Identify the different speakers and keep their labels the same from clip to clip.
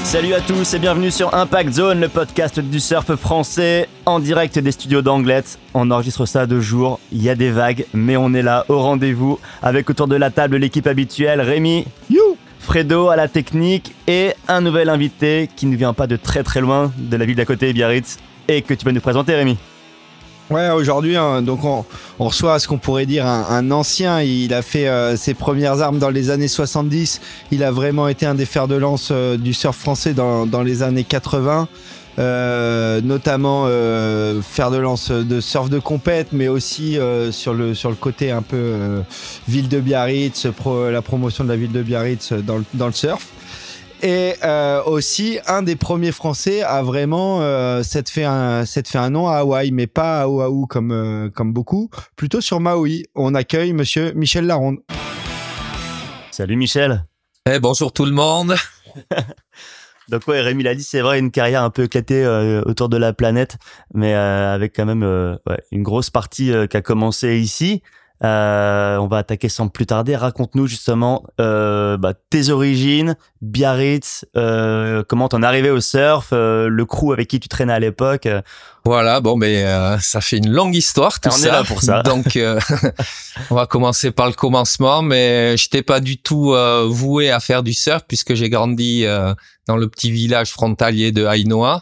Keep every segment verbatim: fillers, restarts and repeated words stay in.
Speaker 1: Salut à tous et bienvenue sur Impact Zone, le podcast du surf français en direct des studios d'Anglet. On enregistre ça de jour, il y a des vagues, mais on est là au rendez-vous avec autour de la table l'équipe habituelle, Rémi, you, Fredo à la technique et un nouvel invité qui ne vient pas de très très loin de la ville d'à côté, Biarritz, et que tu vas nous présenter, Rémi.
Speaker 2: Ouais, aujourd'hui, hein, donc on, on reçoit ce qu'on pourrait dire un, un ancien. Il a fait euh, ses premières armes dans les années soixante-dix. Il a vraiment été un des fers de lance euh, du surf français dans, dans les années quatre-vingts. Euh, notamment euh, fer de lance de surf de compète, mais aussi euh, sur, le, sur le côté un peu euh, ville de Biarritz, pro, la promotion de la ville de Biarritz dans le, dans le surf. Et euh, aussi un des premiers Français à vraiment euh, s'être fait un s'être fait un nom à Hawaï, mais pas à Oahu comme euh, comme beaucoup, plutôt sur Maui. On accueille Monsieur Michel Laronde.
Speaker 1: Salut Michel.
Speaker 3: Eh, bonjour tout le monde.
Speaker 1: Donc ouais, Rémi l'a dit, c'est vrai, une carrière un peu éclatée euh, autour de la planète, mais euh, avec quand même euh, ouais, une grosse partie euh, qui a commencé ici. Euh, on va attaquer sans plus tarder. Raconte-nous justement euh, bah, tes origines, Biarritz, euh, comment t'en es arrivé au surf, euh, le crew avec qui tu traînais à l'époque.
Speaker 3: Voilà, bon, mais euh, ça fait une longue histoire tout
Speaker 1: on
Speaker 3: ça.
Speaker 1: On est là pour ça.
Speaker 3: Donc, euh, on va commencer par le commencement. Mais j'étais pas du tout euh, voué à faire du surf puisque j'ai grandi euh, dans le petit village frontalier de Hainaut.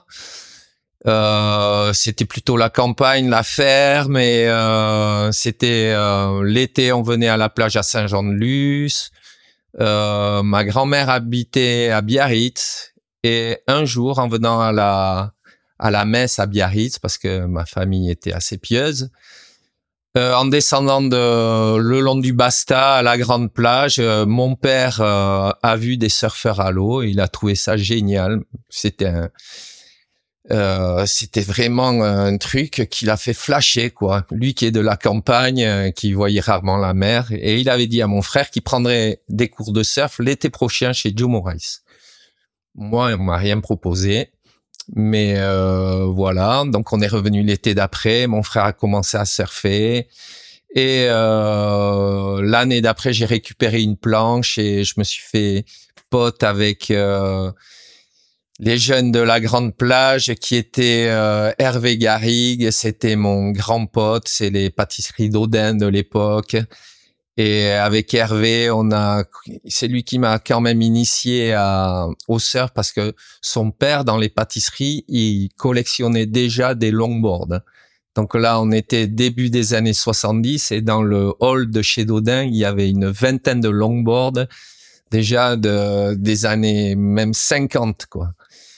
Speaker 3: Euh, c'était plutôt la campagne, la ferme, et euh, c'était euh, l'été, on venait à la plage à Saint-Jean-de-Luz. Euh, ma grand-mère habitait à Biarritz, et un jour, en venant à la à la messe à Biarritz, parce que ma famille était assez pieuse, euh, en descendant de le long du Basta à la grande plage, euh, mon père euh, a vu des surfeurs à l'eau. Il a trouvé ça génial. C'était un Euh, c'était vraiment un truc qui l'a fait flasher, quoi. Lui qui est de la campagne, euh, qui voyait rarement la mer, et il avait dit à mon frère qu'il prendrait des cours de surf l'été prochain chez Joe Morris. Moi, on m'a rien proposé, mais euh, voilà. Donc on est revenu l'été d'après. Mon frère a commencé à surfer, et euh, l'année d'après, j'ai récupéré une planche et je me suis fait pote avec euh, les jeunes de la grande plage qui étaient euh, Hervé Garrigue, c'était mon grand pote, c'est les pâtisseries d'Audin de l'époque. Et avec Hervé, on a, c'est lui qui m'a quand même initié à, au surf parce que son père, dans les pâtisseries, il collectionnait déjà des longboards. Donc là, on était début des années soixante-dix et dans le hall de chez Daudin, il y avait une vingtaine de longboards déjà de, des années même cinquante, quoi.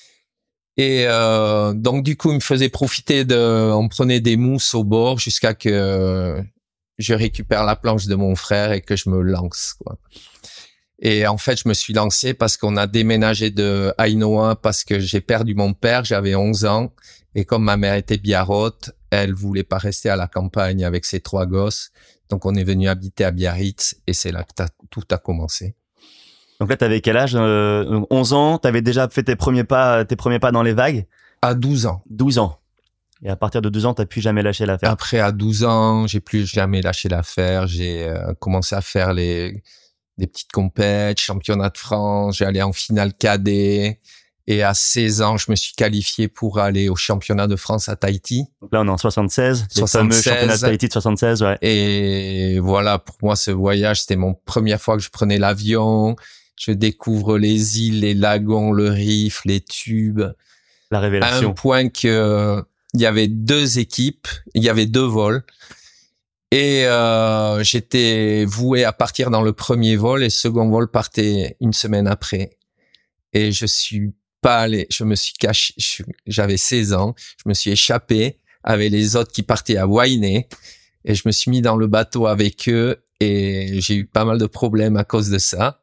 Speaker 3: Et euh, donc du coup, il me faisait profiter de, on prenait des mousses au bord jusqu'à que je récupère la planche de mon frère et que je me lance, quoi. Et en fait, je me suis lancé parce qu'on a déménagé de Hainaut parce que j'ai perdu mon père, j'avais onze ans, et comme ma mère était biarrote, elle voulait pas rester à la campagne avec ses trois gosses, donc on est venu habiter à Biarritz et c'est là que tout a commencé.
Speaker 1: Donc là, t'avais quel âge? euh, onze ans, t'avais déjà fait tes premiers pas, tes premiers pas dans les vagues?
Speaker 3: À douze ans.
Speaker 1: douze ans. Et à partir de douze ans, t'as plus jamais lâché l'affaire?
Speaker 3: Après, à douze ans, j'ai plus jamais lâché l'affaire. J'ai euh, commencé à faire les des petites compètes, championnat de France. J'ai allé en finale cadet. Et à seize ans, je me suis qualifié pour aller au championnat de France à Tahiti.
Speaker 1: Donc là, on est en soixante-seize.
Speaker 3: soixante-seize.
Speaker 1: Le fameux championnat de Tahiti de soixante-seize, ouais.
Speaker 3: Et voilà, pour moi, ce voyage, c'était mon première fois que je prenais l'avion. Je découvre les îles, les lagons, le Rif, les tubes.
Speaker 1: La révélation.
Speaker 3: À un point que il y avait deux équipes, il y avait deux vols. Et euh, j'étais voué à partir dans le premier vol et le second vol partait une semaine après. Et je suis pas allé, je me suis caché, je, j'avais seize ans, je me suis échappé avec les autres qui partaient à Wainé et je me suis mis dans le bateau avec eux et j'ai eu pas mal de problèmes à cause de ça.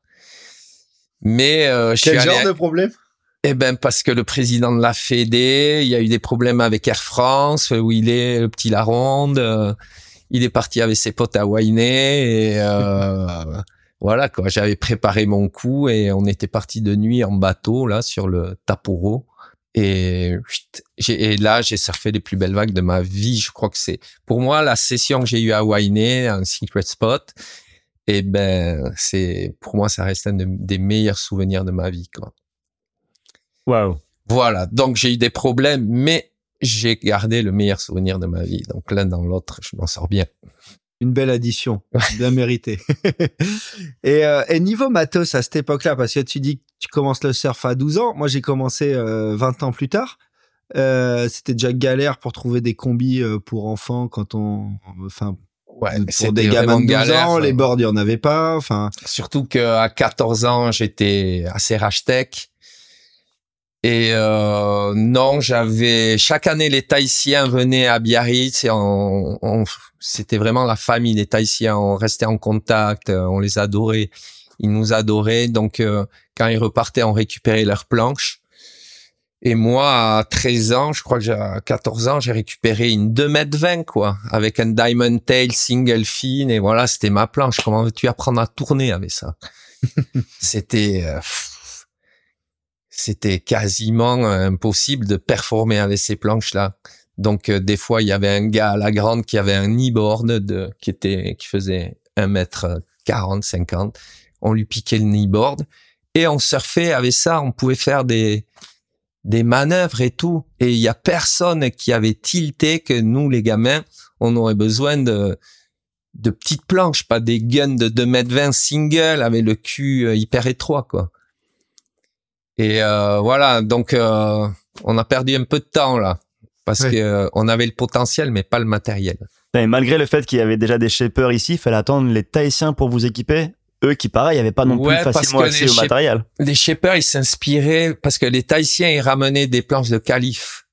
Speaker 3: Mais euh, je
Speaker 2: Quel
Speaker 3: suis
Speaker 2: genre
Speaker 3: allé...
Speaker 2: de problème?
Speaker 3: Eh ben parce que le président de la Fédé, il y a eu des problèmes avec Air France où il est, le petit Laronde, euh, il est parti avec ses potes à Wainé et euh, voilà quoi. J'avais préparé mon coup et on était parti de nuit en bateau là sur le Taporo et, j'ai, et là j'ai surfé les plus belles vagues de ma vie. Je crois que c'est pour moi la session que j'ai eue à Wainé, un secret spot. Et ben c'est pour moi ça reste un de, des meilleurs souvenirs de ma vie quoi.
Speaker 1: Waouh.
Speaker 3: Voilà. Donc, j'ai eu des problèmes, mais j'ai gardé le meilleur souvenir de ma vie. Donc, l'un dans l'autre, je m'en sors bien.
Speaker 2: Une belle addition, bien méritée. et, euh, et niveau matos à cette époque-là, parce que tu dis que tu commences le surf à douze ans, moi j'ai commencé euh, vingt ans plus tard. Euh, c'était déjà galère pour trouver des combis euh, pour enfants quand on, enfin,
Speaker 3: ouais,
Speaker 2: pour des gamins de douze
Speaker 3: galère,
Speaker 2: ans,
Speaker 3: ça.
Speaker 2: Les boards il y en avait pas. Enfin,
Speaker 3: surtout qu'à quatorze ans, j'étais assez hashtag. Et euh, non, j'avais chaque année les Tahitiens venaient à Biarritz et on, on, c'était vraiment la famille des Tahitiens. On restait en contact, on les adorait, ils nous adoraient. Donc euh, quand ils repartaient, on récupérait leurs planches. Et moi, à treize ans, je crois que j'ai à quatorze ans, j'ai récupéré une deux mètres vingt quoi, avec un Diamond Tail single fin et voilà, c'était ma planche. Comment veux-tu apprendre à tourner avec ça? C'était euh, c'était quasiment impossible de performer avec ces planches-là. Donc, euh, des fois, il y avait un gars à la grande qui avait un kneeboard de, qui était, qui faisait un mètre quarante, cinquante. On lui piquait le kneeboard et on surfait avec ça. On pouvait faire des, des manœuvres et tout. Et il y a personne qui avait tilté que nous, les gamins, on aurait besoin de, de petites planches, pas des guns de deux mètres vingt single avec le cul hyper étroit, quoi. Et euh, voilà, donc euh, on a perdu un peu de temps là, parce ouais. que euh, on avait le potentiel, mais pas le matériel.
Speaker 1: Et malgré le fait qu'il y avait déjà des shapers ici, il fallait attendre les Tahitiens pour vous équiper. Eux qui, pareil, n'avaient pas non
Speaker 3: ouais,
Speaker 1: plus facilement accès au
Speaker 3: shape-
Speaker 1: matériel.
Speaker 3: Les shapers, ils s'inspiraient parce que les Tahitiens, ils ramenaient des planches de calife,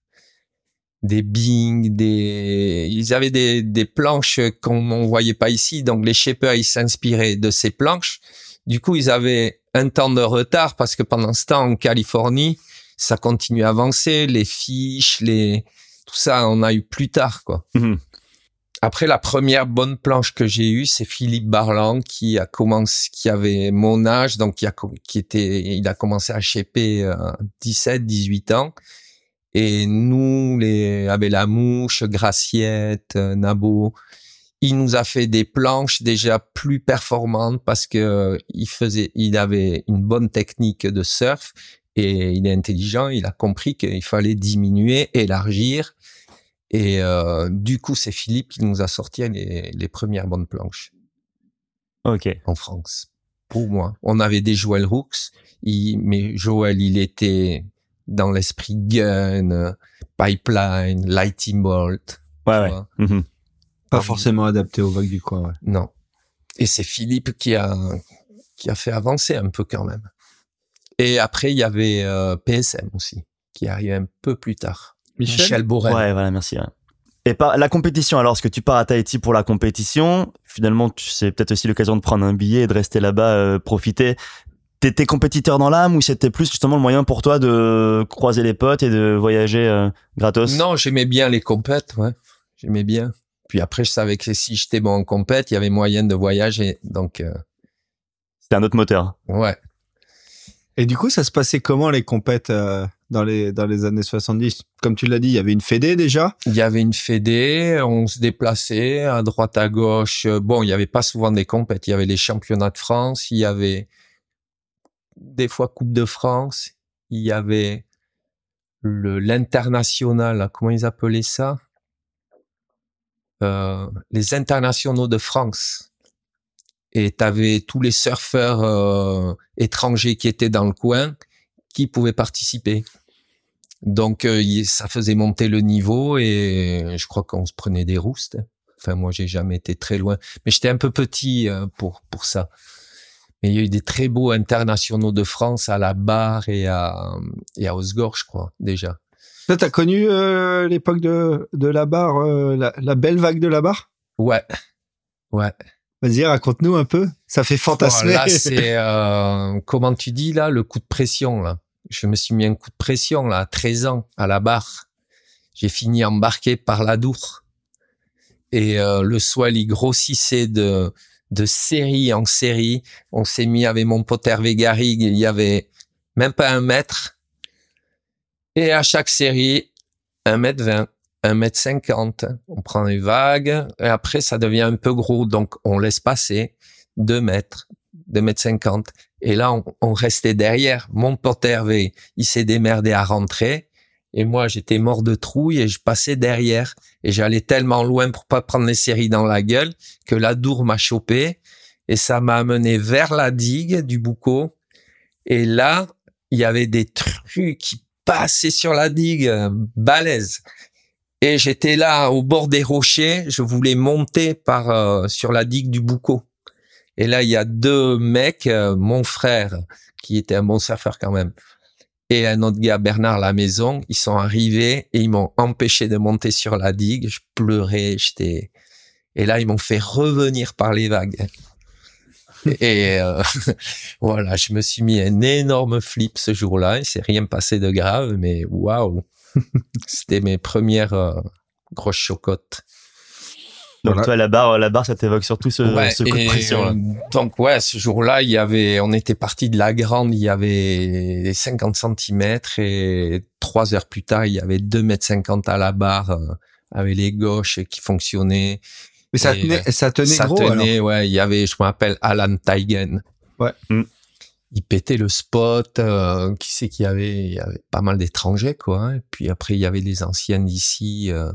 Speaker 3: des Bing, des, ils avaient des des planches qu'on ne voyait pas ici. Donc les shapers, ils s'inspiraient de ces planches. Du coup, ils avaient un temps de retard parce que pendant ce temps, en Californie, ça continue à avancer, les fiches, les, tout ça, on a eu plus tard, quoi.
Speaker 1: Mmh.
Speaker 3: Après, la première bonne planche que j'ai eue, c'est Philippe Barland qui a commencé, qui avait mon âge, donc qui a, qui était, il a commencé à shaper à dix-sept, dix-huit ans. Et nous, les, avec la mouche, Graciette, Nabo, il nous a fait des planches déjà plus performantes parce que il faisait, il avait une bonne technique de surf et il est intelligent. Il a compris qu'il fallait diminuer, élargir. Et euh, du coup, c'est Philippe qui nous a sorti les, les premières bonnes planches.
Speaker 1: Ok.
Speaker 3: En France. Pour moi, on avait des Joel Hooks, il, mais Joel, il était dans l'esprit gun, pipeline, lightning bolt.
Speaker 1: Ouais, ouais. Mmh.
Speaker 2: Pas forcément adapté aux vagues du coin, ouais.
Speaker 3: Non. Et c'est Philippe qui a qui a fait avancer un peu quand même. Et après, il y avait euh, P S M aussi, qui arrivait un peu plus tard.
Speaker 2: Michel,
Speaker 3: Michel Borel.
Speaker 1: Ouais, voilà, merci. Ouais. Et par la compétition, alors, est-ce que tu pars à Tahiti pour la compétition? Finalement, tu, c'est peut-être aussi l'occasion de prendre un billet et de rester là-bas, euh, profiter. T'étais compétiteur dans l'âme ou c'était plus justement le moyen pour toi de croiser les potes et de voyager euh, gratos?
Speaker 3: Non, j'aimais bien les compètes, ouais. J'aimais bien. Puis après, je savais que si j'étais bon en compète, il y avait moyen de voyager. Donc, euh...
Speaker 1: c'était un autre moteur.
Speaker 3: Ouais.
Speaker 2: Et du coup, ça se passait comment les compètes euh, dans les dans les années soixante-dix? Comme tu l'as dit, il y avait une fédé déjà.
Speaker 3: Il y avait une fédé, on se déplaçait à droite à gauche. Bon, il y avait pas souvent des compètes. Il y avait les championnats de France, il y avait des fois Coupe de France, il y avait le l'international. Comment ils appelaient ça? Euh, les internationaux de France. Et t'avais tous les surfeurs euh, étrangers qui étaient dans le coin qui pouvaient participer. Donc euh, ça faisait monter le niveau et je crois qu'on se prenait des roustes. Enfin moi j'ai jamais été très loin, mais j'étais un peu petit euh, pour pour ça. Mais il y a eu des très beaux internationaux de France à la Barre et à et à Osgore, je crois déjà.
Speaker 2: Là, t'as connu euh, l'époque de de la Barre, euh, la, la belle vague de la Barre?
Speaker 3: Ouais, ouais.
Speaker 2: Vas-y, raconte-nous un peu. Ça fait fantasmer.
Speaker 3: Oh, là, c'est euh, comment tu dis là, le coup de pression là. Je me suis mis un coup de pression là, à treize ans, à la Barre. J'ai fini embarqué par l'Adour. Et euh, le swell, il grossissait de de série en série. On s'est mis avec mon pote Hervé Garrigue, il y avait même pas un mètre. Et à chaque série, un mètre vingt. un mètre cinquante, on prend les vagues, et après ça devient un peu gros, donc on laisse passer deux mètres, deux mètres cinquante, Et là, on, on restait derrière. Mon pote Hervé, il s'est démerdé à rentrer. Et moi, j'étais mort de trouille et je passais derrière. Et j'allais tellement loin pour pas prendre les séries dans la gueule que l'Adour m'a chopé. Et ça m'a amené vers la digue du Boucau. Et là, il y avait des trucs qui passaient sur la digue, euh, balèze. Et j'étais là, au bord des rochers. Je voulais monter par euh, sur la digue du Boucau. Et là, il y a deux mecs, euh, mon frère, qui était un bon surfeur quand même, et un autre gars, Bernard Lamaison, ils sont arrivés et ils m'ont empêché de monter sur la digue. Je pleurais, j'étais... Et là, ils m'ont fait revenir par les vagues. Et euh, voilà, je me suis mis un énorme flip ce jour-là. Il s'est rien passé de grave, mais waouh, c'était mes premières euh, grosses chocottes.
Speaker 1: Donc
Speaker 3: Voilà.
Speaker 1: toi, la barre, la barre, ça t'évoque surtout ce,
Speaker 3: Ouais,
Speaker 1: ce coup de
Speaker 3: et,
Speaker 1: pression. Là.
Speaker 3: euh, donc ouais, ce jour-là, il y avait, on était parti de la grande, il y avait cinquante centimètres et trois heures plus tard, il y avait deux mètres cinquante à la barre euh, avec les gauches qui fonctionnaient.
Speaker 2: Mais ça
Speaker 3: Et,
Speaker 2: tenait, ça tenait
Speaker 3: ça
Speaker 2: gros,
Speaker 3: tenait,
Speaker 2: alors.
Speaker 3: ouais. Il y avait, je me rappelle, Alan Teigen.
Speaker 2: Ouais.
Speaker 1: Mm.
Speaker 3: Il pétait le spot. Euh, qui c'est qu'il y avait? Il y avait pas mal d'étrangers, quoi. Hein. Et puis après, il y avait les anciennes d'ici. Euh,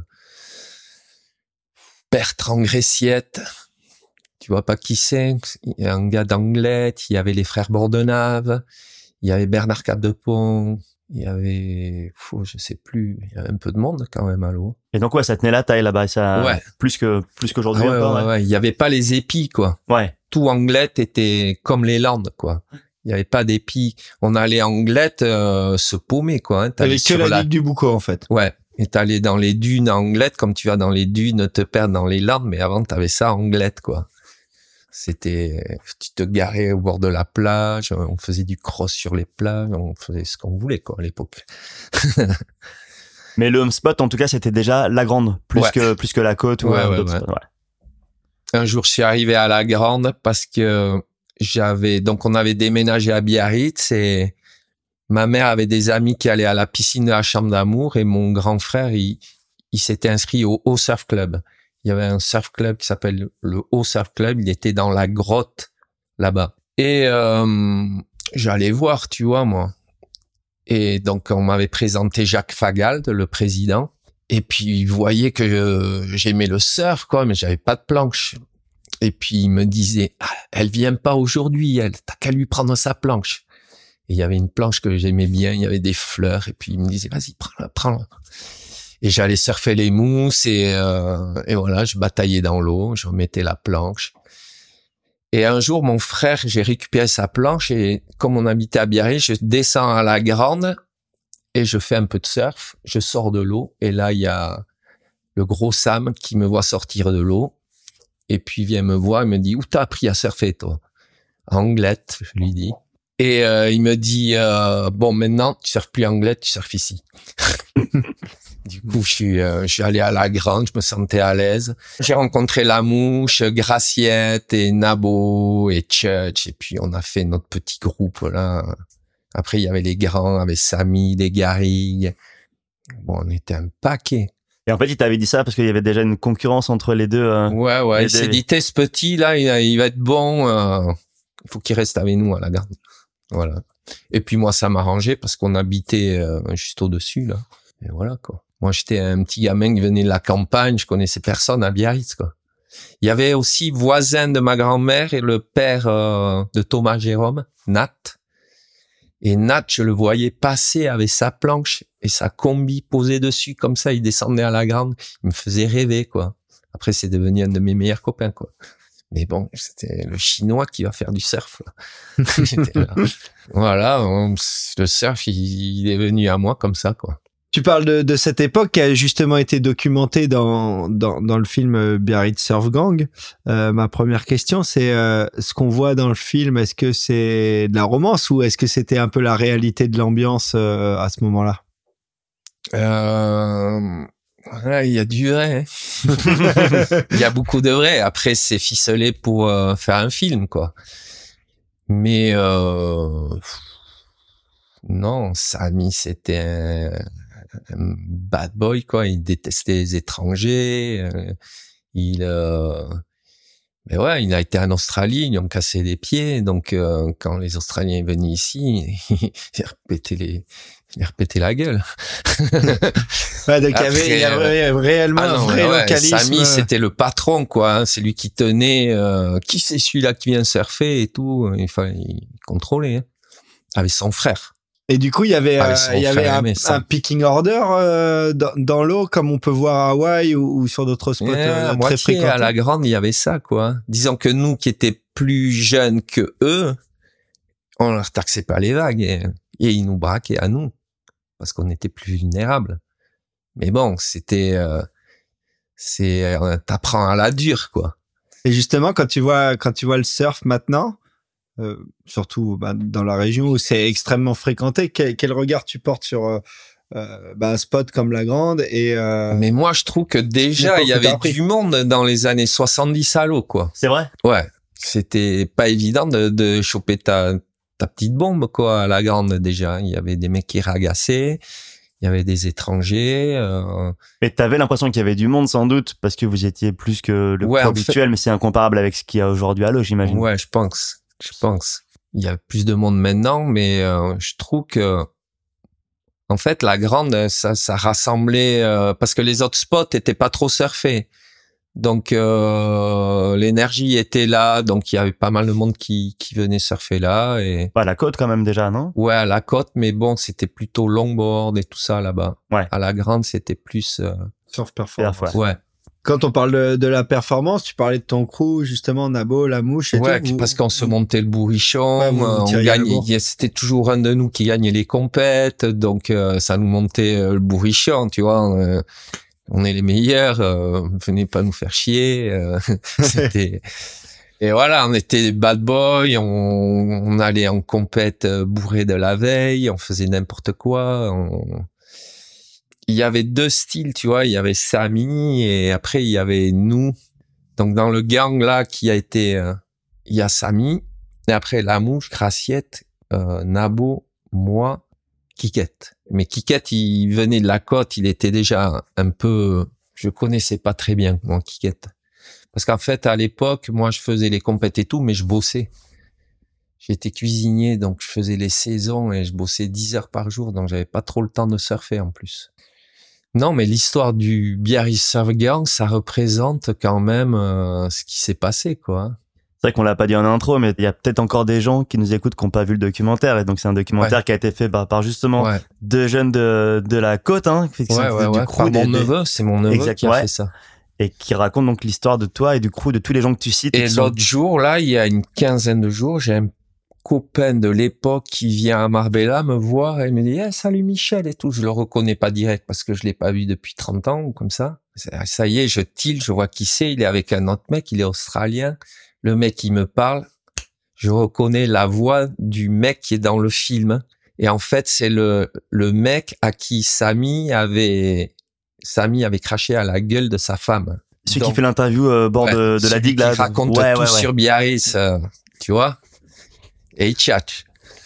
Speaker 3: Bertrand Gressiette. Tu vois pas qui c'est? Il y a un gars d'Anglette. Il y avait les frères Bordenave. Il y avait Bernard Capdepont. Il y avait, fou, je sais plus, il y avait un peu de monde quand même à l'eau.
Speaker 1: Et donc ouais, ça tenait la taille là-bas, ça
Speaker 3: Ouais.
Speaker 1: plus que plus qu'aujourd'hui
Speaker 3: Ah ouais,
Speaker 1: encore.
Speaker 3: ouais,
Speaker 1: Ouais.
Speaker 3: ouais. Il y avait pas les épis, quoi.
Speaker 1: ouais.
Speaker 3: Tout Anglette était comme les Landes, quoi. Il y avait pas d'épis. On allait à Anglette euh, se paumer, quoi. Hein.
Speaker 2: T'avais
Speaker 3: T'allais
Speaker 2: que
Speaker 3: sur
Speaker 2: la
Speaker 3: la...
Speaker 2: digue du Boucau, en fait.
Speaker 3: Ouais. Et t'allais dans les dunes à Anglette, comme tu vas dans les dunes te perdre dans les Landes, mais avant t'avais ça à Anglette, quoi. C'était, tu te garais au bord de la plage, on faisait du cross sur les plages, on faisait ce qu'on voulait, quoi, à l'époque.
Speaker 1: Mais le home spot, en tout cas, c'était déjà la grande, plus
Speaker 3: Ouais.
Speaker 1: que plus que la côte ou
Speaker 3: Ouais,
Speaker 1: euh,
Speaker 3: ouais,
Speaker 1: d'autres
Speaker 3: ouais.
Speaker 1: spots. Ouais.
Speaker 3: Un jour, je suis arrivé à la Grande parce que j'avais, donc on avait déménagé à Biarritz et ma mère avait des amis qui allaient à la piscine de la Chambre d'Amour et mon grand frère, il, il s'était inscrit au Haut Surf Club. Il y avait un surf club qui s'appelle le Haut Surf Club. Il était dans la grotte là-bas. Et euh, j'allais voir, tu vois, moi. Et donc, on m'avait présenté Jacques Fagald, le président. Et puis, il voyait que euh, j'aimais le surf, quoi, mais j'avais pas de planche. Et puis, il me disait, ah, elle vient pas aujourd'hui, elle. T'as qu'à lui prendre sa planche. Et il y avait une planche que j'aimais bien, il y avait des fleurs. Et puis, il me disait, vas-y, prends-la, prends-la. Et j'allais surfer les mousses et, euh, et voilà, je bataillais dans l'eau, je remettais la planche. Et un jour, mon frère, j'ai récupéré sa planche et comme on habitait à Biarritz, je descends à la Grande et je fais un peu de surf. Je sors de l'eau et là, il y a le gros Sam qui me voit sortir de l'eau et puis il vient me voir et me dit « Où t'as appris à surfer, toi ?» À Anglette, je lui dis. Et euh, il me dit euh, « Bon, maintenant, tu surfes plus à Anglette, tu surfes ici. » Du coup, je suis, euh, je suis allé à la Grande, je me sentais à l'aise. J'ai rencontré La Mouche, Graciette et Nabo et Church. Et puis, on a fait notre petit groupe, là. Après, il y avait les grands, avec Samy, les Garrigues. Bon, on était un paquet.
Speaker 1: Et en fait, il t'avait dit ça parce qu'il y avait déjà une concurrence entre les deux. Euh,
Speaker 3: Ouais, ouais. Il s'est dit, t'es ce petit, là, il, il va être bon. Euh, il faut qu'il reste avec nous à la Grande. Voilà. Et puis, moi, ça m'arrangeait parce qu'on habitait euh, juste au-dessus, là. Et voilà, quoi. Moi, j'étais un petit gamin qui venait de la campagne, je connaissais personne à Biarritz, quoi. Il y avait aussi voisin de ma grand-mère et le père euh, de Thomas Jérôme, Nat. Et Nat, je le voyais passer avec sa planche et sa combi posée dessus, comme ça, il descendait à la Grande. Il me faisait rêver, quoi. Après, c'est devenu un de mes meilleurs copains, quoi. Mais bon, c'était le Chinois qui va faire du surf, là. J'étais là. Voilà, on, le surf, il, il est venu à moi comme ça, quoi.
Speaker 2: Tu parles de, de cette époque qui a justement été documentée dans, dans, dans le film Biarritz Surf Gang. Euh, ma première question, c'est euh, ce qu'on voit dans le film, est-ce que c'est de la romance ou est-ce que c'était un peu la réalité de l'ambiance euh, à ce moment-là?
Speaker 3: Euh... Ouais, il y a du vrai. Hein. Il y a beaucoup de vrai. Après, c'est ficelé pour euh, faire un film, quoi. Mais euh... non, Samy, c'était un... un bad boy, quoi. Il détestait les étrangers. Euh, il, euh... Mais ouais, il a été en Australie, ils lui ont cassé les pieds. Donc, euh, quand les Australiens venaient ici, il répétait les, il répétait la gueule.
Speaker 2: Ouais, donc Après, il y avait, il y avait réellement ah non, un vrai ouais, localisme.
Speaker 3: Samy, c'était le patron, quoi. Hein. C'est lui qui tenait, euh, qui c'est celui-là qui vient surfer et tout. Il fallait contrôler, hein. Avec son frère.
Speaker 2: Et du coup, il y avait, euh, il y avait un, un picking order euh, dans, dans l'eau, comme on peut voir à Hawaï ou, ou sur d'autres spots
Speaker 3: yeah,
Speaker 2: euh,
Speaker 3: très
Speaker 2: fréquentés.
Speaker 3: À la grande, il y avait ça, quoi. Disons que nous, qui étaient plus jeunes que eux, on leur taxait pas les vagues et, et ils nous braquaient à nous parce qu'on était plus vulnérables. Mais bon, c'était, euh, c'est, euh, t'apprends à la dure, quoi.
Speaker 2: Et justement, quand tu vois, quand tu vois le surf maintenant. Euh, surtout bah, dans la région où c'est extrêmement fréquenté. Quel, quel regard tu portes sur euh, euh, bah, un spot comme la Grande et euh...
Speaker 3: Mais moi, je trouve que déjà, il y avait du monde dans les années soixante-dix à l'eau, quoi.
Speaker 1: C'est vrai?
Speaker 3: Ouais. C'était pas évident de, de choper ta, ta petite bombe, quoi, à la Grande, déjà. Il y avait des mecs qui ragassaient. Il y avait des étrangers. Euh...
Speaker 1: Mais t'avais l'impression qu'il y avait du monde, sans doute, parce que vous étiez plus que le
Speaker 3: ouais,
Speaker 1: coup habituel,
Speaker 3: fait...
Speaker 1: mais c'est incomparable avec ce qu'il y a aujourd'hui à l'eau, j'imagine.
Speaker 3: Ouais, je pense. Je pense. Il y a plus de monde maintenant, mais euh, je trouve que, en fait, la Grande, ça, ça rassemblait euh, parce que les autres spots étaient pas trop surfés. Donc euh, l'énergie était là, donc il y avait pas mal de monde qui qui venait surfer là et.
Speaker 1: À la côte quand même déjà, non?
Speaker 3: Ouais, à la côte, mais bon, c'était plutôt longboard et tout ça là-bas.
Speaker 1: Ouais.
Speaker 3: À la Grande, c'était plus euh...
Speaker 2: surf performance.
Speaker 3: Ouais.
Speaker 2: Quand on parle de, de la performance, tu parlais de ton crew, justement, Nabo, la mouche et
Speaker 3: ouais,
Speaker 2: tout.
Speaker 3: Ouais, parce qu'on se montait le bourrichon, ouais, on gagnait, c'était toujours un de nous qui gagnait les compètes, donc euh, ça nous montait euh, le bourrichon, tu vois. Euh, on est les meilleurs, euh, venez pas nous faire chier. Euh, c'était et voilà, on était des bad boys, on, on allait en compète bourré de la veille, on faisait n'importe quoi. On... Il y avait deux styles, tu vois. Il y avait Samy et après il y avait nous. Donc dans le gang là qui a été, euh, il y a Samy et après la mouche, Graciette, euh, Nabo, moi, Kikette. Mais Kikette, il venait de la côte, il était déjà un peu, je connaissais pas très bien moi Kikette, parce qu'en fait à l'époque, moi je faisais les compètes et tout, mais je bossais. J'étais cuisinier, donc je faisais les saisons et je bossais dix heures par jour, donc j'avais pas trop le temps de surfer en plus. Non, mais l'histoire du Biarritz Surf Gang, ça représente quand même euh, ce qui s'est passé, quoi.
Speaker 1: C'est vrai qu'on l'a pas dit en intro, mais il y a peut-être encore des gens qui nous écoutent qui n'ont pas vu le documentaire. Et donc, c'est un documentaire ouais. qui a été fait par, par justement ouais. deux jeunes de, de la côte, hein.
Speaker 3: Ouais, ouais, du ouais. Crew, par des, mon neveu, c'est mon neveu exact, qui a ouais. fait ça.
Speaker 1: Et qui raconte donc l'histoire de toi et du crew, de tous les gens que tu cites.
Speaker 3: Et l'autre sont... jour, là, il y a une quinzaine de jours, j'ai un copain de l'époque qui vient à Marbella me voir et me dit hey, salut Michel et tout. Je le reconnais pas direct parce que je l'ai pas vu depuis trente ans ou comme ça. Ça y est, je tilte, je vois qui c'est. Il est avec un autre mec, il est australien. Le mec, il me parle. Je reconnais la voix du mec qui est dans le film. Et en fait, c'est le, le mec à qui Samy avait, Samy avait craché à la gueule de sa femme.
Speaker 1: Celui Donc, qui fait l'interview au euh, bord ouais, de, de la digue là.
Speaker 3: Qui raconte
Speaker 1: ouais,
Speaker 3: tout
Speaker 1: ouais, ouais.
Speaker 3: sur Biarritz, euh, tu vois. Et il tchatche.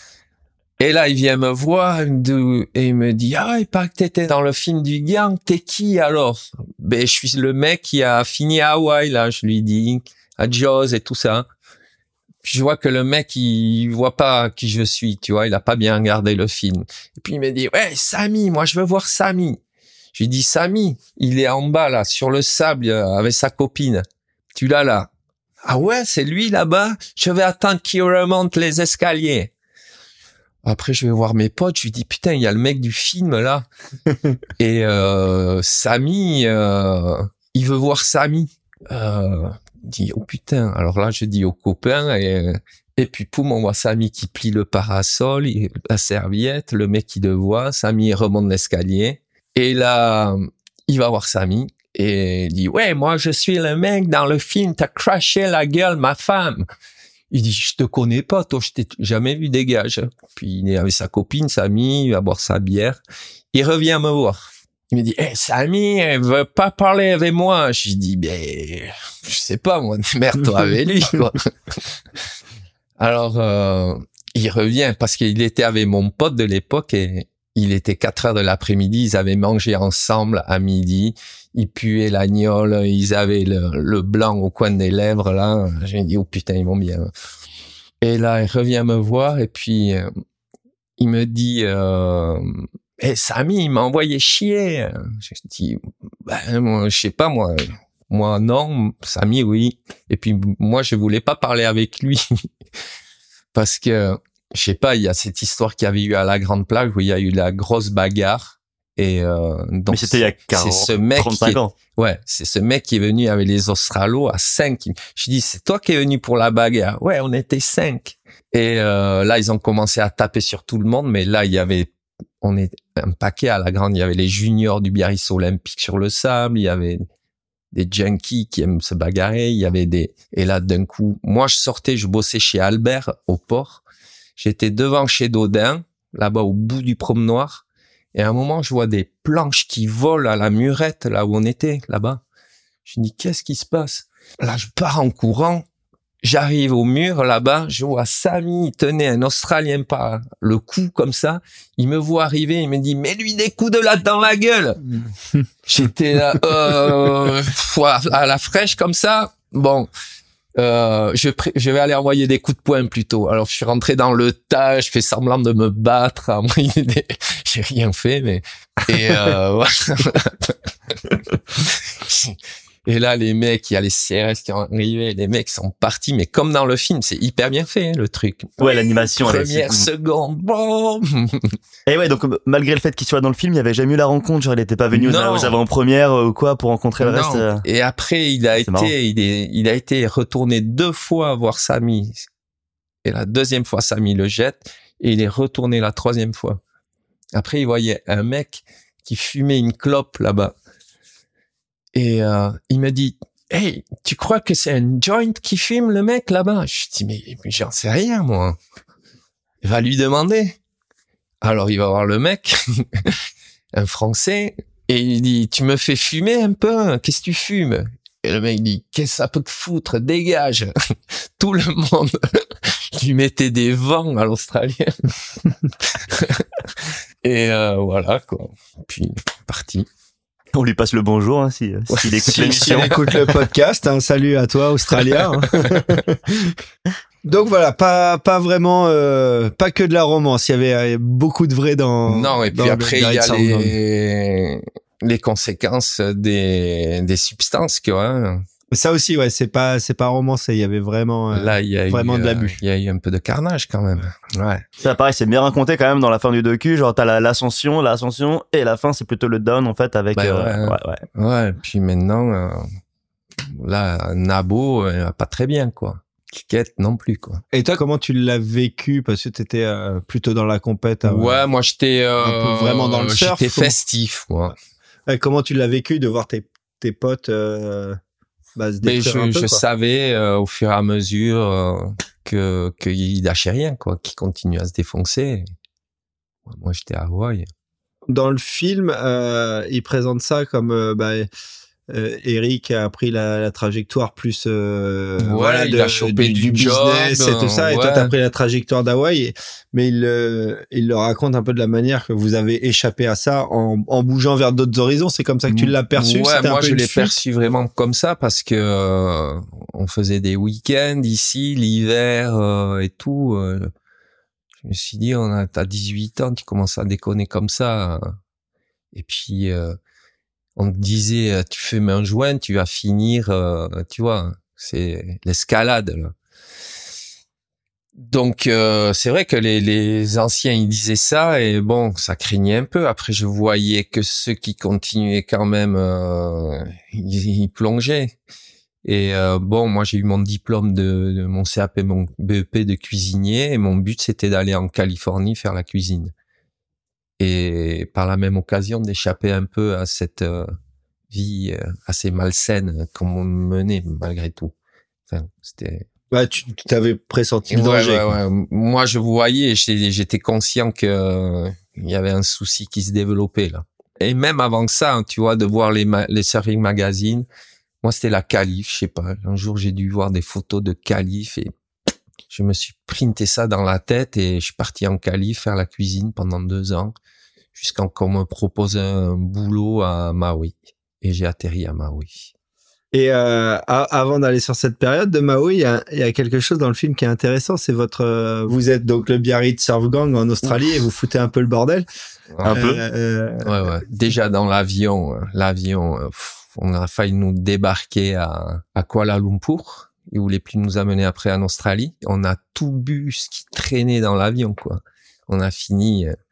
Speaker 3: Et là, il vient me voir et il me dit « Ah, il paraît que t'étais dans le film du gang, t'es qui alors ?» Ben, je suis le mec qui a fini à Hawaï, là, je lui dis, à Jaws et tout ça. Puis je vois que le mec, il voit pas qui je suis, tu vois, il a pas bien regardé le film. Et puis il me dit « Ouais, Samy, moi je veux voir Samy. » Je lui dis « Samy, il est en bas, là, sur le sable, avec sa copine. Tu l'as là. » Ah ouais, c'est lui là-bas. Je vais attendre qu'il remonte les escaliers. Après, je vais voir mes potes. Je lui dis putain, il y a le mec du film là. Et euh, Samy, euh, il veut voir Samy. Euh, il dit oh putain. Alors là, je dis aux copains et et puis poum, on voit Samy qui plie le parasol, la serviette, le mec qui le voit. Samy remonte l'escalier et là, il va voir Samy. Et il dit, ouais, moi, je suis le mec dans le film, t'as craché la gueule, ma femme. Il dit, je te connais pas, toi, je t'ai jamais vu, dégage. Puis, il est avec sa copine, Samy, il va boire sa bière. Il revient me voir. Il me dit, hey, Samy, elle veut pas parler avec moi. Je lui dis, ben, je sais pas, moi, merde-toi avec lui, quoi. Alors, euh, il revient parce qu'il était avec mon pote de l'époque et il était quatre heures de l'après-midi, ils avaient mangé ensemble à midi, ils puaient l'agnole, ils avaient le, le blanc au coin des lèvres, là. J'ai dit, oh putain, ils vont bien. Et là, il revient me voir, et puis, euh, il me dit, euh, hey, Samy, il m'a envoyé chier. Je dis, ben, moi, je sais pas, moi, moi, non, Samy, oui. Et puis, moi, je voulais pas parler avec lui. Parce que, je sais pas, il y a cette histoire qu'il y avait eu à la Grande Plage où il y a eu la grosse bagarre. Et euh, donc
Speaker 1: mais c'était il y a quarante,
Speaker 3: c'est ce mec
Speaker 1: trente-cinq
Speaker 3: qui est,
Speaker 1: ans.
Speaker 3: Ouais, c'est ce mec qui est venu avec les Australos à cinq. Je dis, c'est toi qui es venu pour la bagarre. Ouais, on était cinq. Et euh, là, ils ont commencé à taper sur tout le monde. Mais là, il y avait, on est un paquet à la Grande. Il y avait les juniors du Biarritz Olympique sur le sable. Il y avait des junkies qui aiment se bagarrer. Il y avait des, et là, d'un coup, moi, je sortais, je bossais chez Albert au port. J'étais devant chez Dodin, là-bas au bout du promenoir. Et à un moment, je vois des planches qui volent à la murette, là où on était, là-bas. Je me dis, qu'est-ce qui se passe? Là, je pars en courant. J'arrive au mur, là-bas. Je vois Samy, il tenait un Australien par le cou, comme ça. Il me voit arriver, il me dit, mets-lui des coups de latte dans la gueule. J'étais là, euh, à la fraîche, comme ça. Bon. Euh, je, pr- je vais aller envoyer des coups de poing plutôt. Alors, je suis rentré dans le tas, je fais semblant de me battre, à envoyer des... j'ai rien fait, mais, et, euh, et là, les mecs, il y a les C R S qui sont arrivés, les mecs sont partis, mais comme dans le film, c'est hyper bien fait, hein, le truc.
Speaker 1: Ouais, l'animation.
Speaker 3: Première
Speaker 1: elle,
Speaker 3: seconde, bon.
Speaker 1: Et ouais, donc, malgré le fait qu'il soit dans le film, il y avait jamais eu la rencontre, genre, il était pas venu
Speaker 3: Non.
Speaker 1: aux avant-premières ou quoi pour rencontrer le
Speaker 3: Non.
Speaker 1: reste. euh.
Speaker 3: Et après, il a
Speaker 1: C'est marrant.
Speaker 3: été, il est, il a été retourné deux fois voir Samy. Et la deuxième fois, Samy le jette, et il est retourné la troisième fois. Après, il voyait un mec qui fumait une clope là-bas. Et euh, il me dit, hey, tu crois que c'est un joint qui fume le mec là-bas? Je dis, mais, mais j'en sais rien, moi. Il va lui demander. Alors, il va voir le mec, un Français, et il dit, tu me fais fumer un peu? Qu'est-ce que tu fumes? Et le mec dit, qu'est-ce que ça peut te foutre? Dégage! Tout le monde lui mettait des vents à l'Australien. Et euh, voilà, quoi. Puis, parti.
Speaker 1: On lui passe le bonjour, hein, si,
Speaker 3: Ouais,
Speaker 1: s'il écoute
Speaker 3: si-
Speaker 1: l'émission.
Speaker 2: Il écoute le podcast, hein, salut à toi, Australien. Donc voilà, pas pas vraiment, euh, pas que de la romance. Il y avait euh, beaucoup de vrai dans.
Speaker 3: Non, et
Speaker 2: dans
Speaker 3: puis
Speaker 2: le
Speaker 3: après, il y
Speaker 2: Great
Speaker 3: a
Speaker 2: Soundgarden.
Speaker 3: les, les conséquences des, des substances, quoi. Hein.
Speaker 2: Ça aussi, ouais, c'est pas c'est pas romancé. Il y avait vraiment. euh,
Speaker 3: Là, il y a
Speaker 2: vraiment
Speaker 3: eu,
Speaker 2: de l'abus.
Speaker 3: euh, Il y a eu un peu de carnage, quand même. Ouais.
Speaker 1: Ça, pareil, c'est bien raconté quand même dans la fin du docu. Genre, t'as la- l'ascension, l'ascension, et la fin, c'est plutôt le down, en fait, avec,
Speaker 3: Bah,
Speaker 1: euh,
Speaker 3: ouais.
Speaker 1: ouais, ouais.
Speaker 3: Ouais, et puis maintenant, euh, là, Nabo, euh, va pas très bien, quoi. Kiket non plus, quoi.
Speaker 2: Et toi, comment tu l'as vécu? Parce que t'étais euh, plutôt dans la compète. euh,
Speaker 3: Ouais, moi, j'étais, euh,
Speaker 2: Un peu vraiment dans le surf,
Speaker 3: j'étais
Speaker 2: comment-
Speaker 3: festif, moi.
Speaker 2: ouais, comment tu l'as vécu de voir tes tes potes euh, bah, se
Speaker 3: Mais
Speaker 2: détruire
Speaker 3: je,
Speaker 2: un peu,
Speaker 3: je
Speaker 2: quoi.
Speaker 3: savais, euh, au fur et à mesure, euh, que, qu'il lâchait rien, quoi, qu'il continuait à se défoncer. Moi, j'étais à Hawaï.
Speaker 2: Dans le film, euh, il présente ça comme euh, bah, euh, Eric a pris la, la trajectoire plus euh,
Speaker 3: Ouais,
Speaker 2: voilà,
Speaker 3: il
Speaker 2: de,
Speaker 3: a chopé du job,
Speaker 2: business et tout ça, et toi
Speaker 3: ouais.
Speaker 2: t'as pris la trajectoire d'Hawaï. Et- Mais il, euh, il le raconte un peu de la manière que vous avez échappé à ça en, en bougeant vers d'autres horizons. C'est comme ça que tu l'as perçu.
Speaker 3: Ouais,
Speaker 2: C'était un
Speaker 3: moi
Speaker 2: peu
Speaker 3: je
Speaker 2: une
Speaker 3: l'ai
Speaker 2: fuite.
Speaker 3: perçu vraiment comme ça parce que euh, on faisait des week-ends ici, l'hiver euh, et tout. euh. Je me suis dit, on a, t'as dix-huit ans, tu commences à déconner comme ça. Et puis euh, on te disait, euh, tu fumes un joint, tu vas finir, euh, tu vois, c'est l'escalade là. Donc euh, c'est vrai que les, les anciens ils disaient ça et bon ça craignait un peu. Après je voyais que ceux qui continuaient quand même euh, ils, ils plongeaient. Et euh, bon moi j'ai eu mon diplôme de, de mon C A P, mon B E P de cuisinier et mon but c'était d'aller en Californie faire la cuisine. Et par la même occasion d'échapper un peu à cette euh, vie euh, assez malsaine qu'on menait malgré tout. Enfin c'était
Speaker 2: Ouais, tu t'avais pressenti le
Speaker 3: Ouais,
Speaker 2: danger.
Speaker 3: ouais,
Speaker 2: quoi.
Speaker 3: ouais. Moi, je voyais, j'étais j'étais conscient que euh, il y avait un souci qui se développait là. Et même avant ça, hein, tu vois, de voir les ma- les surfing magazines, moi c'était la Calif, je sais pas. Un jour, j'ai dû voir des photos de Calif et je me suis printé ça dans la tête et je suis parti en Calif faire la cuisine pendant deux ans. jusqu'à qu'on me propose un boulot à Maui. Et j'ai atterri à Maui.
Speaker 2: Et euh, a- avant d'aller sur cette période de Maui, il y a, il y a quelque chose dans le film qui est intéressant, c'est votre... Euh, vous êtes donc le Biarritz Surf Gang en Australie et vous foutez un peu le bordel.
Speaker 1: Un
Speaker 2: Euh,
Speaker 1: peu.
Speaker 2: euh,
Speaker 3: Ouais, ouais. Déjà dans l'avion, euh, l'avion, euh, pff, on a failli nous débarquer à, à Kuala Lumpur. Ils voulaient plus nous amener après en Australie. On a tout bu ce qui traînait dans l'avion, quoi. On a fini. euh.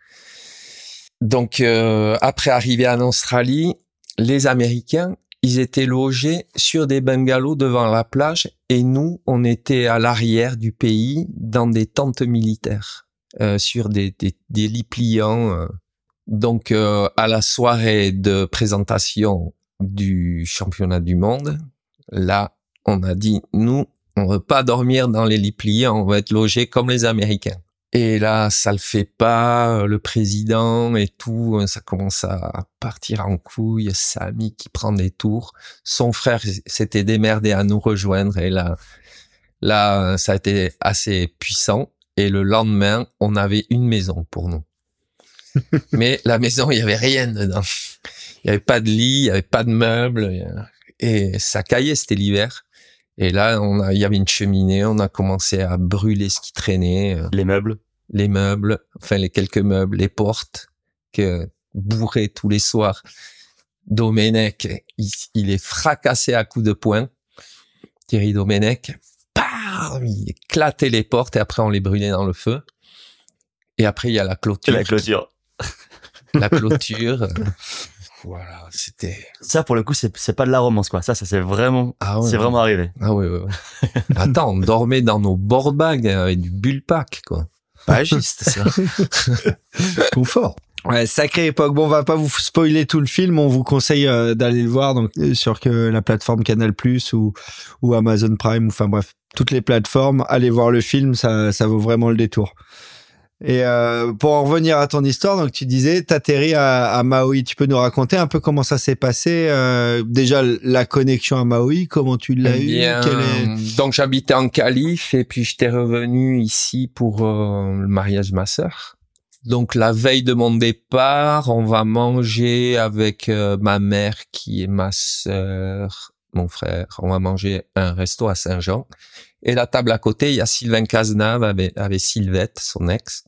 Speaker 3: Donc euh, après arriver en Australie, les Américains, ils étaient logés sur des bungalows devant la plage et nous, on était à l'arrière du pays dans des tentes militaires, euh, sur des, des, des lits pliants. euh. Donc, euh, à la soirée de présentation du championnat du monde, là, on a dit, nous, on veut pas dormir dans les lits pliants, on va être logés comme les Américains. Et là, ça le fait pas, le président et tout, ça commence à partir en couille, Samy qui prend des tours. Son frère s'était démerdé à nous rejoindre et là, là, ça a été assez puissant. Et le lendemain, on avait une maison pour nous. Mais la maison, il y avait rien dedans. Il y avait pas de lit, il y avait pas de meubles. Et ça caillait, c'était l'hiver. Et là, on a, il y avait une cheminée, on a commencé à brûler ce qui traînait.
Speaker 1: Les meubles.
Speaker 3: Les meubles, enfin les quelques meubles, les portes, que bourré tous les soirs. Domenech, il, il est fracassé à coups de poing. Thierry Domenech, bam, il éclatait les portes et après on les brûlait dans le feu. Et après il y a la clôture.
Speaker 1: La clôture.
Speaker 3: La clôture. Voilà, c'était...
Speaker 1: Ça, pour le coup, c'est, c'est pas de la romance, quoi. Ça, ça c'est vraiment,
Speaker 3: Ah ouais,
Speaker 1: c'est vraiment arrivé.
Speaker 3: Ah oui, oui, oui. Attends, on dormait dans nos board bags avec du bullpack, quoi. Pas juste, ça.
Speaker 2: Confort. Ouais, sacrée époque. Bon, on va pas vous spoiler tout le film. On vous conseille euh, d'aller le voir donc euh, sur que la plateforme Canal+ ou ou Amazon Prime, ou enfin bref, toutes les plateformes. Allez voir le film, ça ça vaut vraiment le détour. Et euh, pour en revenir à ton histoire, donc tu disais, t'atterris à, à Maui. Tu peux nous raconter un peu comment ça s'est passé, euh, déjà la connexion à Maui, comment tu l'as
Speaker 3: Eh
Speaker 2: eu,
Speaker 3: bien,
Speaker 2: quel est...
Speaker 3: donc j'habitais en Calife et puis j'étais revenu ici pour euh, le mariage de ma sœur. Donc la veille de mon départ, on va manger avec euh, ma mère qui est ma sœur, mon frère. On va manger un resto à Saint-Jean. Et la table à côté, il y a Sylvain Cazenave avec, avec Sylvette, son ex.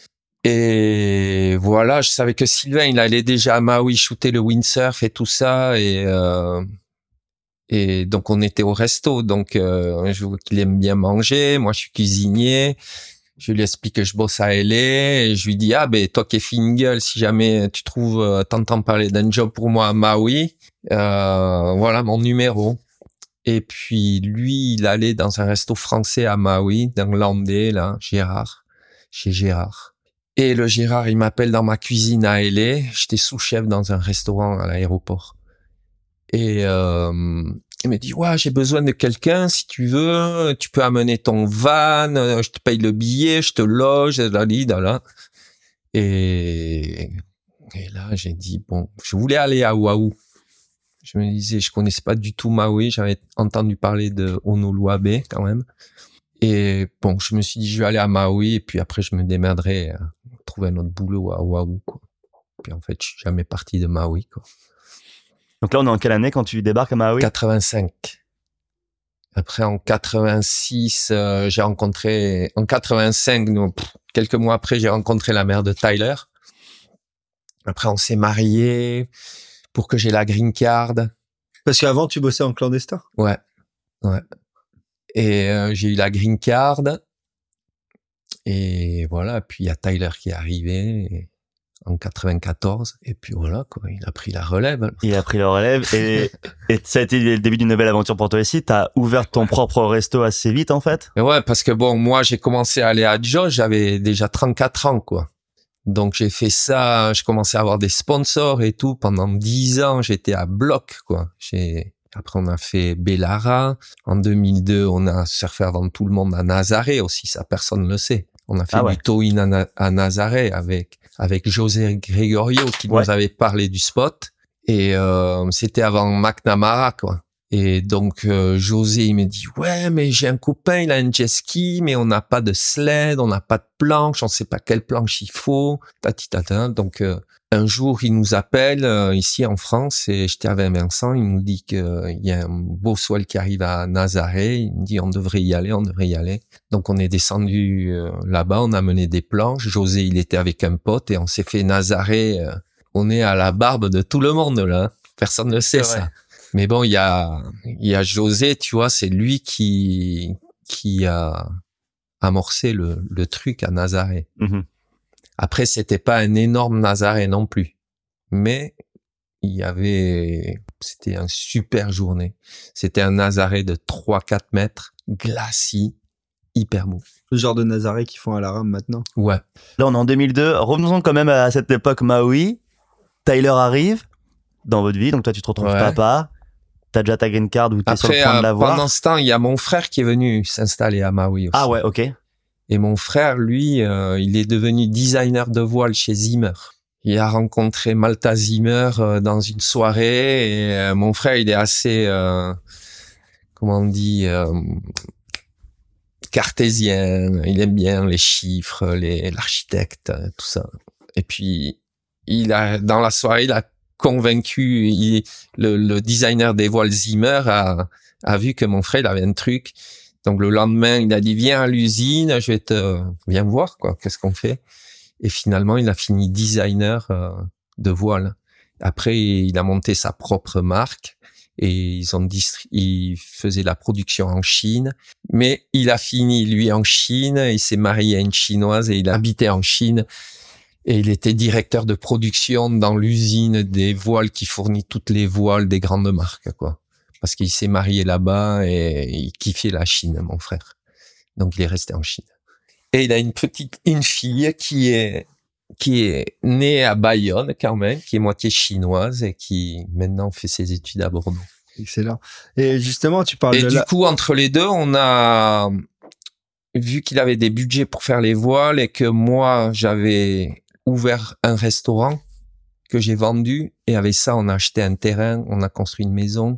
Speaker 3: Et voilà, je savais que Sylvain, il allait déjà à Maui shooter le windsurf et tout ça. Et, euh, et donc, on était au resto. Donc, euh, je vois qu'il aime bien manger. Moi, je suis cuisinier. Je lui explique que je bosse à L A. Et je lui dis, ah, ben, toi qui es single, si jamais tu trouves, euh, t'entends parler d'un job pour moi à Maui, euh, voilà mon numéro. Et puis, lui, il allait dans un resto français à Maui, dans Landais, là, Gérard, chez Gérard. Et le Gérard, il m'appelle dans ma cuisine à L A. J'étais sous-chef dans un restaurant à l'aéroport. Et euh, il me dit, ouais, j'ai besoin de quelqu'un, si tu veux, tu peux amener ton van, je te paye le billet, je te loge, là, là. Et, et là, j'ai dit, bon, je voulais aller à Oahu. Je me disais, je connaissais pas du tout Maui, j'avais entendu parler de Honolulu Bay quand même. Et bon, je me suis dit, je vais aller à Maui et puis après, je me démerderai à trouver un autre boulot à Oahu, quoi. Puis en fait, je suis jamais parti de Maui, quoi.
Speaker 1: Donc là, on est en quelle année quand tu débarques à Maui?
Speaker 3: quatre-vingt-cinq. Après, en quatre-vingt-six, euh, j'ai rencontré... En quatre-vingt-cinq, non, pff, quelques mois après, j'ai rencontré la mère de Tyler. Après, on s'est mariés pour que j'ai la green card.
Speaker 2: Parce qu'avant, tu bossais en clandestin.
Speaker 3: Ouais, ouais. Et euh, j'ai eu la green card. Et voilà, puis il y a Tyler qui est arrivé en quatre-vingt-quatorze. Et puis voilà, quoi, il a pris la relève.
Speaker 1: Il a pris la relève et, et ça a été le début d'une nouvelle aventure pour toi ici. T'as ouvert ton propre resto assez vite, en fait.
Speaker 3: Et ouais, parce que bon, moi, j'ai commencé à aller à Joe, j'avais déjà trente-quatre ans, quoi. Donc j'ai fait ça, je commençais à avoir des sponsors et tout. Pendant dix ans, j'étais à bloc, quoi. J'ai... Après, on a fait Bellara. En deux mille deux, on a surfé avant tout le monde à Nazaré aussi, ça, personne ne le sait. On a fait
Speaker 1: ah ouais.
Speaker 3: du tow-in à, Na- à Nazaré avec avec José Gregorio qui
Speaker 1: ouais.
Speaker 3: nous avait parlé du spot. Et euh, c'était avant McNamara, quoi. Et donc euh, José il me dit ouais mais j'ai un copain il a un jet ski mais on n'a pas de sled, on n'a pas de planche, on sait pas quelle planche il faut, tati tata. Donc euh, un jour il nous appelle euh, ici en France et j'étais avec Vincent, il nous dit que euh, il y a un beau swell qui arrive à Nazaré, il me dit on devrait y aller, on devrait y aller. Donc on est descendu euh, là-bas, on a mené des planches, José il était avec un pote et on s'est fait Nazaré, euh, on est à la barbe de tout le monde là, personne ne sait ça. Mais bon, il y a, il y a José, tu vois, c'est lui qui, qui a amorcé le, le truc à Nazaré.
Speaker 1: Mm-hmm.
Speaker 3: Après, c'était pas un énorme Nazaré non plus. Mais il y avait, c'était une super journée. C'était un Nazaré de trois quatre mètres, glacis, hyper beau.
Speaker 2: Le genre de Nazaré qu'ils font à la rame maintenant.
Speaker 3: Ouais.
Speaker 1: Là, on est en deux mille deux. Revenons quand même à cette époque Maui. Tyler arrive dans votre vie, donc toi, tu te retrouves
Speaker 3: Ouais.
Speaker 1: papa. T'as déjà ta green card ou t'es
Speaker 3: Après,
Speaker 1: sur le point de
Speaker 3: euh,
Speaker 1: l'avoir.
Speaker 3: pendant ce temps, il y a mon frère qui est venu s'installer à Maui aussi.
Speaker 1: Ah ouais, ok.
Speaker 3: Et mon frère, lui, euh, il est devenu designer de voile chez Zimmer. Il a rencontré Malta Zimmer euh, dans une soirée et euh, mon frère, il est assez, euh, comment on dit, euh, cartésien. Il aime bien les chiffres, les, l'architecte, tout ça. Et puis, il a, dans la soirée, il a convaincu, il, le, le designer des voiles Zimmer a, a vu que mon frère, il avait un truc. Donc, le lendemain, il a dit, viens à l'usine, je vais te, viens voir, quoi, qu'est-ce qu'on fait? Et finalement, il a fini designer euh, de voiles. Après, il a monté sa propre marque et ils ont distri- il faisait la production en Chine. Mais il a fini, lui, en Chine, il s'est marié à une Chinoise et il habitait en Chine. Et il était directeur de production dans l'usine des voiles qui fournit toutes les voiles des grandes marques, quoi. Parce qu'il s'est marié là-bas et il kiffait la Chine, mon frère. Donc, il est resté en Chine. Et il a une petite, une fille qui est, qui est née à Bayonne, quand même, qui est moitié chinoise et qui, maintenant, fait ses études à Bordeaux.
Speaker 2: Excellent. Et justement, tu parles
Speaker 3: Et
Speaker 2: de
Speaker 3: du
Speaker 2: la...
Speaker 3: coup, entre les deux, on a vu qu'il avait des budgets pour faire les voiles et que moi, j'avais ouvert un restaurant que j'ai vendu et avec ça, on a acheté un terrain, on a construit une maison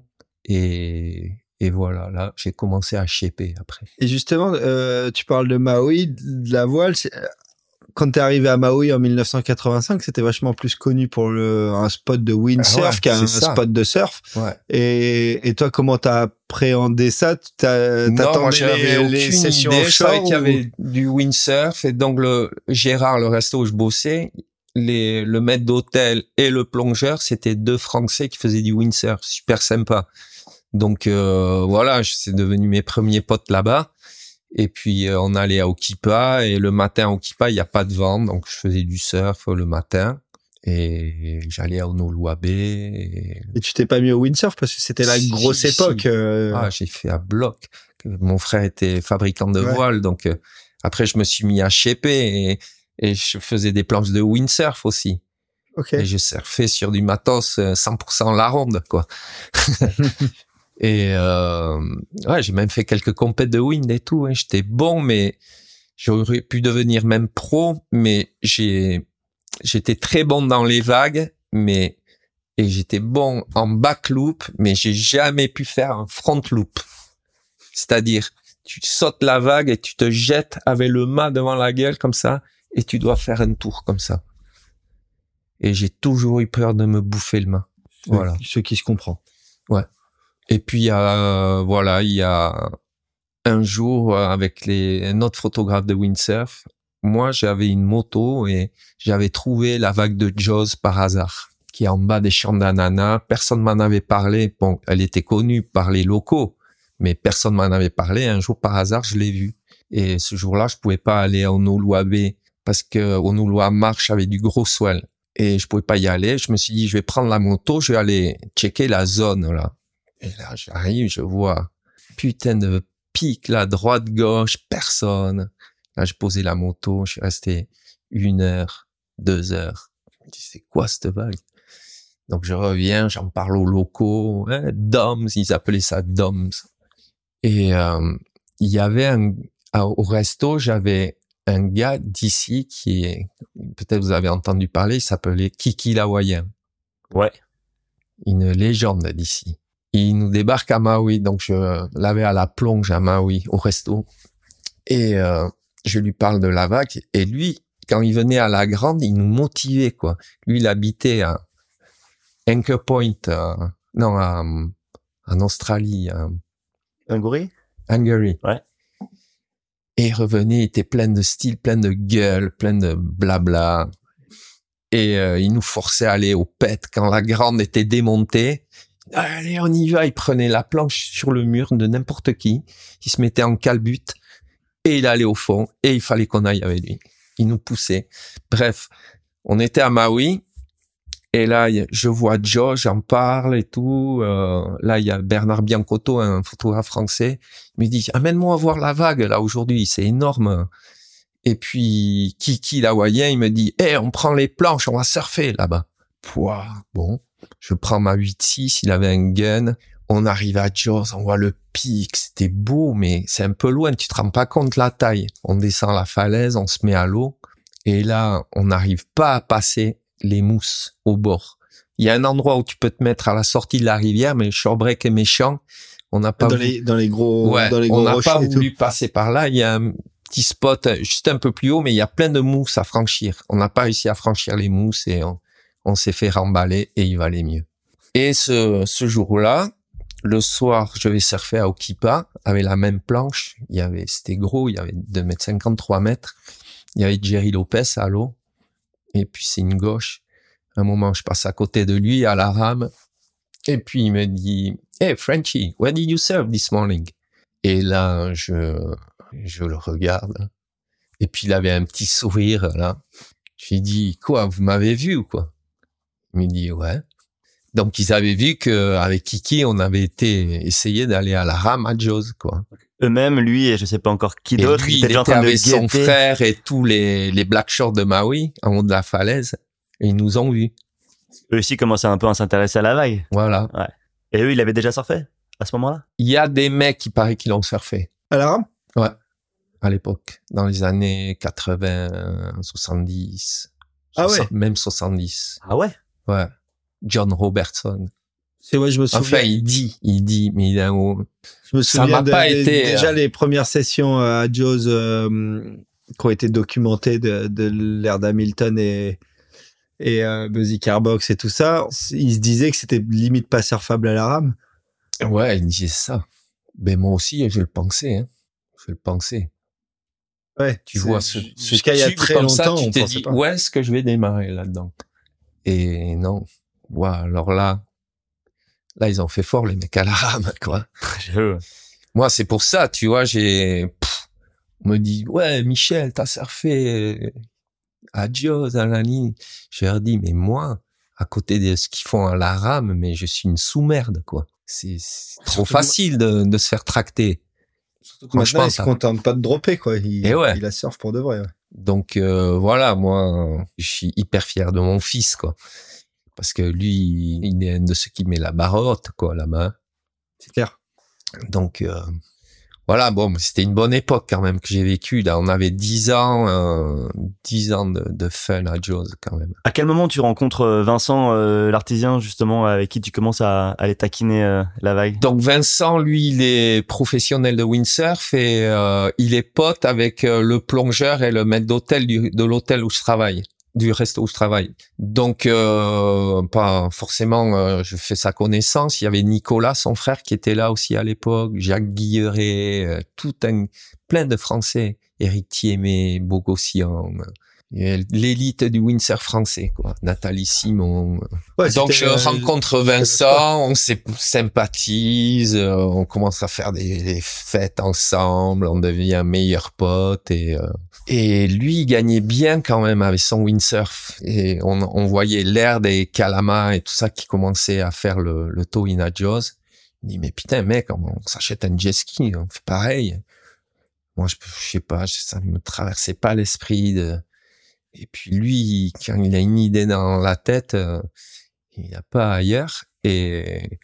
Speaker 3: et, et voilà, là, j'ai commencé à shaper après.
Speaker 2: Et justement, euh, tu parles de Maui, de la voile. C'est... Quand t'es arrivé à Maui en dix-neuf cent quatre-vingt-cinq, c'était vachement plus connu pour le, un spot de windsurf
Speaker 3: Ah ouais,
Speaker 2: qu'un
Speaker 3: c'est ça.
Speaker 2: spot de surf.
Speaker 3: Ouais.
Speaker 2: Et, et toi, comment t'as appréhendé ça? T'as,
Speaker 3: Non, moi,
Speaker 2: t'attendais
Speaker 3: j'avais
Speaker 2: les, les
Speaker 3: aucune
Speaker 2: sessions
Speaker 3: idée. Je savais
Speaker 2: offshore
Speaker 3: qu'il y
Speaker 2: ou...
Speaker 3: avait du windsurf et donc le Gérard, le resto où je bossais, les, le maître d'hôtel et le plongeur, c'était deux Français qui faisaient du windsurf. Super sympa. Donc, euh, voilà, c'est devenu mes premiers potes là-bas. Et puis, euh, on allait à Okipa et le matin à Okipa, il n'y a pas de vent. Donc, je faisais du surf le matin et j'allais à Honolulu et...
Speaker 2: Et tu t'es pas mis au windsurf parce que c'était la
Speaker 3: Si,
Speaker 2: grosse
Speaker 3: si.
Speaker 2: époque. euh,
Speaker 3: Ah, j'ai fait à bloc. Mon frère était fabricant de
Speaker 2: Ouais.
Speaker 3: voiles, donc euh, après je me suis mis à shaper et, et je faisais des planches de windsurf aussi.
Speaker 2: Ok.
Speaker 3: Et je surfais sur du matos euh, cent pour cent la ronde, quoi. Et euh, ouais, j'ai même fait quelques compètes de wind et tout. Hein. J'étais bon, mais j'aurais pu devenir même pro, mais j'ai j'étais très bon dans les vagues, mais et j'étais bon en back loop, mais j'ai jamais pu faire un front loop. C'est-à-dire, tu sautes la vague et tu te jettes avec le mât devant la gueule comme ça, et tu dois faire un tour comme ça. Et j'ai toujours eu peur de me bouffer le mât. Voilà.
Speaker 2: Ce qui se comprend.
Speaker 3: Ouais. Et puis, euh, voilà, il y a un jour, euh, avec les, un autre photographe de windsurf, moi, j'avais une moto et j'avais trouvé la vague de Jaws par hasard, qui est en bas des champs d'ananas. Personne m'en avait parlé. Bon, elle était connue par les locaux, mais personne m'en avait parlé. Un jour, par hasard, je l'ai vue. Et ce jour-là, je pouvais pas aller à Honolulu Bay parce que Honolulu marche avec du gros swell. Et je pouvais pas y aller. Je me suis dit, je vais prendre la moto, je vais aller checker la zone, là. Et là, j'arrive, je vois putain de pic, là, droite, gauche, personne. Là, je posais la moto, je suis resté une heure, deux heures. Je me dis, c'est quoi cette vague? Donc, je reviens, j'en parle aux locaux, hein, Doms, ils appelaient ça Doms. Et euh, il y avait un, au resto, j'avais un gars d'ici qui est, peut-être vous avez entendu parler, il s'appelait Kiki l'Hawaïen.
Speaker 1: Ouais.
Speaker 3: Une légende d'ici. il nous débarque à Maui. Donc, je l'avais à la plonge à Maui, au resto. Et euh, je lui parle de la vague. Et lui, quand il venait à la grande, il nous motivait, quoi. Lui, il habitait à Anchor Point, à, non, à, en Australie. À
Speaker 1: Hungary?
Speaker 3: Hungary.
Speaker 1: Ouais.
Speaker 3: Et il revenait, il était plein de style, plein de gueule, plein de blabla. Et euh, il nous forçait à aller au pet quand la grande était démontée. Allez, on y va. Il prenait la planche sur le mur de n'importe qui. Il se mettait en calbute et il allait au fond et il fallait qu'on aille avec lui. Il nous poussait. Bref, on était à Maui et là, je vois Joe, j'en parle et tout. Euh, là, il y a Bernard Biancotto, un photographe français. Il me dit, amène-moi voir la vague là aujourd'hui, c'est énorme. Et puis, Kiki, l'hawaïen, il me dit, hé, hey, on prend les planches, on va surfer là-bas. Pouah, bon, je prends ma huit six, il avait un gun. On arrive à Jaws, on voit le pic, c'était beau, mais c'est un peu loin, tu te rends pas compte la taille. On descend la falaise, on se met à l'eau, et là, on n'arrive pas à passer les mousses au bord. Il y a un endroit où tu peux te mettre à la sortie de la rivière, mais le shorebreak est méchant. On n'a pas
Speaker 2: dans
Speaker 3: voulu...
Speaker 2: les dans les gros
Speaker 3: ouais,
Speaker 2: dans les gros
Speaker 3: on n'a
Speaker 2: rochers
Speaker 3: pas
Speaker 2: et
Speaker 3: voulu
Speaker 2: tout.
Speaker 3: passer par là. Il y a un petit spot juste un peu plus haut, mais il y a plein de mousses à franchir. On n'a pas réussi à franchir les mousses et on, on s'est fait remballer et il valait mieux. Et ce, ce jour-là, le soir, je vais surfer à Okipa avec la même planche. Il y avait, c'était gros, il y avait deux mètres cinquante, trois mètres. Il y avait Jerry Lopez à l'eau. Et puis c'est une gauche. Un moment, je passe à côté de lui à la rame. Et puis il me dit, hey Frenchie, where did you surf this morning? Et là, je, je le regarde. Et puis il avait un petit sourire là. Je lui dis, quoi, vous m'avez vu ou quoi? Il me dit, ouais. Donc ils avaient vu que avec Kiki, on avait été essayé d'aller à la rame à Jaws, quoi.
Speaker 1: Eux-mêmes, lui et je sais pas encore qui
Speaker 3: Et
Speaker 1: d'autre,
Speaker 3: lui,
Speaker 1: ils
Speaker 3: il
Speaker 1: étaient déjà en
Speaker 3: était
Speaker 1: train de
Speaker 3: avec son
Speaker 1: guetter.
Speaker 3: frère et tous les les Black Shores de Maui en haut de la falaise. Et ils nous ont vus.
Speaker 1: Eux aussi commençaient un peu à s'intéresser à la vague.
Speaker 3: Voilà.
Speaker 1: Ouais. Et eux, ils l'avaient déjà surfé à ce moment-là?
Speaker 3: Il y a des mecs qui paraît qu'ils l'ont surfé.
Speaker 2: À la rame?
Speaker 3: Ouais. À l'époque. Dans les années quatre-vingts, soixante-dix.
Speaker 2: Ah
Speaker 3: soixante,
Speaker 2: ouais.
Speaker 3: même soixante-dix.
Speaker 1: Ah ouais?
Speaker 3: Ouais. John Robertson.
Speaker 2: C'est ouais, je me souviens.
Speaker 3: Enfin, il dit, il dit, mais il a,
Speaker 2: Je me
Speaker 3: Ça
Speaker 2: souviens
Speaker 3: m'a
Speaker 2: de-
Speaker 3: pas
Speaker 2: de-
Speaker 3: été,
Speaker 2: déjà
Speaker 3: euh,
Speaker 2: les premières sessions euh, à Jaws euh, qui ont été documentées de, de l'ère d'Hamilton et et euh, Buzzy Carbox et tout ça. Ils se disaient que c'était limite pas surfable à la rame.
Speaker 3: ouais, il disait ça. Ben, moi aussi, je le pensais, hein. Je le pensais.
Speaker 2: Ouais.
Speaker 3: Tu
Speaker 2: c'est-
Speaker 3: vois, ce, ce
Speaker 2: jusqu'à il y a
Speaker 3: tube
Speaker 2: très
Speaker 3: comme ça,
Speaker 2: longtemps,
Speaker 3: tu
Speaker 2: on
Speaker 3: t'es
Speaker 2: pensait
Speaker 3: dit,
Speaker 2: pas.
Speaker 3: où est-ce que je vais démarrer là-dedans? Et non. Ouais, alors là, là, ils ont fait fort, les mecs à la rame, quoi.
Speaker 1: Je-
Speaker 3: Moi, c'est pour ça, tu vois, j'ai, pff, on me dit, ouais, Michel, t'as surfé à Jaws, à la ligne. Je leur dis, mais moi, à côté de ce qu'ils font à la rame, mais je suis une sous-merde, quoi. C'est, c'est trop
Speaker 2: Surtout
Speaker 3: facile de, de se faire tracter.
Speaker 2: Maintenant,
Speaker 3: Franchement,
Speaker 2: ils se
Speaker 3: ça-
Speaker 2: contentent pas de dropper, quoi. Ils,
Speaker 3: Et ouais.
Speaker 2: ils la surfent pour de vrai. Ouais.
Speaker 3: Donc euh, voilà, moi, je suis hyper fier de mon fils, quoi. Parce que lui, il est un de ceux qui met la barre haute, quoi, là-bas.
Speaker 2: C'est clair.
Speaker 3: Donc euh, voilà, bon, c'était une bonne époque quand même que j'ai vécu. Là, on avait dix ans, euh, dix ans de, de fun à Jaws quand même.
Speaker 1: À quel moment tu rencontres euh, Vincent, euh, l'artisan, justement, avec qui tu commences à aller taquiner euh, la vague?
Speaker 3: Donc Vincent, lui, il est professionnel de windsurf et euh, il est pote avec euh, le plongeur et le maître d'hôtel du, de l'hôtel où je travaille, du resto où je travaille. Donc euh, pas forcément, euh, je fais sa connaissance. Il y avait Nicolas, son frère, qui était là aussi à l'époque, Jacques Guilleret, euh, tout un plein de Français, Éric Thiémé, Bogossian, euh, l'élite du windsurf français, quoi. Nathalie Simon.
Speaker 2: Ouais,
Speaker 3: Donc
Speaker 2: c'était,
Speaker 3: je
Speaker 2: euh,
Speaker 3: rencontre Vincent, on s'est- sympathise, euh, on commence à faire des, des fêtes ensemble, on devient meilleurs potes et euh, et lui il gagnait bien quand même avec son windsurf et on, on voyait l'air des Calama et tout ça qui commençait à faire le, le tow-in à Jaws. Il dit mais putain mec, on, on s'achète un jet ski, on fait pareil. Moi je, je sais pas, ça me traversait pas l'esprit de. Et puis lui, quand il a une idée dans la tête, euh, il n'y a pas ailleurs. Et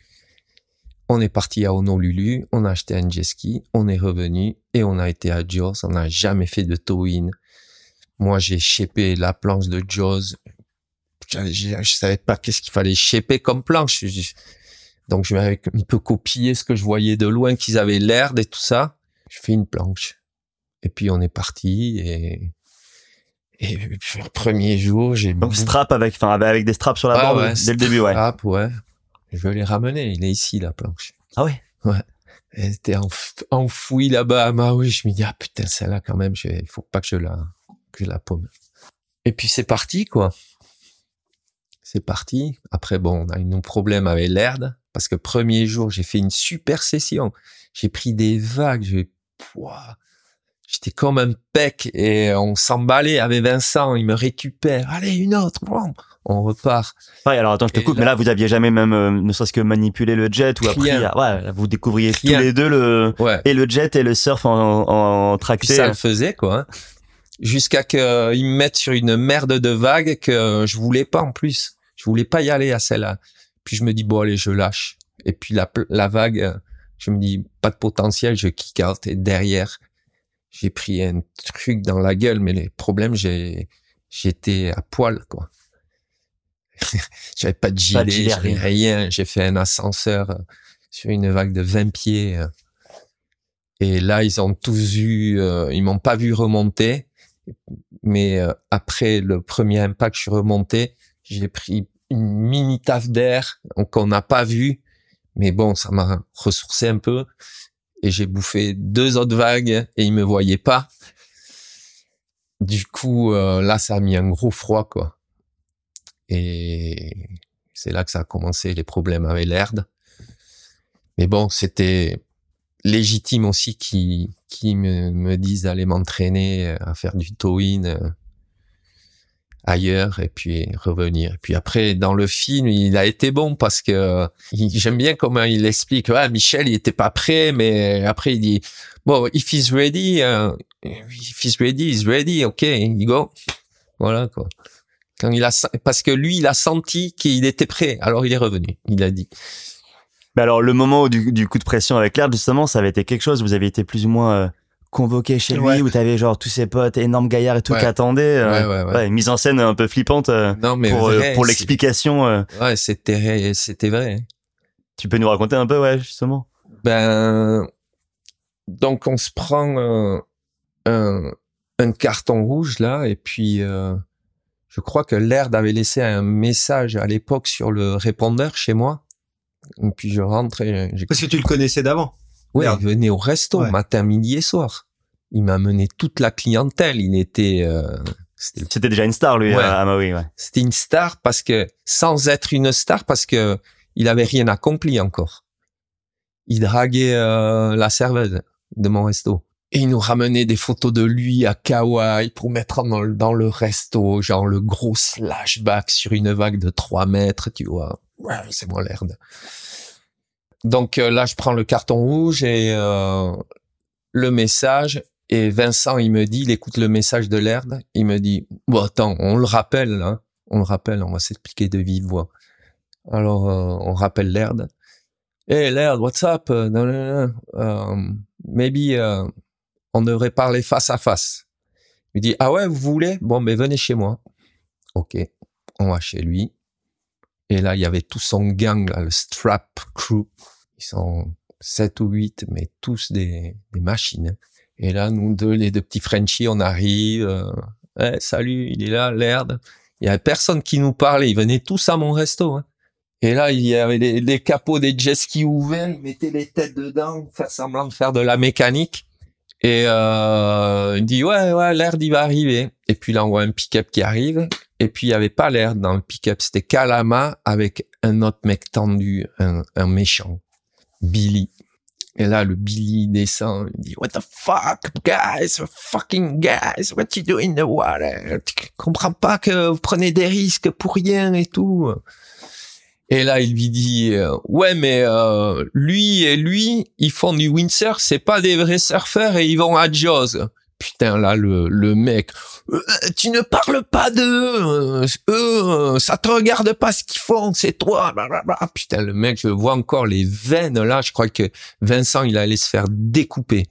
Speaker 3: on est parti à Honolulu, on a acheté un jet ski, on est revenu et on a été à Jaws. On n'a jamais fait de tow-in. Moi, j'ai shapé la planche de Jaws. Je, je, je savais pas qu'est-ce qu'il fallait shaper comme planche. Je- Donc, je vais un peu copier ce que je voyais de loin, qu'ils avaient l'herbe et tout ça. Je fais une planche. Et puis, on est parti et, et puis, le premier jour, j'ai...
Speaker 1: Donc, strap avec, enfin, avec des straps sur la
Speaker 3: ah,
Speaker 1: bande
Speaker 3: ouais,
Speaker 1: dès le début, ouais.
Speaker 3: Strap, ouais. Je vais les ramener. Il est ici, la planche.
Speaker 1: Ah ouais?
Speaker 3: Ouais. Elle était enf- enfouie là-bas à Maui. Je me dis, ah putain, celle-là, quand même, je... il faut pas que je la, que je la paume. Et puis, c'est parti, quoi. C'est parti. Après, bon, on a eu nos problèmes avec l'herbe. Parce que premier jour, j'ai fait une super session. J'ai pris des vagues. Je... Pouah. J'étais comme un pec et on s'emballait avec Vincent. Il me récupère. Allez, une autre. On repart.
Speaker 1: Ouais, alors attends, je te
Speaker 3: Et
Speaker 1: coupe.
Speaker 3: là,
Speaker 1: mais là, vous aviez jamais même, euh, ne serait-ce que manipulé le jet ou appris
Speaker 3: rien.
Speaker 1: à... Ouais, vous découvriez
Speaker 3: Rien.
Speaker 1: tous les deux le,
Speaker 3: Ouais.
Speaker 1: et le jet et le surf en, en tracté.
Speaker 3: Puis ça le faisait, quoi. Hein. Jusqu'à qu'ils me mettent sur une merde de vagues que je voulais pas en plus. Je voulais pas y aller à celle-là. Puis je me dis, bon, allez, je lâche. Et puis la, la vague, je me dis, pas de potentiel, je kick out. Et derrière, j'ai pris un truc dans la gueule, mais les problèmes, j'ai, j'étais à poil, quoi. J'avais pas de gilet,
Speaker 1: Pas de gilet,
Speaker 3: j'avais
Speaker 1: rien.
Speaker 3: rien. J'ai fait un ascenseur sur une vague de vingt pieds. Et là, ils ont tous eu, euh, ils m'ont pas vu remonter. Mais euh, après le premier impact, je suis remonté. J'ai pris une mini taffe d'air qu'on n'a pas vu. Mais bon, ça m'a ressourcé un peu. Et j'ai bouffé deux autres vagues et ils me voyaient pas. Du coup, euh, là, ça a mis un gros froid, quoi. Et c'est là que ça a commencé, les problèmes avec l'herbe. Mais bon, c'était légitime aussi qui qui me, me disent d'aller m'entraîner à faire du tow-in euh, ailleurs et puis revenir. Et puis après, dans le film, il a été bon parce que il, j'aime bien comment il explique. Ouais, Michel, il était pas prêt, mais après il dit bon, if he's ready, uh, if he's ready, he's ready. Ok, you go. Voilà, quoi. Quand il a, parce que lui, il a senti qu'il était prêt. Alors il est revenu. Il a dit.
Speaker 1: Mais alors, le moment du, du coup de pression avec l'herbe, justement, ça avait été quelque chose. Vous avez été plus ou moins euh, convoqué chez lui,
Speaker 2: Ouais.
Speaker 1: où t'avais genre tous ses potes, énormes gaillards et tout
Speaker 3: Ouais.
Speaker 1: qui attendaient. Euh,
Speaker 3: Ouais, ouais, ouais.
Speaker 1: ouais, mise en scène un peu flippante euh,
Speaker 3: Non, mais
Speaker 1: pour,
Speaker 3: vrai,
Speaker 1: euh, pour
Speaker 3: c'est-
Speaker 1: l'explication. Euh,
Speaker 3: Ouais, c'était, c'était vrai.
Speaker 1: tu peux nous raconter un peu, ouais, justement.
Speaker 3: Ben, donc on se prend euh, un, un carton rouge là, et puis euh, je crois que l'Aird avait laissé un message à l'époque sur le répondeur chez moi. Et puis je rentre et j'ai...
Speaker 2: Parce que tu le connaissais d'avant.
Speaker 3: Ouais,
Speaker 2: L'Aird.
Speaker 3: il venait au resto
Speaker 2: Ouais.
Speaker 3: matin, midi et soir. Il m'a amené toute la clientèle. Il était, euh, c'était,
Speaker 1: C'était déjà une star, lui,
Speaker 3: Ouais.
Speaker 1: à, à Maui, ouais.
Speaker 3: c'était une star parce que sans être une star parce que il avait rien accompli encore. Il draguait euh, la serveuse de mon resto. Et il nous ramenait des photos de lui à Kauai pour mettre dans le, dans le resto, genre le gros slashback sur une vague de trois mètres, tu vois. Ouais, c'est moi l'Aird. Donc euh, là, je prends le carton rouge et euh, le message. Et Vincent, il me dit, il écoute le message de l'Aird. Il me dit, bon, attends, on le rappelle, hein. On le rappelle, on va s'expliquer de vive voix. Alors, euh, on rappelle l'Aird. Hey, Laird, what's up? Uh, no, no, no. Um, maybe uh, on devrait parler face à face. Il dit, ah ouais, vous voulez? Bon, ben venez chez moi. Ok, on va chez lui. Et là, il y avait tout son gang, là, le Strap Crew. Ils sont sept ou huit, mais tous des, des machines. Et là, nous deux, les deux petits Frenchies, on arrive. Euh, hey, salut, il est là, Laird. Il y avait personne qui nous parlait. Ils venaient tous à mon resto, hein. Et là, il y avait les, les capots des jet skis ouverts, ils mettaient les têtes dedans, faire semblant de faire de la mécanique. Et euh, il dit, ouais, ouais, l'Aird, il va arriver. Et puis là, on voit un pick-up qui arrive. Et puis, il n'y avait pas l'Aird dans le pick-up, c'était Kalama avec un autre mec tendu, un, un méchant, Billy. Et là, le Billy descend, il dit, what the fuck, guys, fucking guys, what you do in the water? Tu comprends pas que vous prenez des risques pour rien et tout. Et là, il lui dit, euh, ouais, mais euh, lui et lui, ils font du windsurf, c'est pas des vrais surfeurs et ils vont à Jaws. Putain, là, le, le mec, euh, tu ne parles pas d'eux, eux, ça te regarde pas ce qu'ils font, c'est toi. Blablabla. Putain, le mec, je vois encore les veines là, je crois que Vincent, il allait se faire découper.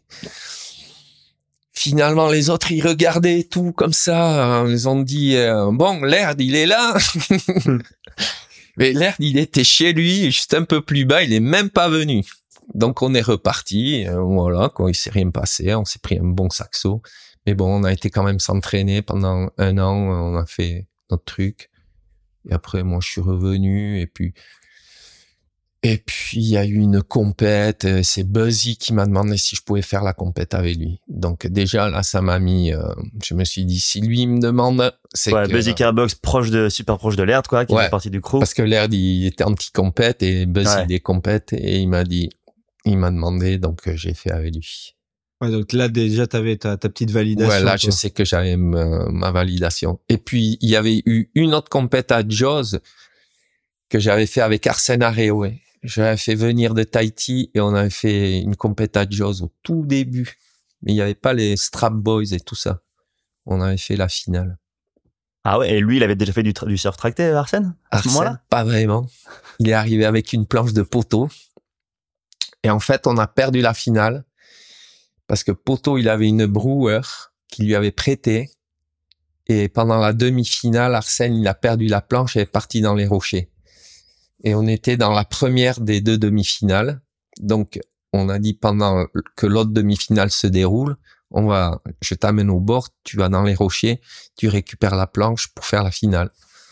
Speaker 3: Finalement, les autres, ils regardaient tout comme ça, ils ont dit, euh, bon, l'Aird, il est là. Mais Laird, il était chez lui, juste un peu plus bas, il est même pas venu. Donc on est reparti, euh, voilà, quoi, il s'est rien passé, on s'est pris un bon saxo. Mais bon, on a été quand même s'entraîner pendant un an, on a fait notre truc. Et après, moi, je suis revenu, et puis, et puis, il y a eu une compète, c'est Buzzy qui m'a demandé si je pouvais faire la compète avec lui. Donc, déjà, là, ça m'a mis, euh, je me suis dit, si lui me demande, c'est
Speaker 1: ouais,
Speaker 3: que...
Speaker 1: Buzzy Carbox, proche de, super proche de Laird, quoi, qui
Speaker 3: Ouais,
Speaker 1: fait partie du crew.
Speaker 3: Parce que Laird, il était anti-compète, et Buzzy,
Speaker 1: Ouais.
Speaker 3: il est compète, et il m'a dit, il m'a demandé, donc euh, j'ai fait avec lui.
Speaker 2: Ouais, donc là, déjà, t'avais ta, ta petite validation.
Speaker 3: Ouais, là,
Speaker 2: quoi.
Speaker 3: je sais que j'avais ma, ma validation. Et puis, il y avait eu une autre compète à Jaws que j'avais fait avec Arsène Areoé. J'avais fait venir de Tahiti et on avait fait une compète à Jaws au tout début. Mais il n'y avait pas les Strap Boys et tout ça. On avait fait la finale.
Speaker 1: Ah ouais, et lui, il avait déjà fait du, tra- du surf tracté, Arsène, à ce
Speaker 3: Arsène,
Speaker 1: moment-là?
Speaker 3: pas vraiment. Il est arrivé avec une planche de poteau. Et en fait, on a perdu la finale parce que Poteau, il avait une Brewer qu'il lui avait prêtée. Et pendant la demi-finale, Arsène, il a perdu la planche et est parti dans les rochers. Et on était dans la première des deux demi-finales. Donc, on a dit pendant que l'autre demi-finale se déroule, on va, je t'amène au bord, tu vas dans les rochers, tu récupères la planche pour faire la finale.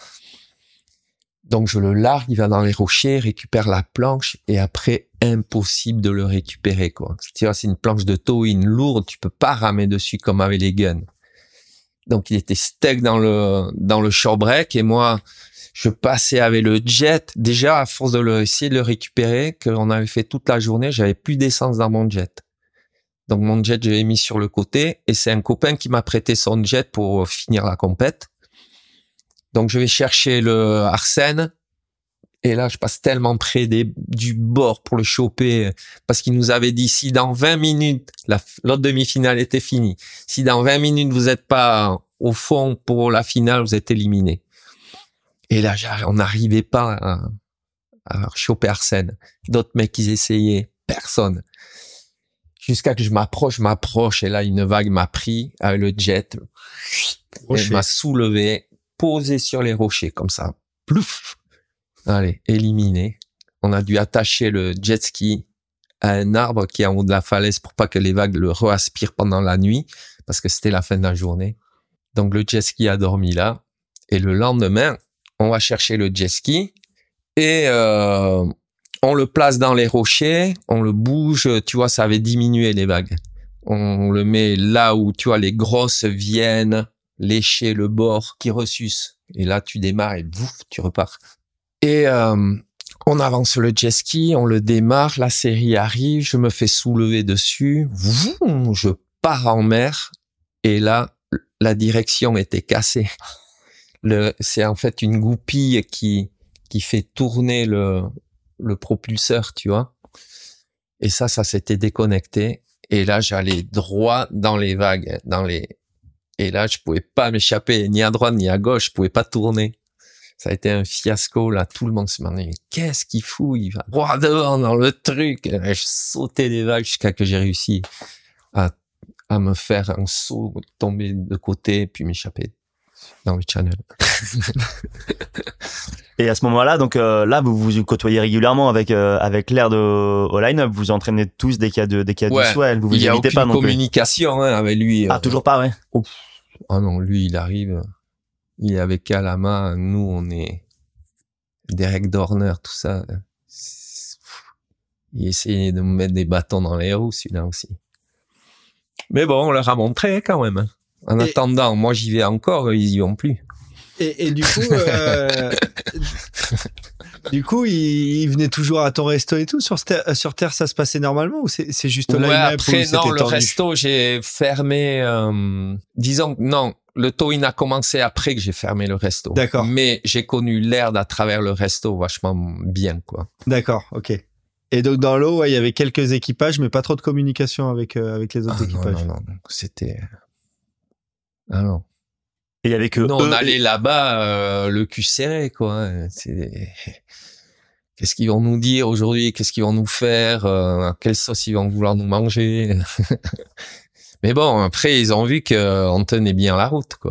Speaker 3: Donc, je le largue, il va dans les rochers, récupère la planche, et après, impossible de le récupérer, quoi. Tu vois, c'est une planche de towing lourde, tu peux pas ramer dessus comme avec les guns. Donc, il était stuck dans le, dans le shore break, et moi, je passais avec le jet. Déjà, à force de le, essayer de le récupérer, qu'on avait fait toute la journée, j'avais plus d'essence dans mon jet. Donc, mon jet, je l'ai mis sur le côté, et c'est un copain qui m'a prêté son jet pour finir la compète. Donc, je vais chercher le Arsène, et là, je passe tellement près des, du bord pour le choper, parce qu'il nous avait dit, si dans vingt minutes, la, l'autre demi-finale était finie, si dans vingt minutes, vous n'êtes pas au fond pour la finale, vous êtes éliminé. Et là, on n'arrivait pas à, à choper Arsène. D'autres mecs, ils essayaient. Personne. Jusqu'à que je m'approche, je m'approche, et là, une vague m'a pris avec le jet. Elle m'a soulevé, posé sur les rochers, comme ça. Plouf! Allez, éliminé. On a dû attacher le jet ski à un arbre qui est en haut de la falaise pour pas que les vagues le re-aspirent pendant la nuit, parce que c'était la fin de la journée. Donc, le jet ski a dormi là. Et le lendemain, on va chercher le jet ski et euh, on le place dans les rochers, on le bouge, tu vois, ça avait diminué les vagues. On le met là où, tu vois, les grosses viennent lécher le bord qui ressuce. Et là, tu démarres et bouf, tu repars. Et euh, on avance le jet ski, on le démarre, la série arrive, je me fais soulever dessus, vroom, je pars en mer et là, la direction était cassée. Le, c'est en fait une goupille qui, qui fait tourner le, le propulseur, tu vois. Et ça, ça s'était déconnecté. Et là, j'allais droit dans les vagues, dans les, et là, je pouvais pas m'échapper, ni à droite, ni à gauche, je pouvais pas tourner. Ça a été un fiasco, là. Tout le monde se demandait, mais qu'est-ce qu'il fout? Il va droit devant dans le truc. Et je sautais les vagues jusqu'à que j'ai réussi à, à me faire un saut, tomber de côté, puis m'échapper dans le channel.
Speaker 1: Et à ce moment-là, donc euh, là, vous vous côtoyez régulièrement avec euh, avec Laird au, au line-up. Vous entraînez tous dès qu'il y a de dès qu'il y a
Speaker 3: Ouais.
Speaker 1: du swell. Vous vous
Speaker 3: Il y a
Speaker 1: évitez
Speaker 3: aucune
Speaker 1: pas non plus.
Speaker 3: communication hein, avec lui.
Speaker 1: Ah,
Speaker 3: euh,
Speaker 1: toujours pas, ouais.
Speaker 3: Oh, ah non, lui, il arrive, il est avec Kalama. Nous, on est Derek Dorner, tout ça. Il essayait de me mettre des bâtons dans les roues, celui-là aussi. Mais bon, on leur a montré quand même. En
Speaker 2: Et...
Speaker 3: attendant, moi j'y vais encore, ils y vont plus.
Speaker 2: Et, et du coup, euh, du coup, il, il venait toujours à ton resto et tout. Sur, sur Terre, ça se passait normalement ou c'est, c'est juste là?
Speaker 3: Ouais, après, non, le tendu? Resto, j'ai fermé, euh, disons, non, le towing a commencé après que j'ai fermé le resto.
Speaker 2: D'accord.
Speaker 3: Mais j'ai connu Laird à travers le resto vachement bien, quoi.
Speaker 2: D'accord, ok. Et donc, dans l'eau, ouais, il y avait quelques équipages, mais pas trop de communication avec, euh, avec les autres
Speaker 3: ah,
Speaker 2: équipages.
Speaker 3: Non, non, non, c'était, ah non.
Speaker 1: Et il y avait que
Speaker 3: non,
Speaker 1: eux...
Speaker 3: on allait là-bas euh, le cul serré, quoi. C'est... Qu'est-ce qu'ils vont nous dire aujourd'hui? Qu'est-ce qu'ils vont nous faire? euh, Quelle sauce ils vont vouloir nous manger? Mais bon, après, ils ont vu qu'on tenait bien la route, quoi.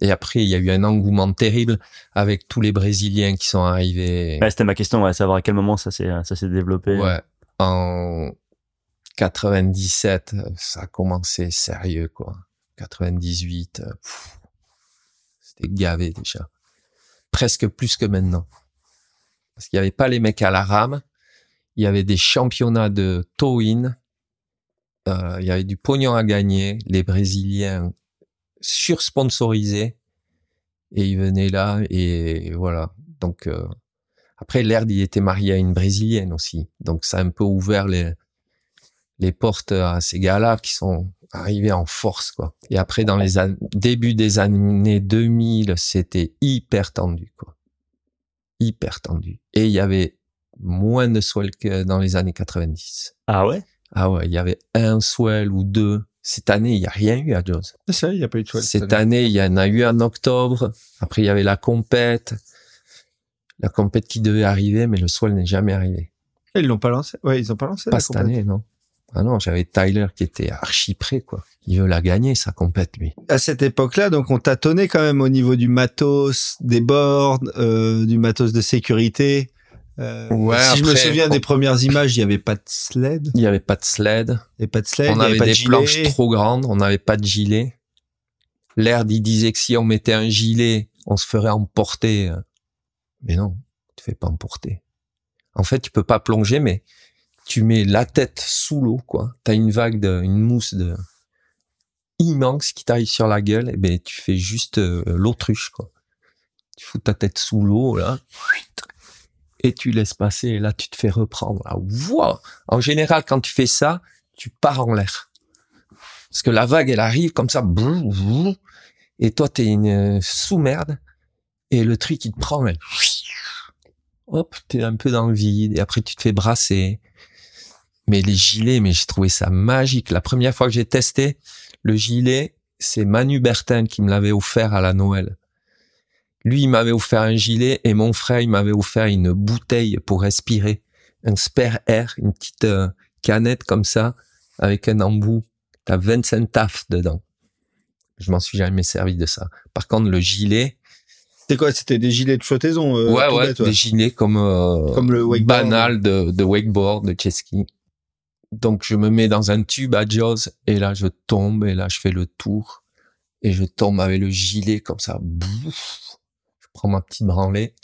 Speaker 3: Et après, il y a eu un engouement terrible avec tous les Brésiliens qui sont arrivés.
Speaker 1: Ouais, c'était ma question, ouais, savoir à quel moment ça s'est, ça s'est développé.
Speaker 3: Ouais. En quatre-vingt-dix-sept, ça a commencé sérieux, quoi. quatre-vingt-dix-huit, pff, c'était gavé déjà. Presque plus que maintenant. Parce qu'il n'y avait pas les mecs à la rame. Il y avait des championnats de tow-in. Euh, il y avait du pognon à gagner. Les Brésiliens sur-sponsorisés. Et ils venaient là et voilà. Donc, euh, après, Laird, il était marié à une Brésilienne aussi. Donc, ça a un peu ouvert les, les portes à ces gars-là qui sont arrivés en force, quoi. Et après, dans les an- début des années deux mille, c'était hyper tendu, quoi. Hyper tendu. Et il y avait moins de swell que dans les années quatre-vingt-dix.
Speaker 1: Ah ouais?
Speaker 3: Ah ouais, il y avait un swell ou deux. Cette année, il n'y a rien eu à Jones.
Speaker 2: C'est ça, il n'y a pas eu de swell.
Speaker 3: Cette année, il y en a eu en octobre. Après, il y avait la compète. La compète qui devait arriver, mais le swell n'est jamais arrivé.
Speaker 2: Et ils l'ont pas lancé. Ouais, ils ont pas lancé.
Speaker 3: Pas
Speaker 2: la
Speaker 3: cette
Speaker 2: compète.
Speaker 3: année, non. Ah non, j'avais Tyler qui était archi prêt, quoi. Il veut la gagner, sa compète, lui.
Speaker 2: À cette époque-là, donc on tâtonnait quand même au niveau du matos, des boards, euh, du matos de sécurité. Euh,
Speaker 3: Ouais,
Speaker 2: si je me
Speaker 3: après,
Speaker 2: souviens
Speaker 3: on-
Speaker 2: des premières images, il y avait pas de sled,
Speaker 3: Il n'y avait pas de sled.
Speaker 2: il y avait pas de sled,
Speaker 3: On
Speaker 2: il y avait
Speaker 3: avait
Speaker 2: pas de
Speaker 3: des
Speaker 2: gilet.
Speaker 3: planches trop grandes. On n'avait pas de gilet. Laird, il disait que si on mettait un gilet, on se ferait emporter. Mais non, tu fais pas emporter. En fait, tu peux pas plonger, mais tu mets la tête sous l'eau, quoi. T'as une vague de, une mousse de immense qui t'arrive sur la gueule, et ben, tu fais juste euh, l'autruche, quoi. Tu fous ta tête sous l'eau, là, et tu laisses passer, et là, tu te fais reprendre. Là, wow. En général, quand tu fais ça, tu pars en l'air. Parce que la vague, elle arrive comme ça, brou, brou, et toi, t'es une euh, sous-merde, et le truc, il te prend, là, hop, t'es un peu dans le vide, et après, tu te fais brasser. Mais les gilets, mais j'ai trouvé ça magique. La première fois que j'ai testé le gilet, c'est Manu Bertin qui me l'avait offert à la Noël. Lui, il m'avait offert un gilet et mon frère, il m'avait offert une bouteille pour respirer. Un spare air, une petite euh, canette comme ça, avec un embout. T'as vingt-cinq tafs dedans. Je m'en suis jamais servi de ça. Par contre, le gilet...
Speaker 2: C'était quoi? C'était des gilets de flottaison euh,
Speaker 3: ouais,
Speaker 2: tout
Speaker 3: ouais,
Speaker 2: bête, ouais.
Speaker 3: des gilets comme, euh,
Speaker 2: Comme le wakeboard.
Speaker 3: banal de, de wakeboard, de jet ski. Donc, je me mets dans un tube à Jaws, et là, je tombe, et là, je fais le tour, et je tombe avec le gilet, comme ça, bouf, je prends ma petite branlée,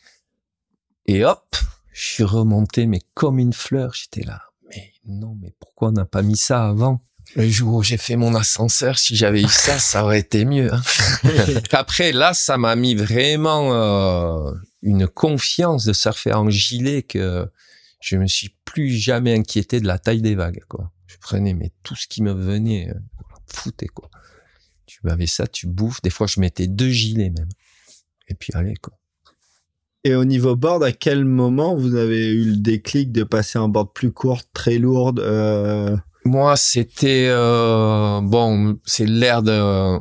Speaker 3: et hop, je suis remonté, mais comme une fleur, j'étais là. Mais non, mais pourquoi on n'a pas mis ça avant? Le jour où j'ai fait mon ascenseur, si j'avais eu ça, ça aurait été mieux. Hein. Après, là, ça m'a mis vraiment euh, une confiance de surfer en gilet que je me suis plus jamais inquiété de la taille des vagues, quoi. Je prenais mais tout ce qui me venait, euh, foutais, quoi. Tu avais ça, tu bouffes. Des fois, je mettais deux gilets même. Et puis, allez, quoi.
Speaker 2: Et au niveau board, à quel moment vous avez eu le déclic de passer en board plus courte, très lourde euh...
Speaker 3: Moi, c'était euh, bon, c'est l'ère de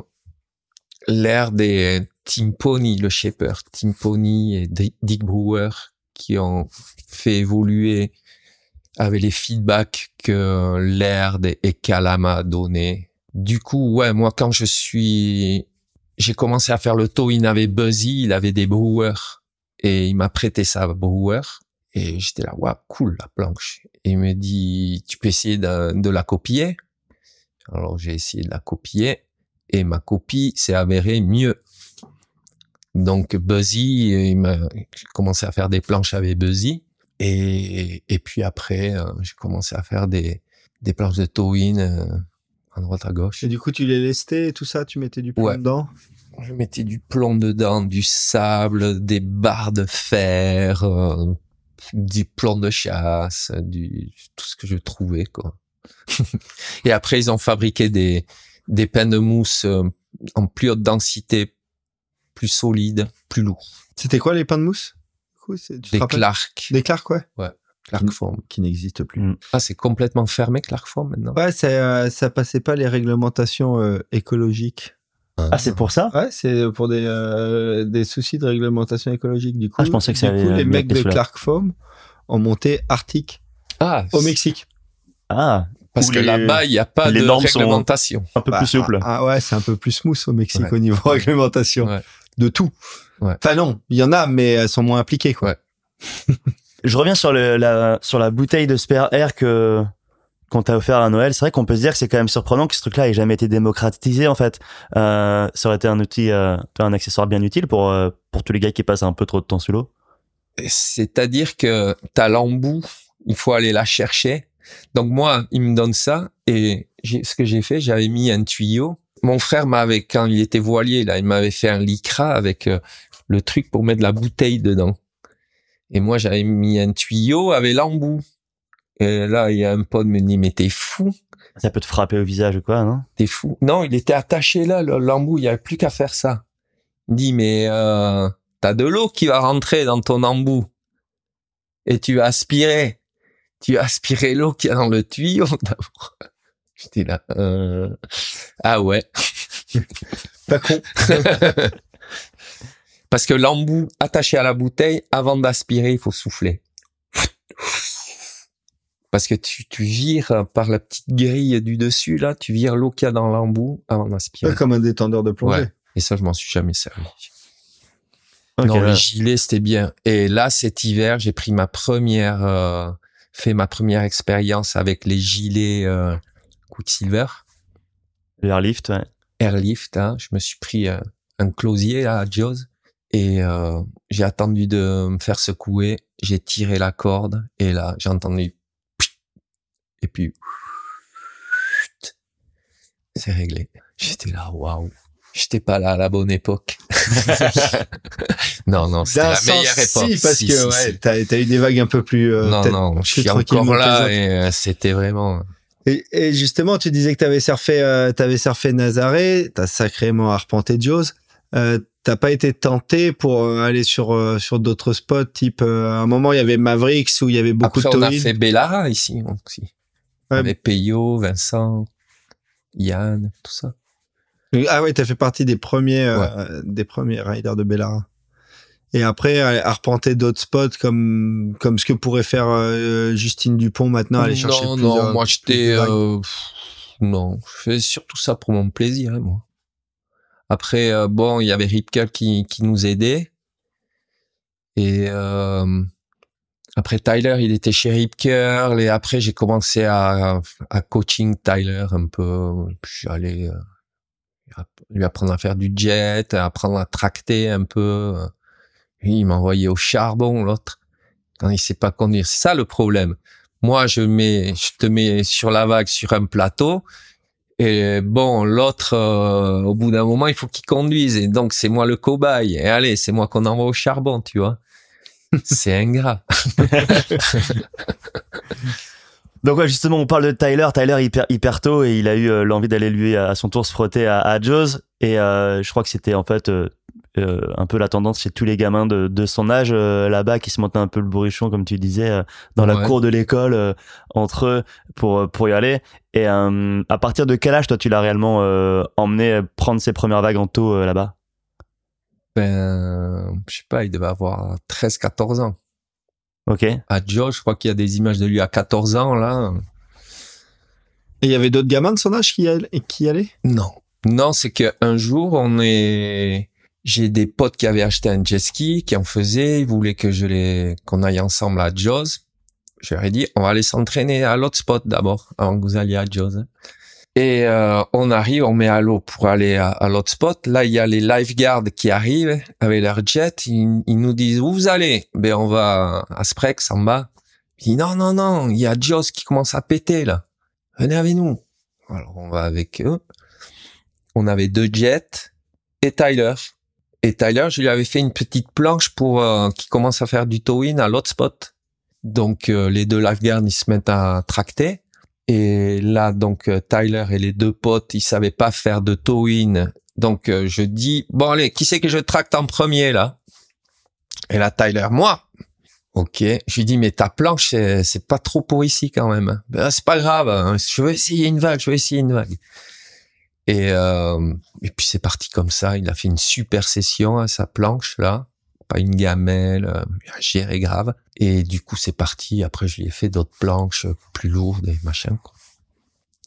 Speaker 3: l'ère des Tim Pony, le shaper, Tim Pony et Dick Brewer qui ont fait évoluer avec les feedbacks que Laird et Callum a donné. Du coup, ouais, moi, quand je suis, j'ai commencé à faire le tow-in avec Buzzy, il avait des Brewers et il m'a prêté sa Brewer et j'étais là, waouh, cool, la planche. Et il me dit, tu peux essayer de, de la copier. Alors, j'ai essayé de la copier et ma copie s'est avérée mieux. Donc, Buzzy, il m'a j'ai commencé à faire des planches avec Buzzy. Et, et puis après, euh, j'ai commencé à faire des, des planches de tow-in euh, à droite, à gauche.
Speaker 2: Et du coup, tu les lestais et tout ça, tu mettais du plomb
Speaker 3: Ouais.
Speaker 2: dedans?
Speaker 3: Je mettais du plomb dedans, du sable, des barres de fer, euh, du plomb de chasse, du tout ce que je trouvais, quoi. Et après, ils ont fabriqué des, des pains de mousse euh, en plus haute densité, plus solides, plus lourds.
Speaker 2: C'était quoi les pains de mousse? Du coup, c'est- tu te
Speaker 3: Des
Speaker 2: rappelles
Speaker 3: Clark.
Speaker 2: Des Clark, ouais.
Speaker 3: Clark Foam.
Speaker 2: Qui n'existent plus.
Speaker 1: Mm.
Speaker 3: Ah, c'est complètement fermé, Clark Foam, maintenant?
Speaker 2: Ouais, ça, euh, ça passait pas les réglementations euh, écologiques.
Speaker 1: Ah, c'est pour ça?
Speaker 2: Ouais, c'est pour des, euh, des soucis de réglementation écologique. Du coup,
Speaker 1: Ah, je pensais que
Speaker 2: du
Speaker 1: ça
Speaker 2: coup,
Speaker 1: allait,
Speaker 2: les
Speaker 1: euh,
Speaker 2: mecs
Speaker 1: bloquer
Speaker 2: de
Speaker 1: cela.
Speaker 2: Clark Foam ont monté Arctic
Speaker 3: Ah,
Speaker 2: au
Speaker 3: c'est-
Speaker 2: Mexique.
Speaker 1: Ah,
Speaker 3: Parce
Speaker 1: Ou
Speaker 3: que
Speaker 1: les-
Speaker 3: là-bas, il n'y a pas
Speaker 1: les
Speaker 3: de
Speaker 1: normes sont-
Speaker 3: réglementation.
Speaker 1: Un peu
Speaker 2: Bah,
Speaker 1: plus souple.
Speaker 2: Ah, ah ouais, c'est un peu plus smooth au Mexique
Speaker 3: Ouais.
Speaker 2: au niveau réglementation.
Speaker 3: Ouais.
Speaker 2: De tout.
Speaker 3: Ouais.
Speaker 2: Enfin non, il y en a, mais elles sont moins appliquées, quoi.
Speaker 3: Ouais.
Speaker 1: Je reviens sur le, la, sur la bouteille de Spare Air que, qu'on t'a offert à Noël. C'est vrai qu'on peut se dire que c'est quand même surprenant que ce truc-là ait jamais été démocratisé, en fait. Euh, ça aurait été un outil, euh, un accessoire bien utile pour, euh, pour tous les gars qui passent un peu trop de temps sous l'eau.
Speaker 3: C'est-à-dire que t'as l'embout, il faut aller la chercher. Donc moi, il me donne ça et j'ai, ce que j'ai fait, j'avais mis un tuyau. Mon frère m'avait, quand il était voilier, là, il m'avait fait un lycra avec euh, le truc pour mettre la bouteille dedans. Et moi, j'avais mis un tuyau avec l'embout. Et là, il y a un pote me dit, mais t'es fou,
Speaker 1: Ça peut te frapper au visage ou quoi, non?
Speaker 3: t'es fou. Non, il était attaché là, le- l'embout, il n'y avait plus qu'à faire ça. Il me dit, mais euh, t'as de l'eau qui va rentrer dans ton embout. Et tu vas aspirer. Tu vas aspirer l'eau qu'il y a dans le tuyau d'abord. J'étais là, euh... ah ouais.
Speaker 2: Pas con.
Speaker 3: Parce que l'embout attaché à la bouteille, avant d'aspirer, il faut souffler. Parce que tu, tu vires par la petite grille du dessus, là, tu vires l'eau qu'il y a dans l'embout avant d'aspirer.
Speaker 2: Pas comme un détendeur de plongée.
Speaker 3: Ouais. Et ça, je m'en suis jamais servi.
Speaker 1: Ok,
Speaker 3: non,
Speaker 1: ouais.
Speaker 3: les gilets, c'était bien. Et là, cet hiver, j'ai pris ma première, euh, fait ma première expérience avec les gilets euh, Quicksilver,
Speaker 1: Le airlift, ouais.
Speaker 3: Airlift. Hein. Je me suis pris euh, un closier là, à Jaws et euh, j'ai attendu de me faire secouer. J'ai tiré la corde et là, j'ai entendu et puis c'est réglé. J'étais là, waouh. J'étais pas là à la bonne époque. non, non, c'était
Speaker 2: D'un
Speaker 3: la
Speaker 2: sens,
Speaker 3: meilleure époque.
Speaker 2: Si, parce
Speaker 3: Si,
Speaker 2: que
Speaker 3: si,
Speaker 2: ouais,
Speaker 3: si.
Speaker 2: t'as, t'as eu des vagues un peu plus. Euh,
Speaker 3: non,
Speaker 2: peut-être
Speaker 3: non, je
Speaker 2: plus
Speaker 3: suis
Speaker 2: tranquillement
Speaker 3: encore
Speaker 2: que les
Speaker 3: là
Speaker 2: autres.
Speaker 3: et euh, c'était vraiment...
Speaker 2: Et, et justement, tu disais que t'avais surfé, euh, t'avais surfé Nazaré, t'as sacrément arpenté Jaws. Euh, t'as pas été tenté pour euh, aller sur euh, sur d'autres spots, type euh, à un moment il y avait Mavericks où il y avait beaucoup
Speaker 3: Après,
Speaker 2: de
Speaker 3: on a
Speaker 2: towing.
Speaker 3: fait Bellara ici aussi.
Speaker 2: Ouais.
Speaker 3: Avec Peyo, Vincent, Yann, tout ça.
Speaker 2: Ah ouais, t'as fait partie des premiers euh, des premiers riders de Bellara. Et après, aller arpenter d'autres spots comme comme ce que pourrait faire euh, Justine Dupont maintenant, aller chercher
Speaker 3: non,
Speaker 2: plus
Speaker 3: non,
Speaker 2: de-
Speaker 3: moi
Speaker 2: plus
Speaker 3: j'étais...
Speaker 2: de vagues.
Speaker 3: Euh, pff, non, je fais surtout ça pour mon plaisir, hein, moi. Après, euh, bon, il y avait Rip Curl qui, qui nous aidait. Et euh, après, Tyler, il était chez Rip Curl. Et après, j'ai commencé à, à coaching Tyler un peu. Puis je suis allé euh, lui apprendre à faire du jet, à apprendre à tracter un peu. Et il m'a envoyé au charbon, l'autre. Quand il sait pas conduire. C'est ça le problème. Moi, je mets, je te mets sur la vague sur un plateau. Et bon, l'autre, euh, au bout d'un moment, il faut qu'il conduise. Et donc, c'est moi le cobaye. Et allez, c'est moi qu'on envoie au charbon, tu vois. C'est ingrat.
Speaker 1: Donc ouais, justement, on parle de Tyler. Tyler hyper hyper tôt et il a eu euh, l'envie d'aller lui à son tour se frotter à, à Jaws. Et euh, je crois que c'était en fait euh, euh, un peu la tendance chez tous les gamins de, de son âge euh, là-bas qui se montaient un peu le bourrichon, comme tu disais, euh, dans la
Speaker 3: Ouais.
Speaker 1: cour de l'école euh, entre eux pour pour y aller. Et euh, à partir de quel âge toi tu l'as réellement euh, emmené prendre ses premières vagues en taux euh, là-bas?
Speaker 3: Ben, je sais pas, il devait avoir treize quatorze ans.
Speaker 1: Ok.
Speaker 3: À Joe, je crois qu'il y a des images de lui à quatorze ans, là.
Speaker 2: Et il y avait d'autres gamins de son âge qui, all- qui y allaient.
Speaker 3: Non. Non, c'est qu'un jour, on est, j'ai des potes qui avaient acheté un jet ski, qui en faisaient, ils voulaient que je les, qu'on aille ensemble à Jaws. Je leur ai dit, on va aller s'entraîner à l'autre spot d'abord, avant que vous alliez à Jaws. Et euh, on arrive, on met à l'eau pour aller à, à l'autre spot. Là, il y a les lifeguards qui arrivent avec leur jet. Ils, ils nous disent, où vous allez? Ben, on va à Sprex, en bas. Je dis, non, non, non, il y a Jaws qui commence à péter, là. Venez avec nous. Alors, on va avec eux. On avait deux jets et Tyler. Et Tyler, je lui avais fait une petite planche pour euh, qu'il commence à faire du tow-in à l'autre spot. Donc, euh, les deux lifeguards, ils se mettent à tracter. Et là, donc, euh, Tyler et les deux potes, ils savaient pas faire de tow-in. Donc, euh, je dis, bon, allez, qui c'est que je tracte en premier, là? Et là, Tyler, moi. Ok. Je lui dis, mais ta planche, c'est, c'est pas trop pour ici, quand même. Ben, c'est pas grave. Hein. Je veux essayer une vague, je veux essayer une vague. Et, euh, et puis, c'est parti comme ça. Il a fait une super session à sa planche, là. Pas une gamelle, euh, il a géré grave. Et du coup, c'est parti. Après, je lui ai fait d'autres planches plus lourdes et machin, quoi.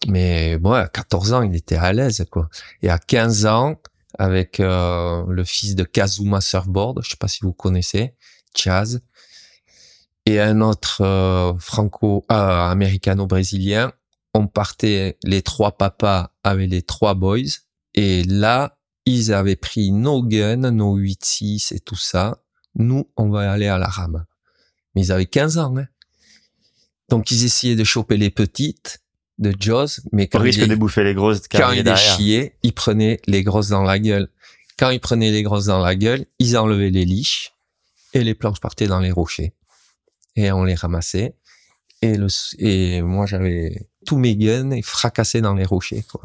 Speaker 3: Mais bon, à quatorze ans, il était à l'aise, quoi. Et à quinze ans, avec euh, le fils de Kazuma Surfboard, je sais pas si vous connaissez, Chaz, et un autre euh, franco euh, américano-brésilien, on partait les trois papas avec les trois boys, et là, ils avaient pris nos guns, nos huit six et tout ça. Nous, on va aller à la rame. Mais ils avaient quinze ans, hein. Donc, ils essayaient de choper les petites de Jaws, mais quand
Speaker 1: Au risque
Speaker 3: il,
Speaker 1: de bouffer les grosses.
Speaker 3: quand il les chiait, ils prenaient les grosses dans la gueule. Quand ils prenaient les grosses dans la gueule, ils enlevaient les liches et les planches partaient dans les rochers. Et on les ramassait. Et le, et moi, j'avais tous mes guns et fracassés dans les rochers, quoi.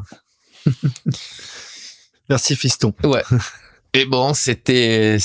Speaker 2: Merci, fiston.
Speaker 3: Ouais. Et bon, c'était,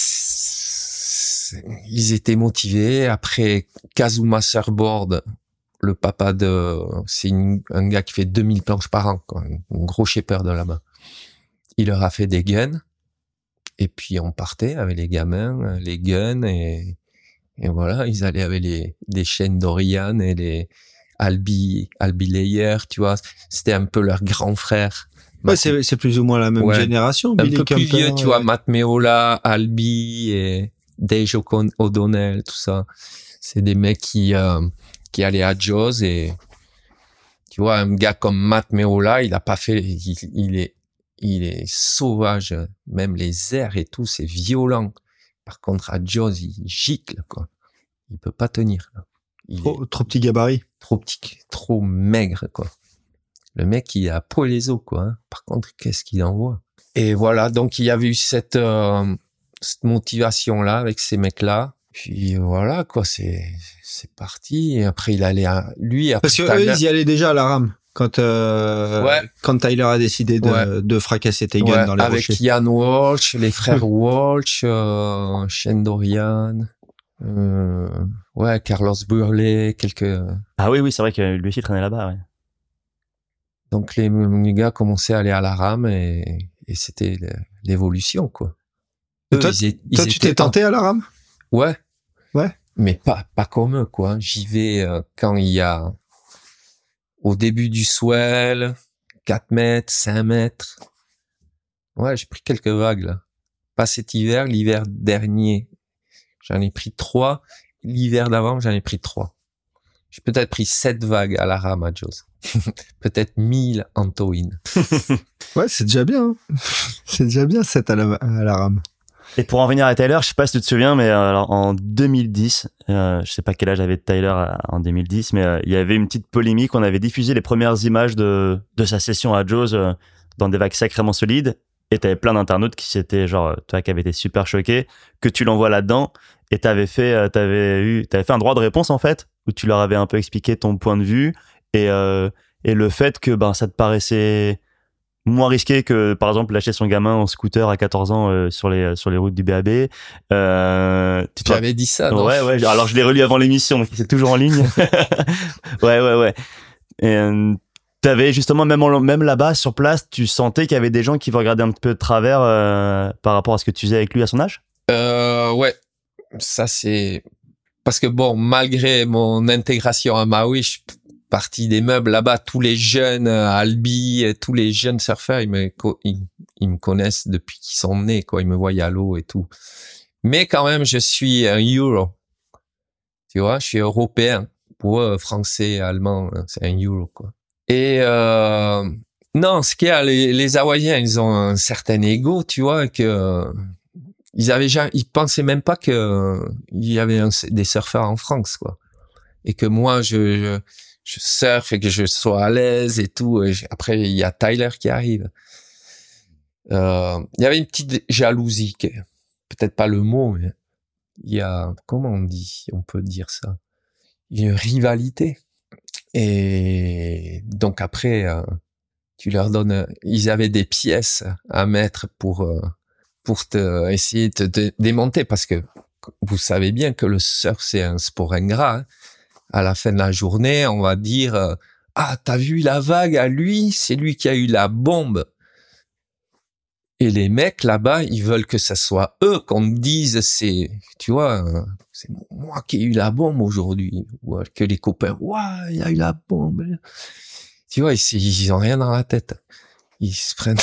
Speaker 3: ils étaient motivés. Après, Kazuma Surfboard, le papa de, c'est une, un gars qui fait deux mille planches par an, quoi. Un gros shaper de là-bas. Il leur a fait des guns. Et puis, on partait avec les gamins, les guns, et, et voilà, ils allaient avec les, les chaînes d'Orion et les Albi, Albi Layer, tu vois. C'était un peu leur grand frère.
Speaker 2: Ouais, c'est, c'est plus ou moins la même
Speaker 3: ouais.
Speaker 2: génération.
Speaker 3: Un
Speaker 2: Billy
Speaker 3: peu
Speaker 2: Camper,
Speaker 3: plus vieux, tu vois,
Speaker 2: ouais.
Speaker 3: Matt Meola, Albi et Dave O'Donnell, tout ça. C'est des mecs qui, euh, qui allaient à Jaws et, tu vois, un gars comme Matt Meola, il a pas fait, il, il est, il est sauvage, même les airs et tout, c'est violent. Par contre, à Jaws, il gicle, quoi. Il peut pas tenir, là. Il
Speaker 2: Trop, trop petit gabarit.
Speaker 3: Trop petit, trop maigre, quoi. Le mec, il a poil les os, quoi. Hein. Par contre, qu'est-ce qu'il envoie? Et voilà, donc il y avait eu cette, euh, cette motivation-là avec ces mecs-là. Puis voilà, quoi, c'est, c'est parti. Et après, il allait à lui. Après,
Speaker 2: Parce que
Speaker 3: Tyler...
Speaker 2: eux, ils y allaient déjà à la rame quand euh,
Speaker 3: ouais.
Speaker 2: quand Tyler a décidé de,
Speaker 3: ouais.
Speaker 2: de fracasser tes guns
Speaker 3: ouais,
Speaker 2: dans les
Speaker 3: avec
Speaker 2: rochers.
Speaker 3: Avec Ian Walsh, les frères Walsh, euh, Shane Dorian, euh, ouais, Carlos Burley, quelques.
Speaker 1: Ah oui, oui, c'est vrai que lui aussi traînait là-bas, ouais.
Speaker 3: Donc les, les gars commençaient à aller à la rame et, et c'était l'évolution, quoi.
Speaker 2: Eux, toi, ils, ils toi tu t'es tenté en... à la rame?
Speaker 3: Ouais.
Speaker 2: Ouais.
Speaker 3: Mais pas, pas comme eux, quoi. J'y vais euh, quand il y a, au début du swell, quatre mètres, cinq mètres. Ouais, j'ai pris quelques vagues, là. Pas cet hiver, l'hiver dernier, j'en ai pris trois. L'hiver d'avant, j'en ai pris trois. J'ai peut-être pris sept vagues à la rame à Jaws. Peut-être mille en tow-in.
Speaker 2: Ouais, c'est déjà bien. Hein. C'est déjà bien, sept à la, à la rame.
Speaker 1: Et pour en venir à Tyler, je sais pas si tu te souviens, mais euh, alors, en deux mille dix, euh, je sais pas quel âge avait Tyler euh, en deux mille dix, mais euh, il y avait une petite polémique. On avait diffusé les premières images de, de sa session à Jaws euh, dans des vagues sacrément solides. Et t'avais plein d'internautes qui s'étaient, genre, toi, qui avaient été super choqués, que tu l'envoies là-dedans. Et t'avais fait, euh, t'avais eu, t'avais fait un droit de réponse, en fait, où tu leur avais un peu expliqué ton point de vue et, euh, et le fait que, ben, ça te paraissait moins risqué que, par exemple, lâcher son gamin en scooter à quatorze ans euh, sur les, sur les routes du B A B. Euh,
Speaker 3: tu tu avais dit ça, non?
Speaker 1: Ouais, ouais. Alors, je l'ai relu avant l'émission, donc c'est toujours en ligne. ouais, ouais, ouais. Et, euh, t'avais justement, même, en, même là-bas, sur place, tu sentais qu'il y avait des gens qui vous regardaient un peu de travers euh, par rapport à ce que tu faisais avec lui à son âge?
Speaker 3: Euh, ouais. Ça, c'est... Parce que bon, malgré mon intégration à Maui, je suis parti des meubles là-bas. Tous les jeunes à Albi, tous les jeunes surfeurs, ils me, ils, ils me connaissent depuis qu'ils sont nés, quoi. Ils me voient à l'eau et tout. Mais quand même, je suis un Euro. Tu vois, je suis européen. Pour eux, français, allemand, c'est un Euro, quoi. Et euh, non, ce qu'il y a, les, les Hawaïens, ils ont un certain ego, tu vois, que ils avaient jamais, ils pensaient même pas que il y avait un, des surfeurs en France, quoi. Et que moi, je, je, je surfe et que je sois à l'aise et tout. Et après, il y a Tyler qui arrive. Euh, il y avait une petite jalousie, qui, peut-être pas le mot, mais il y a, comment on dit, on peut dire ça, il y a une rivalité. Et donc après, euh, tu leur donnes, ils avaient des pièces à mettre pour euh, pour te essayer de te démonter, parce que vous savez bien que le surf c'est un sport ingrat. Hein. À la fin de la journée, on va dire euh, ah t'as vu la vague à lui, c'est lui qui a eu la bombe. Et les mecs là-bas, ils veulent que ça soit eux qu'on dise c'est, tu vois, euh, c'est moi qui ai eu la bombe aujourd'hui, ou que les copains, ouah, il a eu la bombe. Tu vois, ils, ils ont rien dans la tête. Ils se prennent.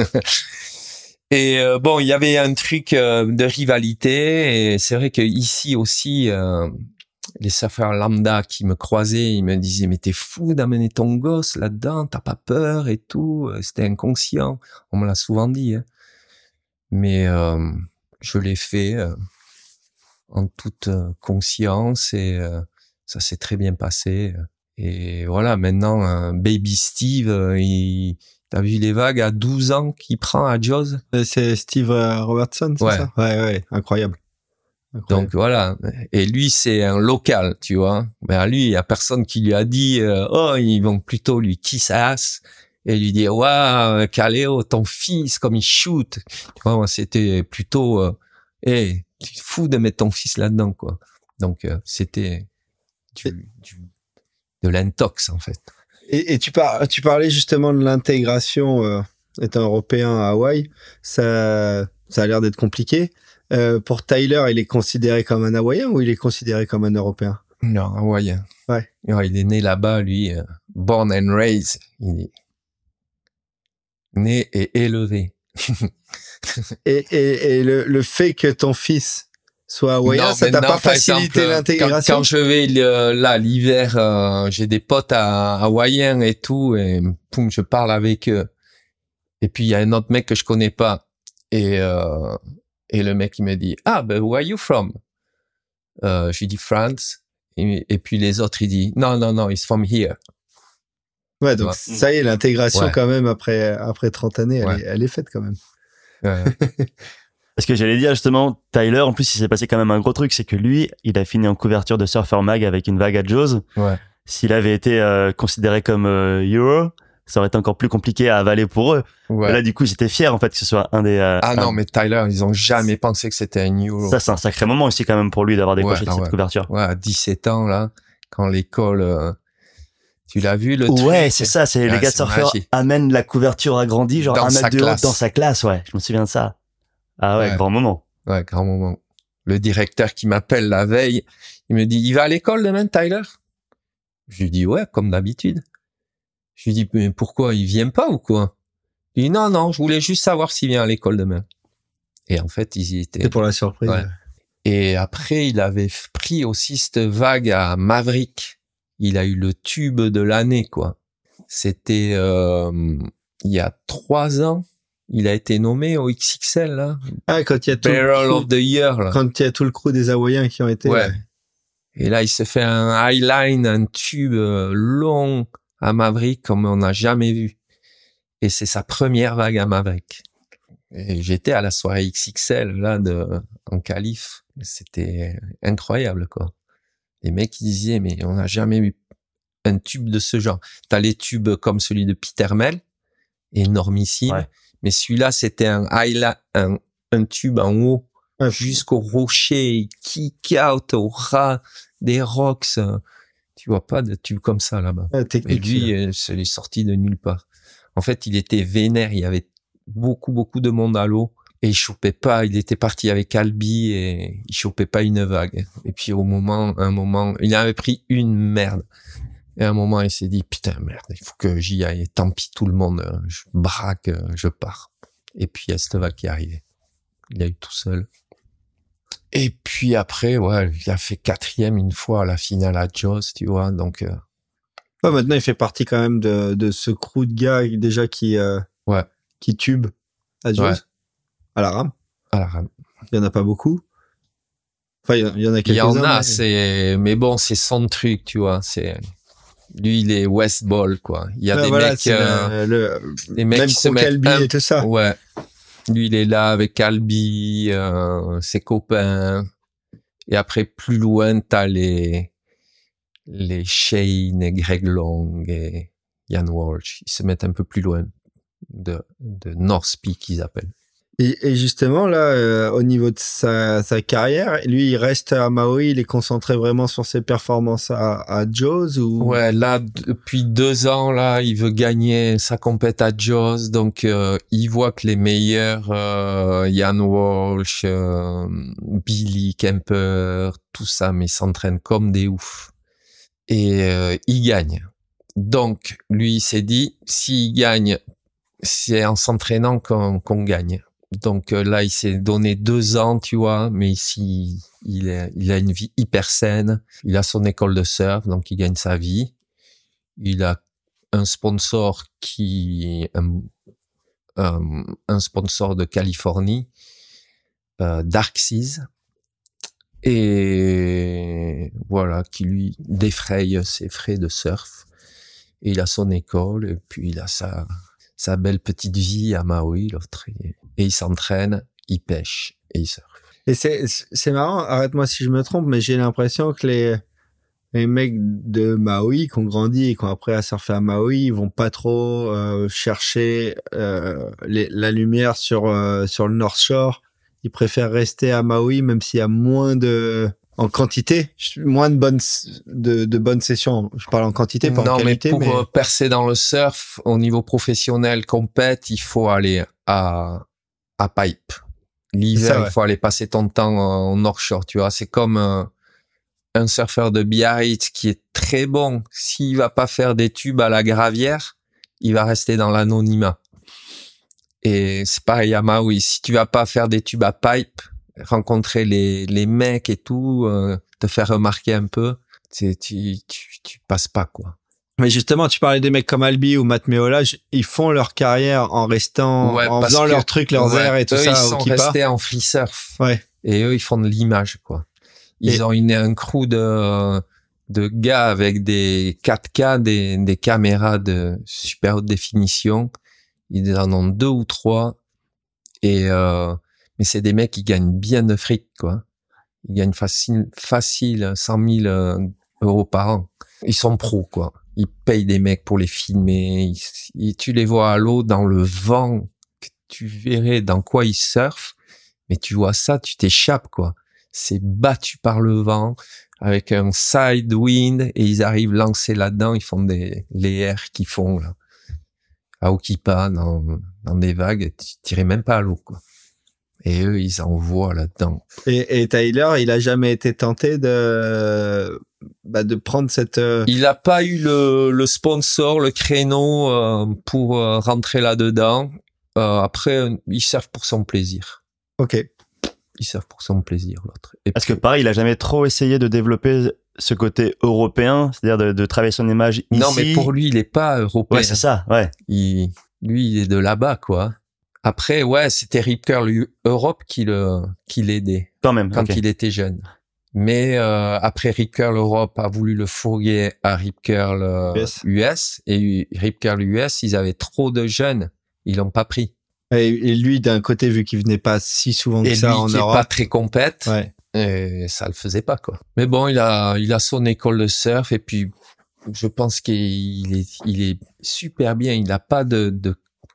Speaker 3: Et euh, bon, il y avait un truc euh, de rivalité. Et c'est vrai que ici aussi, euh, les surfeurs lambda qui me croisaient, ils me disaient, mais t'es fou d'amener ton gosse là-dedans, t'as pas peur et tout. C'était inconscient. On me l'a souvent dit. Hein. Mais euh, je l'ai fait euh, en toute euh, conscience et euh, ça s'est très bien passé. Et voilà, maintenant, euh, Baby Steve, euh, il... t'as vu les vagues à douze ans qu'il prend à Jaws?
Speaker 2: C'est Steve Robertson, c'est
Speaker 3: ouais.
Speaker 2: ça? Ouais, ouais, incroyable. incroyable.
Speaker 3: Donc voilà. Et lui, c'est un local, tu vois. Mais à lui, il y a personne qui lui a dit, euh, oh, ils vont plutôt lui kiss ass et lui dire, waouh, Kaleo, ton fils, comme il shoot. Tu vois, moi, c'était plutôt, euh, hey, tu es fou de mettre ton fils là-dedans, quoi. Donc, euh, c'était du, du, de l'intox, en fait.
Speaker 2: Et, et tu, par, tu parlais justement de l'intégration euh, étant européen à Hawaï. Ça, ça a l'air d'être compliqué. Euh, pour Tyler, il est considéré comme un Hawaïen ou il est considéré comme un Européen?
Speaker 3: Non, Hawaïen.
Speaker 2: Ouais.
Speaker 3: Alors, il est né là-bas, lui, euh, born and raised. Il est né et élevé.
Speaker 2: et et, et le, le fait que ton fils soit Hawaïen,
Speaker 3: non,
Speaker 2: ça t'a pas facilité
Speaker 3: exemple,
Speaker 2: l'intégration?
Speaker 3: quand, quand je vais le, là l'hiver, euh, j'ai des potes à, hawaïens et tout, et poum, je parle avec eux. Et puis il y a un autre mec que je connais pas, et euh, et le mec il me dit ah ben where are you from? Euh, je lui dis France, et, et puis les autres ils disent non non non, he's from here.
Speaker 2: Ouais, donc ouais. Ça y est, l'intégration ouais. quand même après après trente années,
Speaker 3: ouais.
Speaker 2: elle, est, elle est faite quand même.
Speaker 3: Ouais.
Speaker 1: Parce que j'allais dire justement, Tyler, en plus, il s'est passé quand même un gros truc, c'est que lui, il a fini en couverture de Surfer Mag avec une vague à Jaws.
Speaker 3: Ouais.
Speaker 1: S'il avait été euh, considéré comme euh, Euro, ça aurait été encore plus compliqué à avaler pour eux. Ouais. Et là, du coup, j'étais fier en fait que ce soit un des. Euh,
Speaker 3: ah
Speaker 1: un...
Speaker 3: non, mais Tyler, ils ont jamais pensé que c'était un Euro.
Speaker 1: Ça, c'est un sacré moment aussi quand même pour lui d'avoir décroché
Speaker 3: ouais,
Speaker 1: de cette
Speaker 3: ouais.
Speaker 1: couverture.
Speaker 3: Ouais, à dix-sept ans là, quand l'école. Euh... Tu l'as vu, le
Speaker 1: ouais,
Speaker 3: truc?
Speaker 1: c'est ça, c'est ouais, les gars de surfeurs amènent la couverture agrandie, genre
Speaker 3: dans
Speaker 1: un mètre de
Speaker 3: haut
Speaker 1: dans sa classe, ouais. Je me souviens de ça. Ah ouais, ouais. grand moment.
Speaker 3: Ouais, grand moment. Le directeur qui m'appelle la veille, il me dit, il va à l'école demain, Tyler? Je lui dis, ouais, comme d'habitude. Je lui dis, mais pourquoi, il vient pas ou quoi? Il dit, non, non, je voulais juste savoir s'il vient à l'école demain. Et en fait, ils y étaient.
Speaker 2: C'était pour la surprise.
Speaker 3: Ouais. Et après, il avait pris aussi cette vague à Maverick. Il a eu le tube de l'année, quoi. C'était euh, il y a trois ans. Il a été nommé au X X L, là.
Speaker 2: Ah, quand il y a tout
Speaker 3: Barrel
Speaker 2: le crew,
Speaker 3: of the Year, là.
Speaker 2: Quand il y a tout le crew des Hawaïens qui ont été.
Speaker 3: Ouais.
Speaker 2: Là.
Speaker 3: Et là, il se fait un highline, un tube long à Maverick comme on n'a jamais vu. Et c'est sa première vague à Maverick. Et j'étais à la soirée X X L, là, de, en qualif. C'était incroyable, quoi. Les mecs, ils disaient, mais on n'a jamais eu un tube de ce genre. T'as les tubes comme celui de Peter Mel, énormissime. Ouais. Mais celui-là, c'était un highlight, un, un tube en haut, ouais. jusqu'au rocher, kick out, au ras des rocks. Tu vois pas de tube comme ça, là-bas.
Speaker 2: Ouais,
Speaker 3: et lui, c'est les sorti de nulle part. En fait, il était vénère. Il y avait beaucoup, beaucoup de monde à l'eau. Et il chopait pas, il était parti avec Albi et il chopait pas une vague. Et puis au moment, un moment, il avait pris une merde. Et à un moment, il s'est dit, putain, merde, il faut que j'y aille. Tant pis, tout le monde, je braque, je pars. Et puis il y a cette vague qui est arrivée. Il a eu tout seul. Et puis après, ouais, il a fait quatrième une fois à la finale à Jaws, tu vois, donc... Euh...
Speaker 2: Ouais, maintenant, il fait partie quand même de, de ce crew de gars déjà qui, euh,
Speaker 3: ouais.
Speaker 2: qui tube à Jaws. Ouais. À la rame.
Speaker 3: À la rame.
Speaker 2: Il y en a pas beaucoup. Enfin, il y en a quelques-uns.
Speaker 3: Il y en a,
Speaker 2: mais...
Speaker 3: c'est, mais bon, c'est son truc, tu vois, c'est, lui, il est West Ball, quoi. Il y a
Speaker 2: ouais,
Speaker 3: des
Speaker 2: voilà,
Speaker 3: mecs, euh,
Speaker 2: le,
Speaker 3: des mecs
Speaker 2: même
Speaker 3: qui se mettent
Speaker 2: Albi
Speaker 3: un...
Speaker 2: et tout ça.
Speaker 3: Ouais. Lui, il est là avec Albi, euh, ses copains. Et après, plus loin, t'as les, les Shane et Greg Long et Ian Walsh. Ils se mettent un peu plus loin. De, de North Peak, qu'ils appellent.
Speaker 2: Et, et justement, là, euh, au niveau de sa, sa carrière, lui, il reste à Maui, il est concentré vraiment sur ses performances à, à Jaws ou...
Speaker 3: Ouais, là, depuis deux ans, là, il veut gagner sa compète à Jaws, donc euh, il voit que les meilleurs, euh, Ian Walsh, euh, Billy Kemper, tout ça, mais ils s'entraînent comme des oufs. Et euh, il gagne. Donc, lui, il s'est dit, s'il gagne, c'est en s'entraînant qu'on, qu'on gagne. Donc euh, là, il s'est donné deux ans, tu vois, mais ici, il, est, il a une vie hyper saine. Il a son école de surf, donc il gagne sa vie. Il a un sponsor qui, un, un, un sponsor de Californie, euh, Dark Seas, et voilà, qui lui défraye ses frais de surf. Et il a son école, et puis il a sa, sa belle petite vie à Maui, l'autre. Et, et il s'entraîne, il pêche et il surfe.
Speaker 2: Et c'est, c'est marrant, arrête-moi si je me trompe, mais j'ai l'impression que les, les mecs de Maui qui ont grandi et qui ont appris à surfer à Maui, ils vont pas trop euh, chercher euh, les, la lumière sur, euh, sur le North Shore. Ils préfèrent rester à Maui, même s'il y a moins de... En quantité, moins de bonnes de, de bonnes sessions. Je parle en quantité, pas
Speaker 3: non,
Speaker 2: en qualité.
Speaker 3: Non, mais pour
Speaker 2: mais...
Speaker 3: percer dans le surf, au niveau professionnel, compète, il faut aller à à Pipe. L'hiver, ça, ouais. Il faut aller passer ton temps en North Shore. Tu vois, c'est comme un, un surfeur de Biarritz qui est très bon. S'il va pas faire des tubes à la Gravière, il va rester dans l'anonymat. Et c'est pareil à Maui. Si tu vas pas faire des tubes à Pipe, rencontrer les les mecs et tout, euh, te faire remarquer un peu, tu tu tu tu passes pas quoi.
Speaker 2: Mais justement, tu parlais des mecs comme Albi ou Matt Meola, ils font leur carrière en restant, ouais, en faisant leurs trucs, leurs ouais, airs et tout
Speaker 3: eux,
Speaker 2: ça.
Speaker 3: Ils sont restés en free surf.
Speaker 2: Ouais.
Speaker 3: Et eux, ils font de l'image quoi. Ils et... ont une un crew de de gars avec des quatre K, des des caméras de super haute définition. Ils en ont deux ou trois et euh, mais c'est des mecs qui gagnent bien de fric, quoi. Ils gagnent facile, facile cent mille euros par an. Ils sont pros, quoi. Ils payent des mecs pour les filmer. Ils, ils, tu les vois à l'eau dans le vent, que tu verrais dans quoi ils surfent. Mais tu vois ça, tu t'échappes, quoi. C'est battu par le vent, avec un side wind, et ils arrivent lancés là-dedans. Ils font des, les airs qu'ils font, là. À Okipa, dans, dans des vagues, tu t'irais même pas à l'eau, quoi. Et eux, ils envoient là-dedans.
Speaker 2: Et, et Tyler, il a jamais été tenté de, bah, de prendre cette... Euh...
Speaker 3: Il a pas eu le, le sponsor, le créneau euh, pour euh, rentrer là-dedans. Euh, après, il surfe pour son plaisir.
Speaker 2: Ok.
Speaker 3: Il surfe pour son plaisir, l'autre. Et
Speaker 1: Parce
Speaker 3: puis...
Speaker 1: que pareil, il a jamais trop essayé de développer ce côté européen, c'est-à-dire de, de travailler son image ici.
Speaker 3: Non, mais pour lui, il est pas européen.
Speaker 1: Ouais, c'est ça, ouais.
Speaker 3: Il, lui, il est de là-bas, quoi. Après, ouais, c'était Rip Curl Europe qui le, qui l'aidait.
Speaker 1: Quand même.
Speaker 3: Quand
Speaker 1: okay.
Speaker 3: il était jeune. Mais, euh, après, Rip Curl Europe a voulu le fourguer à Rip Curl euh, yes. U S. Et Rip Curl U S, ils avaient trop de jeunes. Ils l'ont pas pris.
Speaker 2: Et, et lui, d'un côté, vu qu'il venait pas si souvent que
Speaker 3: et
Speaker 2: ça
Speaker 3: lui,
Speaker 2: en
Speaker 3: qui
Speaker 2: Europe.
Speaker 3: Et pas très compète.
Speaker 2: Ouais.
Speaker 3: Et ça le faisait pas, quoi. Mais bon, il a, il a son école de surf et puis, je pense qu'il est, il est super bien. Il a pas de, de,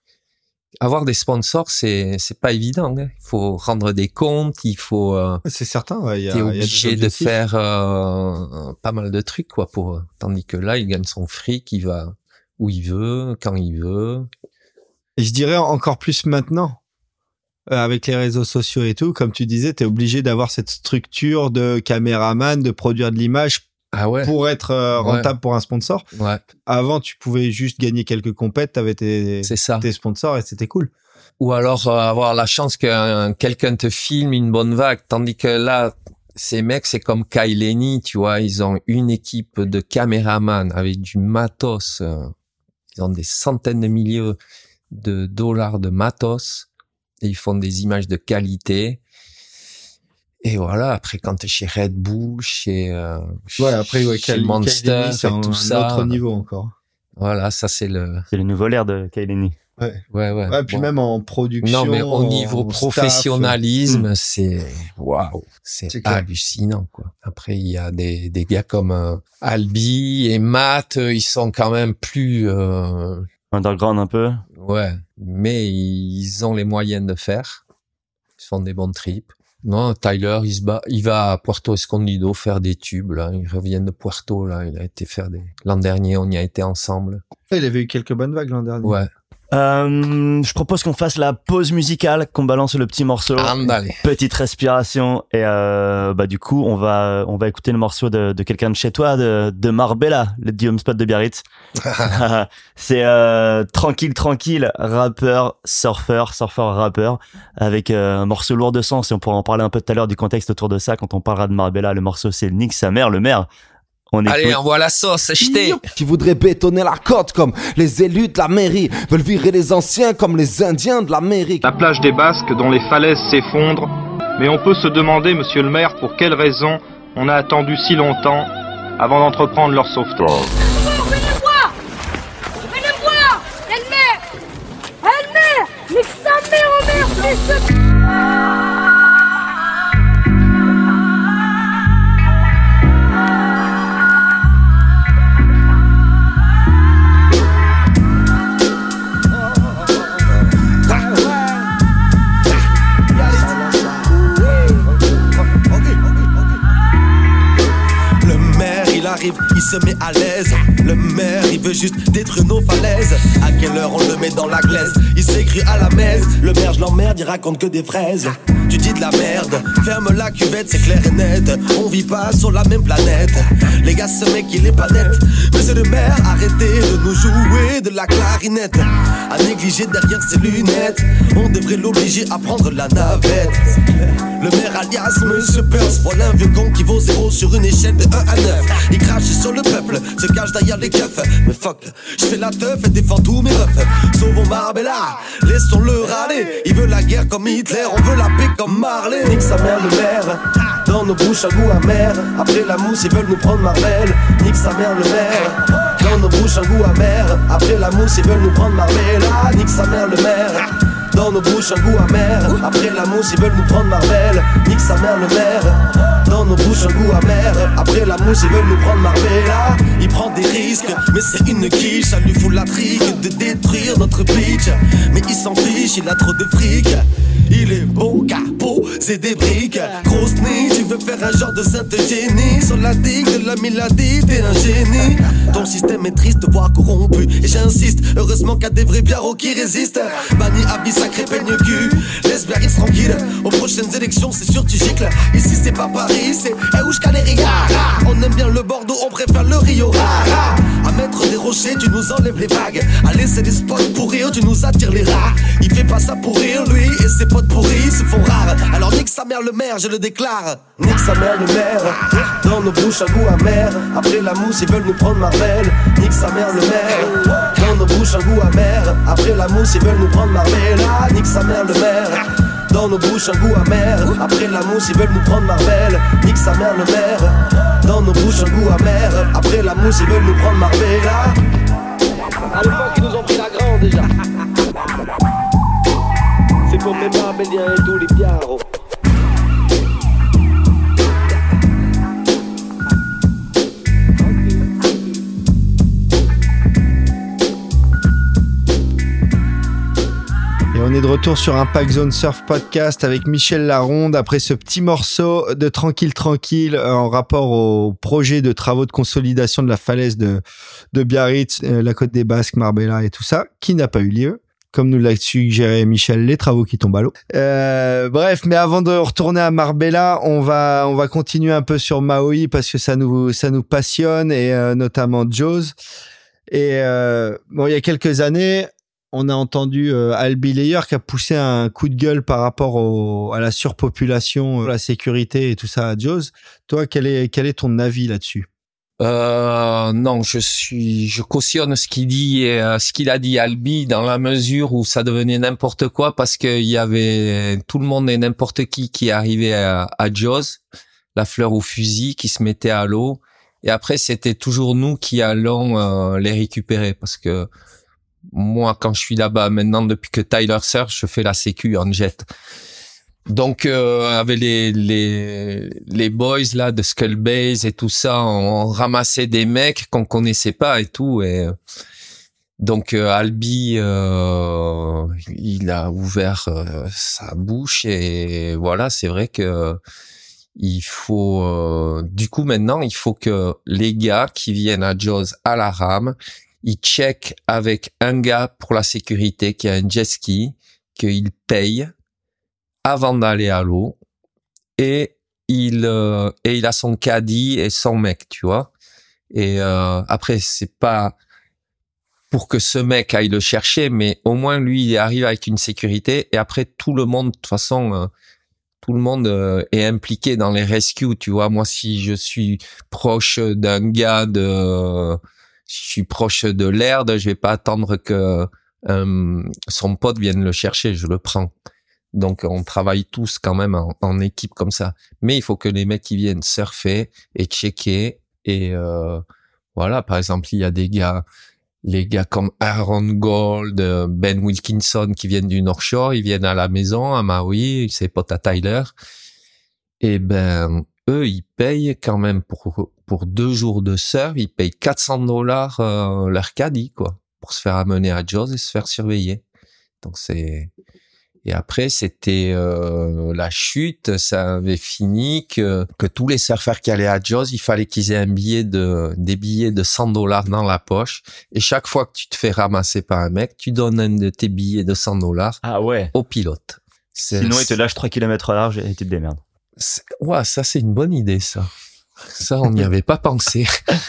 Speaker 3: avoir des sponsors, c'est, c'est pas évident, hein. Il faut rendre des comptes, il faut, euh,
Speaker 2: c'est certain, ouais. Il y a,
Speaker 3: t'es obligé
Speaker 2: il y a
Speaker 3: de faire, euh, pas mal de trucs, quoi, pour, tandis que là, il gagne son fric, il va où il veut, quand il veut.
Speaker 2: Et je dirais encore plus maintenant. Avec les réseaux sociaux et tout, comme tu disais, t'es obligé d'avoir cette structure de caméraman, de produire de l'image
Speaker 3: ah ouais.
Speaker 2: pour être euh, rentable
Speaker 3: ouais.
Speaker 2: pour un sponsor.
Speaker 3: Ouais.
Speaker 2: Avant, tu pouvais juste gagner quelques compètes, t'avais tes, tes sponsors et c'était cool.
Speaker 3: Ou alors euh, avoir la chance que euh, quelqu'un te filme une bonne vague, tandis que là, ces mecs, c'est comme Kai Lenny, tu vois, ils ont une équipe de caméramans avec du matos, euh, ils ont des centaines de milliers de dollars de matos. Et ils font des images de qualité. Et voilà, après, quand t'es chez Red Bull, chez, euh,
Speaker 2: ouais, après, ouais,
Speaker 3: chez
Speaker 2: Kyle,
Speaker 3: Monster,
Speaker 2: Kyle c'est
Speaker 3: et tout
Speaker 2: un
Speaker 3: ça.
Speaker 2: autre niveau encore.
Speaker 3: Voilà, ça, c'est le...
Speaker 1: C'est le nouveau l'air de Kai Lenny.
Speaker 2: Ouais.
Speaker 3: Ouais, ouais.
Speaker 2: Ouais, puis
Speaker 3: bon.
Speaker 2: Même en production.
Speaker 3: Non, mais au niveau professionnalisme,
Speaker 2: staff.
Speaker 3: c'est, waouh, c'est,
Speaker 2: c'est
Speaker 3: hallucinant, quoi. Après, il y a des, des gars comme euh, Albi et Matt, ils sont quand même plus, euh,
Speaker 1: underground un peu.
Speaker 3: Ouais, mais ils ont les moyens de faire. Ils font des bons trips. Non, Tyler, il se bat, il va à Puerto Escondido faire des tubes, là. Il revient de Puerto, là. Il a été faire des, l'an dernier, on y a été ensemble.
Speaker 2: Il avait eu quelques bonnes vagues l'an dernier.
Speaker 3: Ouais.
Speaker 1: Euh, je propose qu'on fasse la pause musicale, qu'on balance le petit morceau,
Speaker 3: Andale.
Speaker 1: petite respiration et euh, bah du coup on va on va écouter le morceau de, de quelqu'un de chez toi, de, de Marbella, le Guillaume Spot de Biarritz. C'est euh, tranquille tranquille, rappeur, surfeur, surfeur rappeur, avec euh, un morceau lourd de sens et on pourra en parler un peu tout à l'heure du contexte autour de ça quand on parlera de Marbella. Le morceau c'est Nique sa mère, le maire. On
Speaker 3: Allez, envoie la sauce, jetez.
Speaker 4: Qui voudraient bétonner la côte comme les élus de la mairie, veulent virer les anciens comme les Indiens de l'Amérique.
Speaker 5: La plage des Basques dont les falaises s'effondrent, mais on peut se demander, monsieur le maire, pour quelle raison on a attendu si longtemps avant d'entreprendre leur sauvetage.
Speaker 6: Venez le voir! Venez le voir! Elle meurt! Elle meurt! Mais que sa mère en meurt, fils de...
Speaker 7: Il se met à l'aise, le maire il veut juste détruire nos falaises. À quelle heure on le met dans la glaise? Il s'écrit à la messe, le maire je l'emmerde, il raconte que des fraises. Tu dis de la merde, ferme la cuvette, c'est clair et net. On vit pas sur la même planète. Les gars ce mec il est pas net. Monsieur le maire, arrêtez de nous jouer de la clarinette. À négliger derrière ses lunettes, on devrait l'obliger à prendre la navette. Le maire alias Monsieur Peirce, voilà un vieux con qui vaut zéro sur une échelle de un à neuf. Il crache sur le peuple, se cache derrière les keufs. Mais fuck, je fais la teuf et défends tous mes refs. Sauvons Marbella, laissons-le râler. Il veut la guerre comme Hitler, on veut la paix comme Marley. Nique sa mère le maire, dans nos bouches un goût amer. Après la mousse ils veulent nous prendre Marvel. Nique sa mère le maire, dans nos bouches un goût amer. Après la mousse ils veulent nous prendre Marbella. Nique sa mère le maire, dans nos bouches un goût amer. Après la mousse ils veulent nous prendre Marvel. Nique sa mère le maire, dans nos bouches un goût amer. Après la mousse ils veulent nous prendre Marbella. Il prend des risques mais c'est une quiche. Ça lui fout la trique de détruire notre bitch. Mais il s'en fiche, il a trop de fric. Il est beau, capot, c'est des briques. Grosse nez, tu veux faire un genre de sainte génie. Sur la digue de la miladie, t'es un génie. Ton système est triste, voire corrompu. Et j'insiste, heureusement qu'il y a des vrais biarros qui résistent. Banni, habit, sacré, peigne cul. Laisse Biarritz tranquille, aux prochaines élections c'est sûr tu gicles. Ici c'est pas Paris, c'est Euskal Herria. On aime bien le Bordeaux, on préfère le Rio. À mettre des rochers, tu nous enlèves les vagues. À laisser des spots pourrir, tu nous attires les rats. Il fait pas ça pour rire lui et ses potes pourris se font rares. Alors nique sa mère le maire, je le déclare. Nique sa mère le maire, dans nos bouches un goût amer. Après la mousse ils veulent nous prendre Marvel. Nique sa mère le maire, dans nos bouches un goût amer. Après la mousse ils veulent nous prendre Marbella. Nique sa mère le maire, dans nos bouches un goût amer. Après la mousse ils veulent nous prendre Marvel. Nique sa mère le maire, dans nos bouches un goût amer. Après la mousse ils veulent nous prendre Marbella. À l'époque ils nous ont pris la grande déjà. C'est pour mes Marbelliens et tous les biarros.
Speaker 2: Et on est de retour sur Impact Zone Surf Podcast avec Michel Laronde après ce petit morceau de Tranquille Tranquille en rapport au projet de travaux de consolidation de la falaise de, de Biarritz, la côte des Basques, Marbella et tout ça, qui n'a pas eu lieu. Comme nous l'a suggéré Michel, les travaux qui tombent à l'eau. Euh, bref, mais avant de retourner à Marbella, on va on va continuer un peu sur Maui parce que ça nous ça nous passionne et euh, notamment Jaws. Et euh, bon, il y a quelques années, on a entendu euh, Albi Layer qui a poussé un coup de gueule par rapport au, à la surpopulation, la sécurité et tout ça à Jaws. Toi, quel est quel est ton avis là-dessus?
Speaker 3: Euh, non, je suis, je cautionne ce qu'il dit et euh, ce qu'il a dit Albi dans la mesure où ça devenait n'importe quoi parce qu'il y avait tout le monde et n'importe qui qui arrivait à, à Jaws, la fleur au fusil, qui se mettait à l'eau et après c'était toujours nous qui allons euh, les récupérer parce que moi quand je suis là-bas maintenant depuis que Tyler Surf, je fais la sécu en jet. Donc euh, avec les les les boys là de Skullbase et tout ça, on ramassait des mecs qu'on connaissait pas et tout et donc euh, Albi euh, il a ouvert euh, sa bouche et voilà, c'est vrai que il faut euh, du coup maintenant il faut que les gars qui viennent à Jaws à la rame, il check avec un gars pour la sécurité qui a un jet ski, qu'il paye avant d'aller à l'eau, et il euh, et il a son caddie et son mec, tu vois. Et euh, après, c'est pas pour que ce mec aille le chercher, mais au moins lui, il arrive avec une sécurité. Et après, tout le monde, de toute façon, euh, tout le monde euh, est impliqué dans les rescues, tu vois. Moi, si je suis proche d'un gars de, si je suis proche de l'Erde, je vais pas attendre que euh, son pote vienne le chercher, je le prends. Donc, on travaille tous quand même en, en équipe comme ça. Mais il faut que les mecs qui viennent surfer et checker. Et euh, voilà, par exemple, il y a des gars, les gars comme Aaron Gold, Ben Wilkinson qui viennent du North Shore, ils viennent à la maison, à Maui, c'est potes à Tyler. Et ben, eux, ils payent quand même pour, pour deux jours de surf, ils payent quatre cents dollars euh, leur caddie, quoi, pour se faire amener à Jaws et se faire surveiller. Donc c'est... Et après, c'était euh, la chute, ça avait fini que, que tous les surfeurs qui allaient à Jaws, il fallait qu'ils aient un billet de, des billets de cent dollars dans la poche. Et chaque fois que tu te fais ramasser par un mec, tu donnes un de tes billets de cent dollars
Speaker 1: ah ouais.
Speaker 3: au pilote. C'est,
Speaker 1: Sinon, il te lâche trois kilomètres à large et tu te démerdes.
Speaker 3: C'est, ouais, ça, c'est une bonne idée, ça. Ça, on n'y avait pas pensé.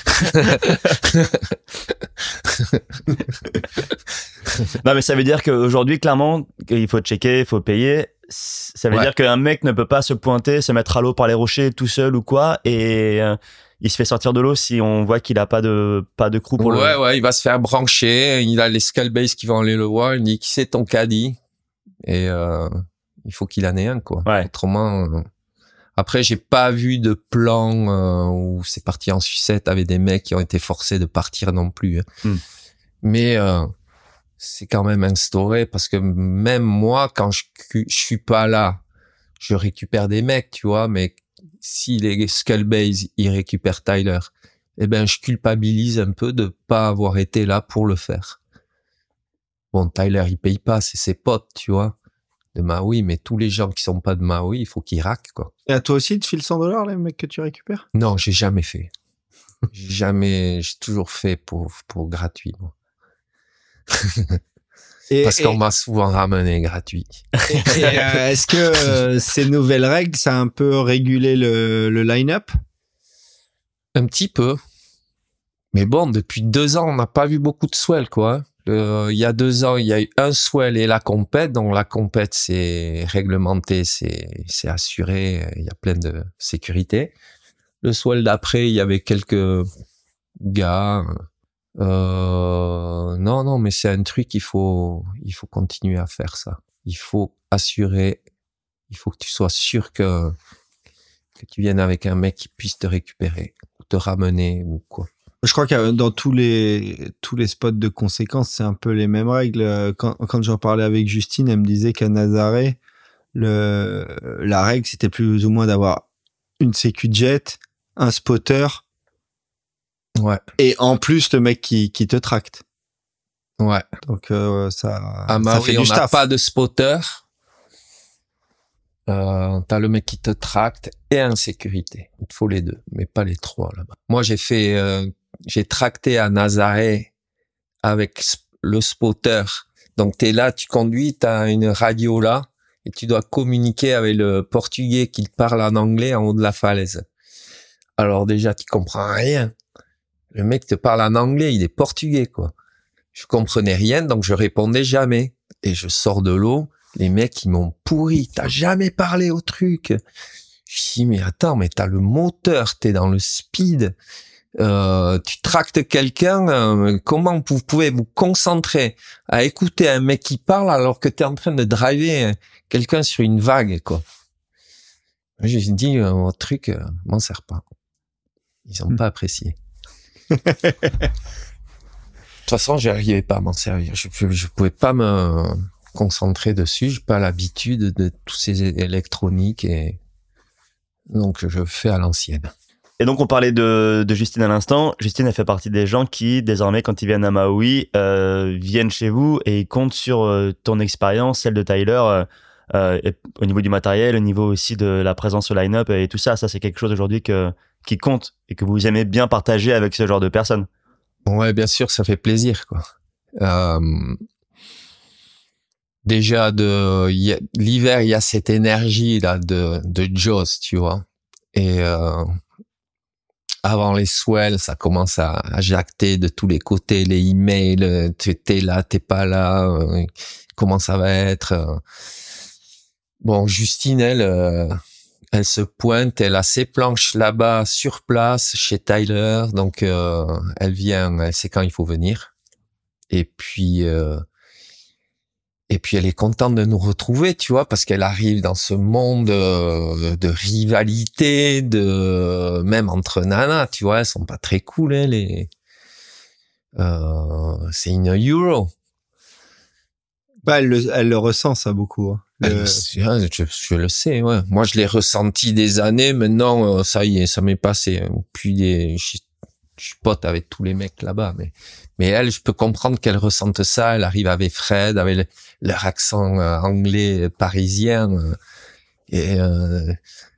Speaker 1: Non, mais ça veut dire qu'aujourd'hui, clairement, il faut checker, il faut payer. Ça veut
Speaker 3: ouais.
Speaker 1: dire qu'un mec ne peut pas se pointer, se mettre à l'eau par les rochers tout seul ou quoi, et euh, il se fait sortir de l'eau si on voit qu'il a pas de pas de crew pour
Speaker 3: ouais,
Speaker 1: le.
Speaker 3: Ouais, ouais, il va se faire brancher. Il a les skullbaits qui vont aller le voir. Il dit qui c'est ton caddie, et euh, il faut qu'il en ait un, quoi.
Speaker 1: Ouais.
Speaker 3: Autrement. Euh... Après, j'ai pas vu de plan euh, où c'est parti en sucette avec des mecs qui ont été forcés de partir non plus. Hein. Mm. Mais euh, c'est quand même instauré parce que même moi, quand je, je suis pas là, je récupère des mecs, tu vois. Mais si les Skullbays, ils récupèrent Tyler, eh ben, je culpabilise un peu de pas avoir été là pour le faire. Bon, Tyler, il paye pas, c'est ses potes, tu vois. De Maui, mais tous les gens qui sont pas de Maui, il faut qu'ils raquent, quoi.
Speaker 2: Et à toi aussi, tu te files cent dollars, les mecs que tu récupères?
Speaker 3: Non, j'ai jamais fait. j'ai jamais, j'ai toujours fait pour, pour gratuit, moi. et, Parce et, qu'on m'a souvent ramené gratuit.
Speaker 2: Et, et euh, est-ce que euh, ces nouvelles règles, ça a un peu régulé le, le line-up?
Speaker 3: Un petit peu. Mais bon, depuis deux ans, on n'a pas vu beaucoup de swell, quoi. Euh, il y a deux ans, il y a eu un swell et la compète. Donc la compète, c'est réglementé, c'est c'est assuré. Il y a plein de sécurité. Le swell d'après, il y avait quelques gars. Euh, non, non, mais c'est un truc. Il faut il faut continuer à faire ça. Il faut assurer. Il faut que tu sois sûr que que tu viennes avec un mec qui puisse te récupérer ou te ramener ou quoi.
Speaker 2: Je crois que dans tous les tous les spots de conséquences, c'est un peu les mêmes règles. Quand, quand j'en parlais avec Justine, elle me disait qu'à Nazaré, le la règle c'était plus ou moins d'avoir une sécu jet, un spotter,
Speaker 3: ouais,
Speaker 2: et en plus le mec qui qui te tracte.
Speaker 3: Ouais.
Speaker 2: Donc euh, ça.
Speaker 3: À Maui, ça fait du on n'a pas de spotter. Euh, t'as le mec qui te tracte et en sécurité. Il te faut les deux, mais pas les trois là-bas. Moi, j'ai fait, euh, j'ai tracté à Nazaré avec le spotter. Donc, t'es là, tu conduis, t'as une radio là, et tu dois communiquer avec le portugais qui parle en anglais en haut de la falaise. Alors déjà, tu comprends rien. Le mec te parle en anglais, il est portugais, quoi. Je comprenais rien, donc je répondais jamais. Et je sors de l'eau. Les mecs, ils m'ont pourri. T'as jamais parlé au truc. Je dis, mais attends, mais t'as le moteur, t'es dans le speed. Euh, tu tractes quelqu'un. Euh, comment vous pouvez vous concentrer à écouter un mec qui parle alors que t'es en train de driver quelqu'un sur une vague, quoi. J'ai dit, euh, votre truc, euh, m'en sert pas. Ils ont mmh. pas apprécié. De toute façon, j'arrivais pas à m'en servir. Je, je, je pouvais pas me concentrer dessus, j'ai pas l'habitude de tous ces électroniques et donc je fais à l'ancienne.
Speaker 1: Et donc on parlait de, de Justine à l'instant. Justine, elle fait partie des gens qui désormais quand ils viennent à Maui euh, viennent chez vous et ils comptent sur euh, ton expérience, celle de Tyler euh, euh, et, au niveau du matériel, au niveau aussi de la présence au line-up et tout ça. Ça c'est quelque chose aujourd'hui que qui compte et que vous aimez bien partager avec ce genre de personnes.
Speaker 3: Ouais, bien sûr, ça fait plaisir, quoi. Euh, déjà, de, y a, l'hiver, il y a cette énergie là de, de Jaws, tu vois. Et euh, avant les swells, ça commence à, à jacter de tous les côtés, les emails, t'es là, t'es pas là, euh, comment ça va être. Euh. Bon, Justine, elle, euh, elle se pointe, elle a ses planches là-bas sur place chez Tyler, donc euh, elle vient, elle sait quand il faut venir. Et puis, euh, et puis elle est contente de nous retrouver, tu vois, parce qu'elle arrive dans ce monde euh, de rivalité, de même entre nanas, tu vois, elles sont pas très cool, hein, les. Euh, c'est une Euro.
Speaker 2: Bah, elle le, elle le ressent ça beaucoup. Hein. Le...
Speaker 3: Je, je le sais, ouais. Moi, je l'ai ressenti des années. Maintenant, ça y est, ça m'est passé. Puis des, je, je suis pote avec tous les mecs là-bas, mais mais elle, je peux comprendre qu'elle ressente ça. Elle arrive avec Fred, avec le, leur accent euh, anglais parisien, euh, et euh,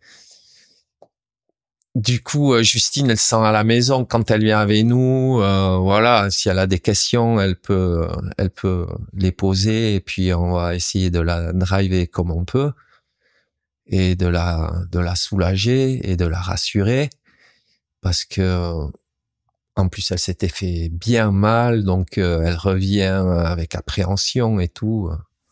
Speaker 3: du coup, euh, Justine, elle se sent à la maison quand elle vient avec nous. Euh, voilà, si elle a des questions, elle peut, elle peut les poser et puis on va essayer de la driver comme on peut et de la, de la soulager et de la rassurer parce que en plus elle s'était fait bien mal, donc euh, elle revient avec appréhension et tout.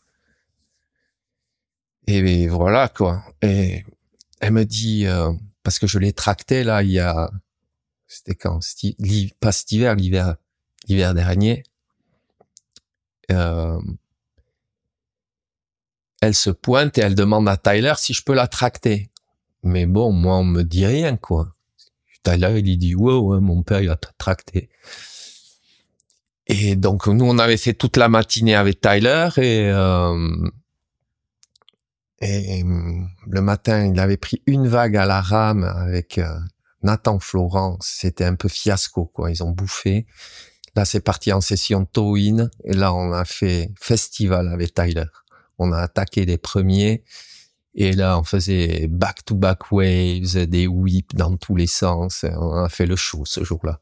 Speaker 3: Et, et voilà quoi. Et elle me dit. Euh, Parce que je l'ai tracté là, il y a, c'était quand, c'était, pas cet hiver, l'hiver, l'hiver dernier. Euh, elle se pointe et elle demande à Tyler si je peux la tracter. Mais bon, moi on me dit rien quoi. Tyler il dit ouais ouais, mon père il va te tracter. Et donc nous on avait fait toute la matinée avec Tyler et euh, Et le matin, il avait pris une vague à la rame avec euh, Nathan Florent. C'était un peu fiasco, quoi. Ils ont bouffé. Là, c'est parti en session tow-in. Et là, on a fait festival avec Tyler. On a attaqué les premiers. Et là, on faisait back-to-back waves, des whips dans tous les sens. On a fait le show ce jour-là.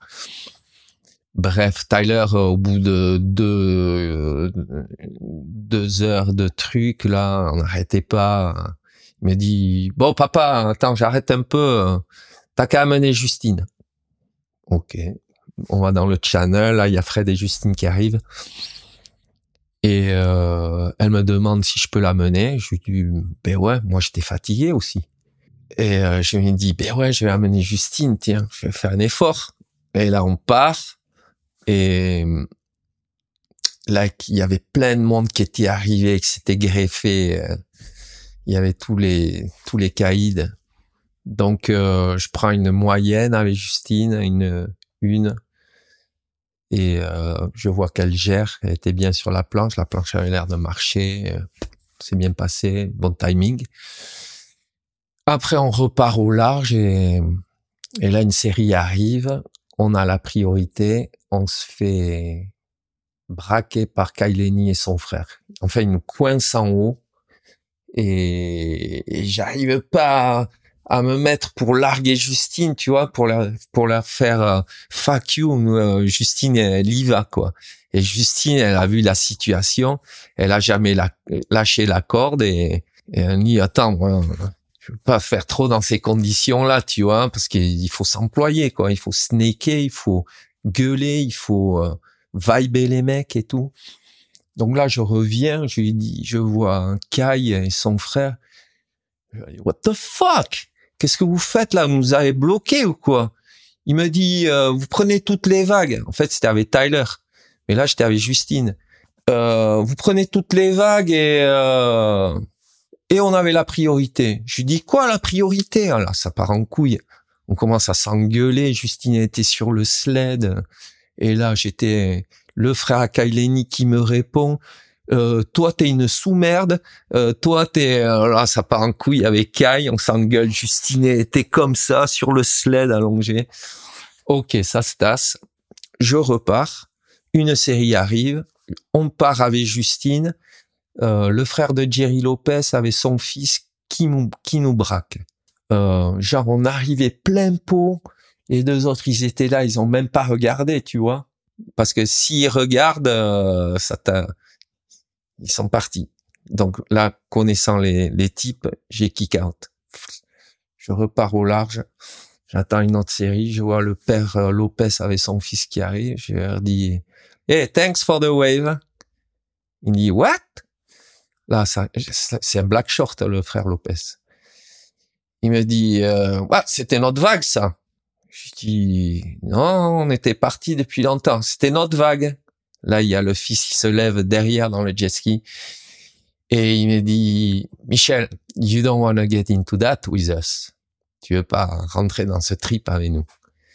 Speaker 3: Bref, Tyler, au bout de deux, deux heures de trucs, là, on n'arrêtait pas. Il me dit, bon, papa, attends, j'arrête un peu. T'as qu'à amener Justine. Ok. On va dans le channel. Là, il y a Fred et Justine qui arrivent. Et euh, elle me demande si je peux l'amener. Je lui dis, ben ouais, moi, j'étais fatigué aussi. Et euh, je lui dis, ben ouais, je vais amener Justine, tiens, je vais faire un effort. Et là, on part. Et là, il y avait plein de monde qui était arrivé, qui s'était greffé. Il y avait tous les tous les caïds. Donc, euh, je prends une moyenne avec Justine, une une, et euh, je vois qu'elle gère. Elle était bien sur la planche. La planche avait l'air de marcher. C'est bien passé, bon timing. Après, on repart au large et et là, une série arrive. On a la priorité. On se fait braquer par Kaileni et son frère. Enfin, ils nous coincent en haut et, et j'arrive pas à, à me mettre pour larguer Justine, tu vois, pour la pour la faire euh, fuck you. Euh, Justine, elle y va quoi. Et Justine, elle a vu la situation, elle a jamais la, lâché la corde et, et elle dit attends, moi, je veux pas faire trop dans ces conditions-là, tu vois, parce qu'il faut s'employer quoi, il faut snaker, il faut gueuler, il faut euh, vibrer les mecs et tout. Donc là, je reviens, je lui dis, je vois Kai et son frère. Je lui dis, what the fuck? Qu'est-ce que vous faites là? Vous nous avez bloqué ou quoi? Il me dit, euh, vous prenez toutes les vagues. En fait, c'était avec Tyler. Mais là, j'étais avec Justine. Euh, vous prenez toutes les vagues et euh, et on avait la priorité. Je lui dis, quoi la priorité? Ah là, ça part en couille. On commence à s'engueuler. Justine était sur le sled. Et là, j'étais le frère à Kaileni qui me répond euh, toi, t'es une sous-merde. Euh, toi, t'es... Euh, là, ça part en couille avec Kai. On s'engueule. Justine était comme ça, sur le sled allongé. Ok, ça se tasse. Je repars. Une série arrive. On part avec Justine. Euh, le frère de Jerry Lopez avait son fils qui, nous, qui nous braque. Euh, genre on arrivait plein pot, les deux autres ils étaient là, ils ont même pas regardé, tu vois. Parce que s'ils regardent, euh, ça t'a, ils sont partis. Donc là, connaissant les, les types, j'ai kick out. Je repars au large. J'attends une autre série. Je vois le père euh, Lopez avec son fils qui arrive. Je leur dis, hey, thanks for the wave. Il dit, what? Là, ça, c'est un black short, le frère Lopez. Il me dit, euh, ouais, c'était notre vague, ça. Je dis, non, on était parti depuis longtemps. C'était notre vague. Là, il y a le fils qui se lève derrière dans le jet ski. Et il me dit, Michel, you don't want to get into that with us. Tu veux pas rentrer dans ce trip avec nous.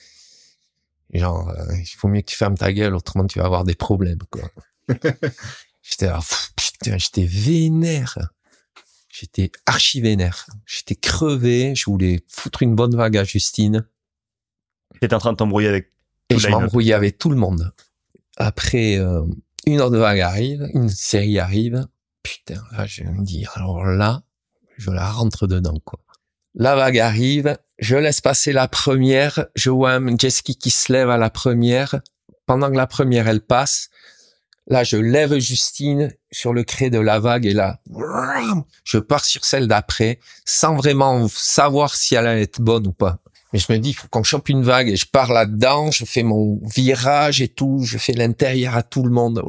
Speaker 3: Genre, euh, il faut mieux que tu fermes ta gueule, autrement tu vas avoir des problèmes, quoi. J'étais là, pff, putain, j'étais vénère. J'étais archi vénère. J'étais crevé. Je voulais foutre une bonne vague à Justine.
Speaker 1: T'étais en train de t'embrouiller avec
Speaker 3: Et je m'embrouillais avec tout le monde. Après, euh, une autre vague arrive, une série arrive. Putain, là, je me dis, alors là, je la rentre dedans, quoi. La vague arrive, je laisse passer la première, je vois un jet ski qui se lève à la première. Pendant que la première, elle passe, là, je lève Justine sur le cré de la vague et là, je pars sur celle d'après, sans vraiment savoir si elle allait être bonne ou pas. Mais je me dis, il faut qu'on chope une vague et je pars là-dedans, je fais mon virage et tout, je fais l'intérieur à tout le monde.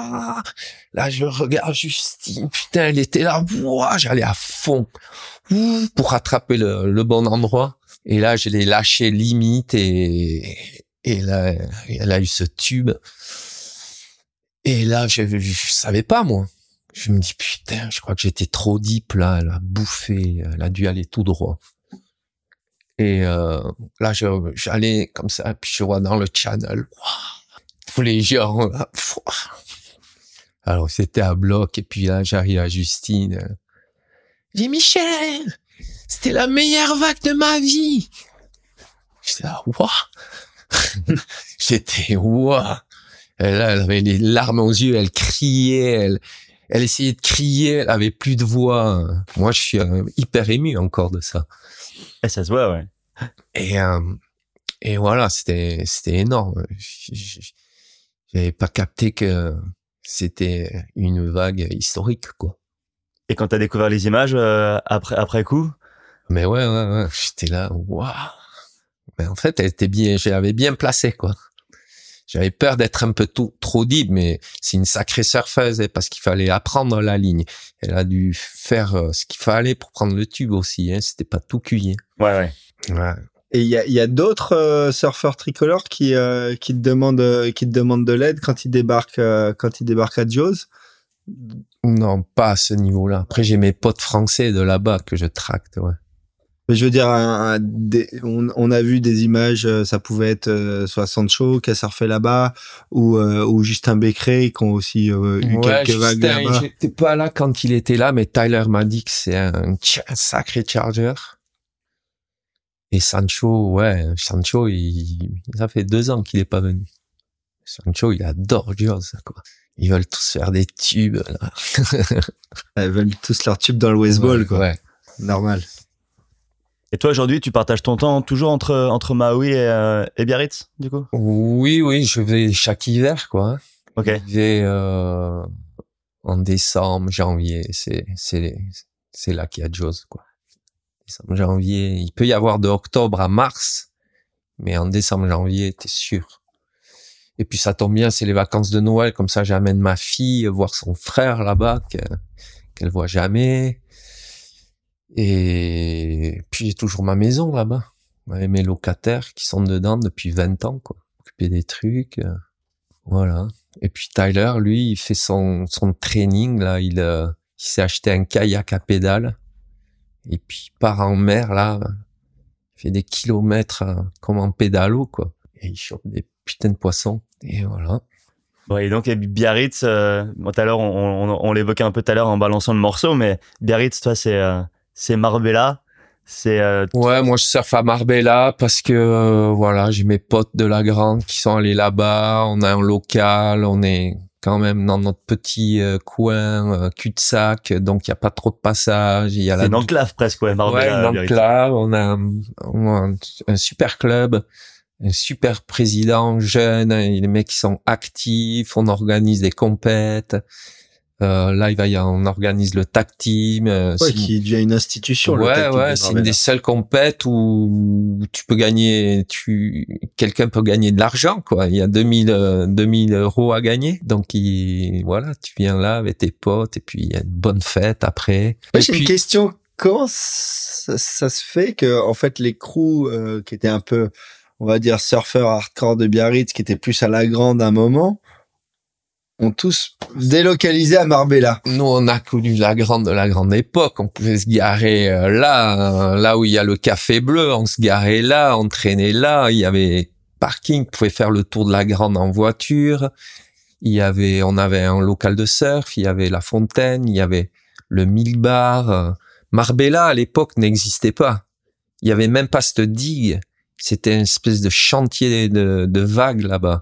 Speaker 3: Là, je regarde Justine, putain, elle était là, ouah, j'allais à fond pour rattraper le, le bon endroit. Et là, je l'ai lâché limite et, et là, elle a eu ce tube. Et là, je, je savais pas, moi. Je me dis, putain, je crois que j'étais trop deep, là, elle a bouffé, elle a dû aller tout droit. Et euh, là, je, j'allais comme ça, puis je vois dans le channel, wow, tous les gens, là, alors c'était à bloc, et puis là, j'arrive à Justine. Je dis, Michel, c'était la meilleure vague de ma vie. J'étais là, waouh. J'étais, waouh. Et là, elle avait les larmes aux yeux, elle criait, elle, elle essayait de crier, elle avait plus de voix. Moi, je suis euh, hyper ému encore de ça.
Speaker 1: Et ça se voit, ouais.
Speaker 3: Et, euh, et voilà, c'était, c'était énorme. J'avais pas capté que c'était une vague historique, quoi.
Speaker 1: Et quand t'as découvert les images, euh, après, après coup?
Speaker 3: Mais ouais, ouais, ouais, j'étais là, waouh. Mais en fait, elle était bien, je l'avais bien placée, quoi. J'avais peur d'être un peu tout, trop deep, mais c'est une sacrée surfeuse, parce qu'il fallait apprendre la ligne. Elle a dû faire ce qu'il fallait pour prendre le tube aussi, hein. C'était pas tout cuit.
Speaker 1: Ouais, ouais.
Speaker 3: Ouais.
Speaker 2: Et il y a, y a d'autres euh, surfeurs tricolores qui euh, qui te demandent euh, qui te demandent de l'aide quand ils débarquent euh, quand ils débarquent à Jaws.
Speaker 3: Non, pas à ce niveau-là. Après, j'ai mes potes français de là-bas que je tracte, ouais.
Speaker 2: Mais je veux dire, un, un, des, on, on a vu des images, ça pouvait être euh, soit Sancho qui a surfé là-bas, ou euh, ou Justin Becquerel qui ont aussi euh, eu
Speaker 3: ouais,
Speaker 2: quelques
Speaker 3: Justin,
Speaker 2: vagues là-bas.
Speaker 3: J'étais pas là quand il était là, mais Tyler m'a dit que c'est un, un sacré charger. Et Sancho, ouais, Sancho, il, ça fait deux ans qu'il est pas venu. Sancho, il adore Jaws, quoi. Ils veulent tous faire des tubes, là.
Speaker 2: Ils veulent tous leurs tubes dans le Westball,
Speaker 3: ouais,
Speaker 2: quoi.
Speaker 3: Ouais.
Speaker 2: Normal.
Speaker 1: Et toi, aujourd'hui, tu partages ton temps toujours entre, entre Maui et, euh, et Biarritz, du coup?
Speaker 3: Oui, oui, je vais chaque hiver, quoi.
Speaker 1: Ok.
Speaker 3: Je vais, euh, en décembre, janvier, c'est, c'est, c'est là qu'il y a Jaws, quoi. Décembre, janvier, il peut y avoir de octobre à mars, mais en décembre, janvier, t'es sûr. Et puis ça tombe bien, c'est les vacances de Noël, comme ça j'amène ma fille voir son frère là-bas, qu'elle, qu'elle voit jamais. Et puis j'ai toujours ma maison là-bas, avec mes locataires qui sont dedans depuis vingt ans, quoi. Occuper des trucs, euh, voilà. Et puis Tyler, lui, il fait son son training là, il, euh, il s'est acheté un kayak à pédales. Et puis il part en mer là, il fait des kilomètres euh, comme en pédalo, quoi. Et il chope des putains de poissons. Et voilà.
Speaker 1: Ouais, et donc Biarritz, euh, bon, tout à l'heure on, on, on l'évoquait un peu tout à l'heure en balançant le morceau, mais Biarritz, toi, c'est euh, c'est Marbella, c'est. Euh...
Speaker 3: Ouais, moi je surfe à Marbella parce que euh, voilà, j'ai mes potes de la Grande qui sont allés là-bas. On a un local, on est quand même dans notre petit euh, coin euh, cul-de-sac, donc il y a pas trop de passages. Il y a
Speaker 1: c'est
Speaker 3: la
Speaker 1: une enclave presque, ouais, Marbella.
Speaker 3: Ouais, une enclave. On a, un, on a un, un super club un super président jeune, les mecs qui sont actifs, on organise des compètes. Euh, là, il va y avoir, on organise le tag team. Euh,
Speaker 2: ouais, qui devient une institution.
Speaker 3: Ouais,
Speaker 2: le tag team
Speaker 3: ouais, c'est une des seules compètes où tu peux gagner, tu, quelqu'un peut gagner de l'argent, quoi. Il y a deux mille, euh, deux mille euros à gagner. Donc, il, voilà, tu viens là avec tes potes et puis il y a une bonne fête après.
Speaker 2: Ouais,
Speaker 3: et
Speaker 2: j'ai
Speaker 3: puis,
Speaker 2: une question. Comment ça, ça se fait que, en fait, les crews, euh, qui étaient un peu, on va dire, surfeurs hardcore de Biarritz, qui étaient plus à la grande à un moment, ont tous délocalisé à Marbella.
Speaker 3: Nous, on a connu la grande, la grande époque. On pouvait se garer euh, là, euh, là où il y a le Café Bleu. On se garait là, on traînait là. Il y avait parking. On pouvait faire le tour de la grande en voiture. Il y avait, on avait un local de surf. Il y avait la fontaine. Il y avait le Milk Bar. Euh, Marbella, à l'époque, n'existait pas. Il y avait même pas cette digue. C'était une espèce de chantier de, de vagues là-bas.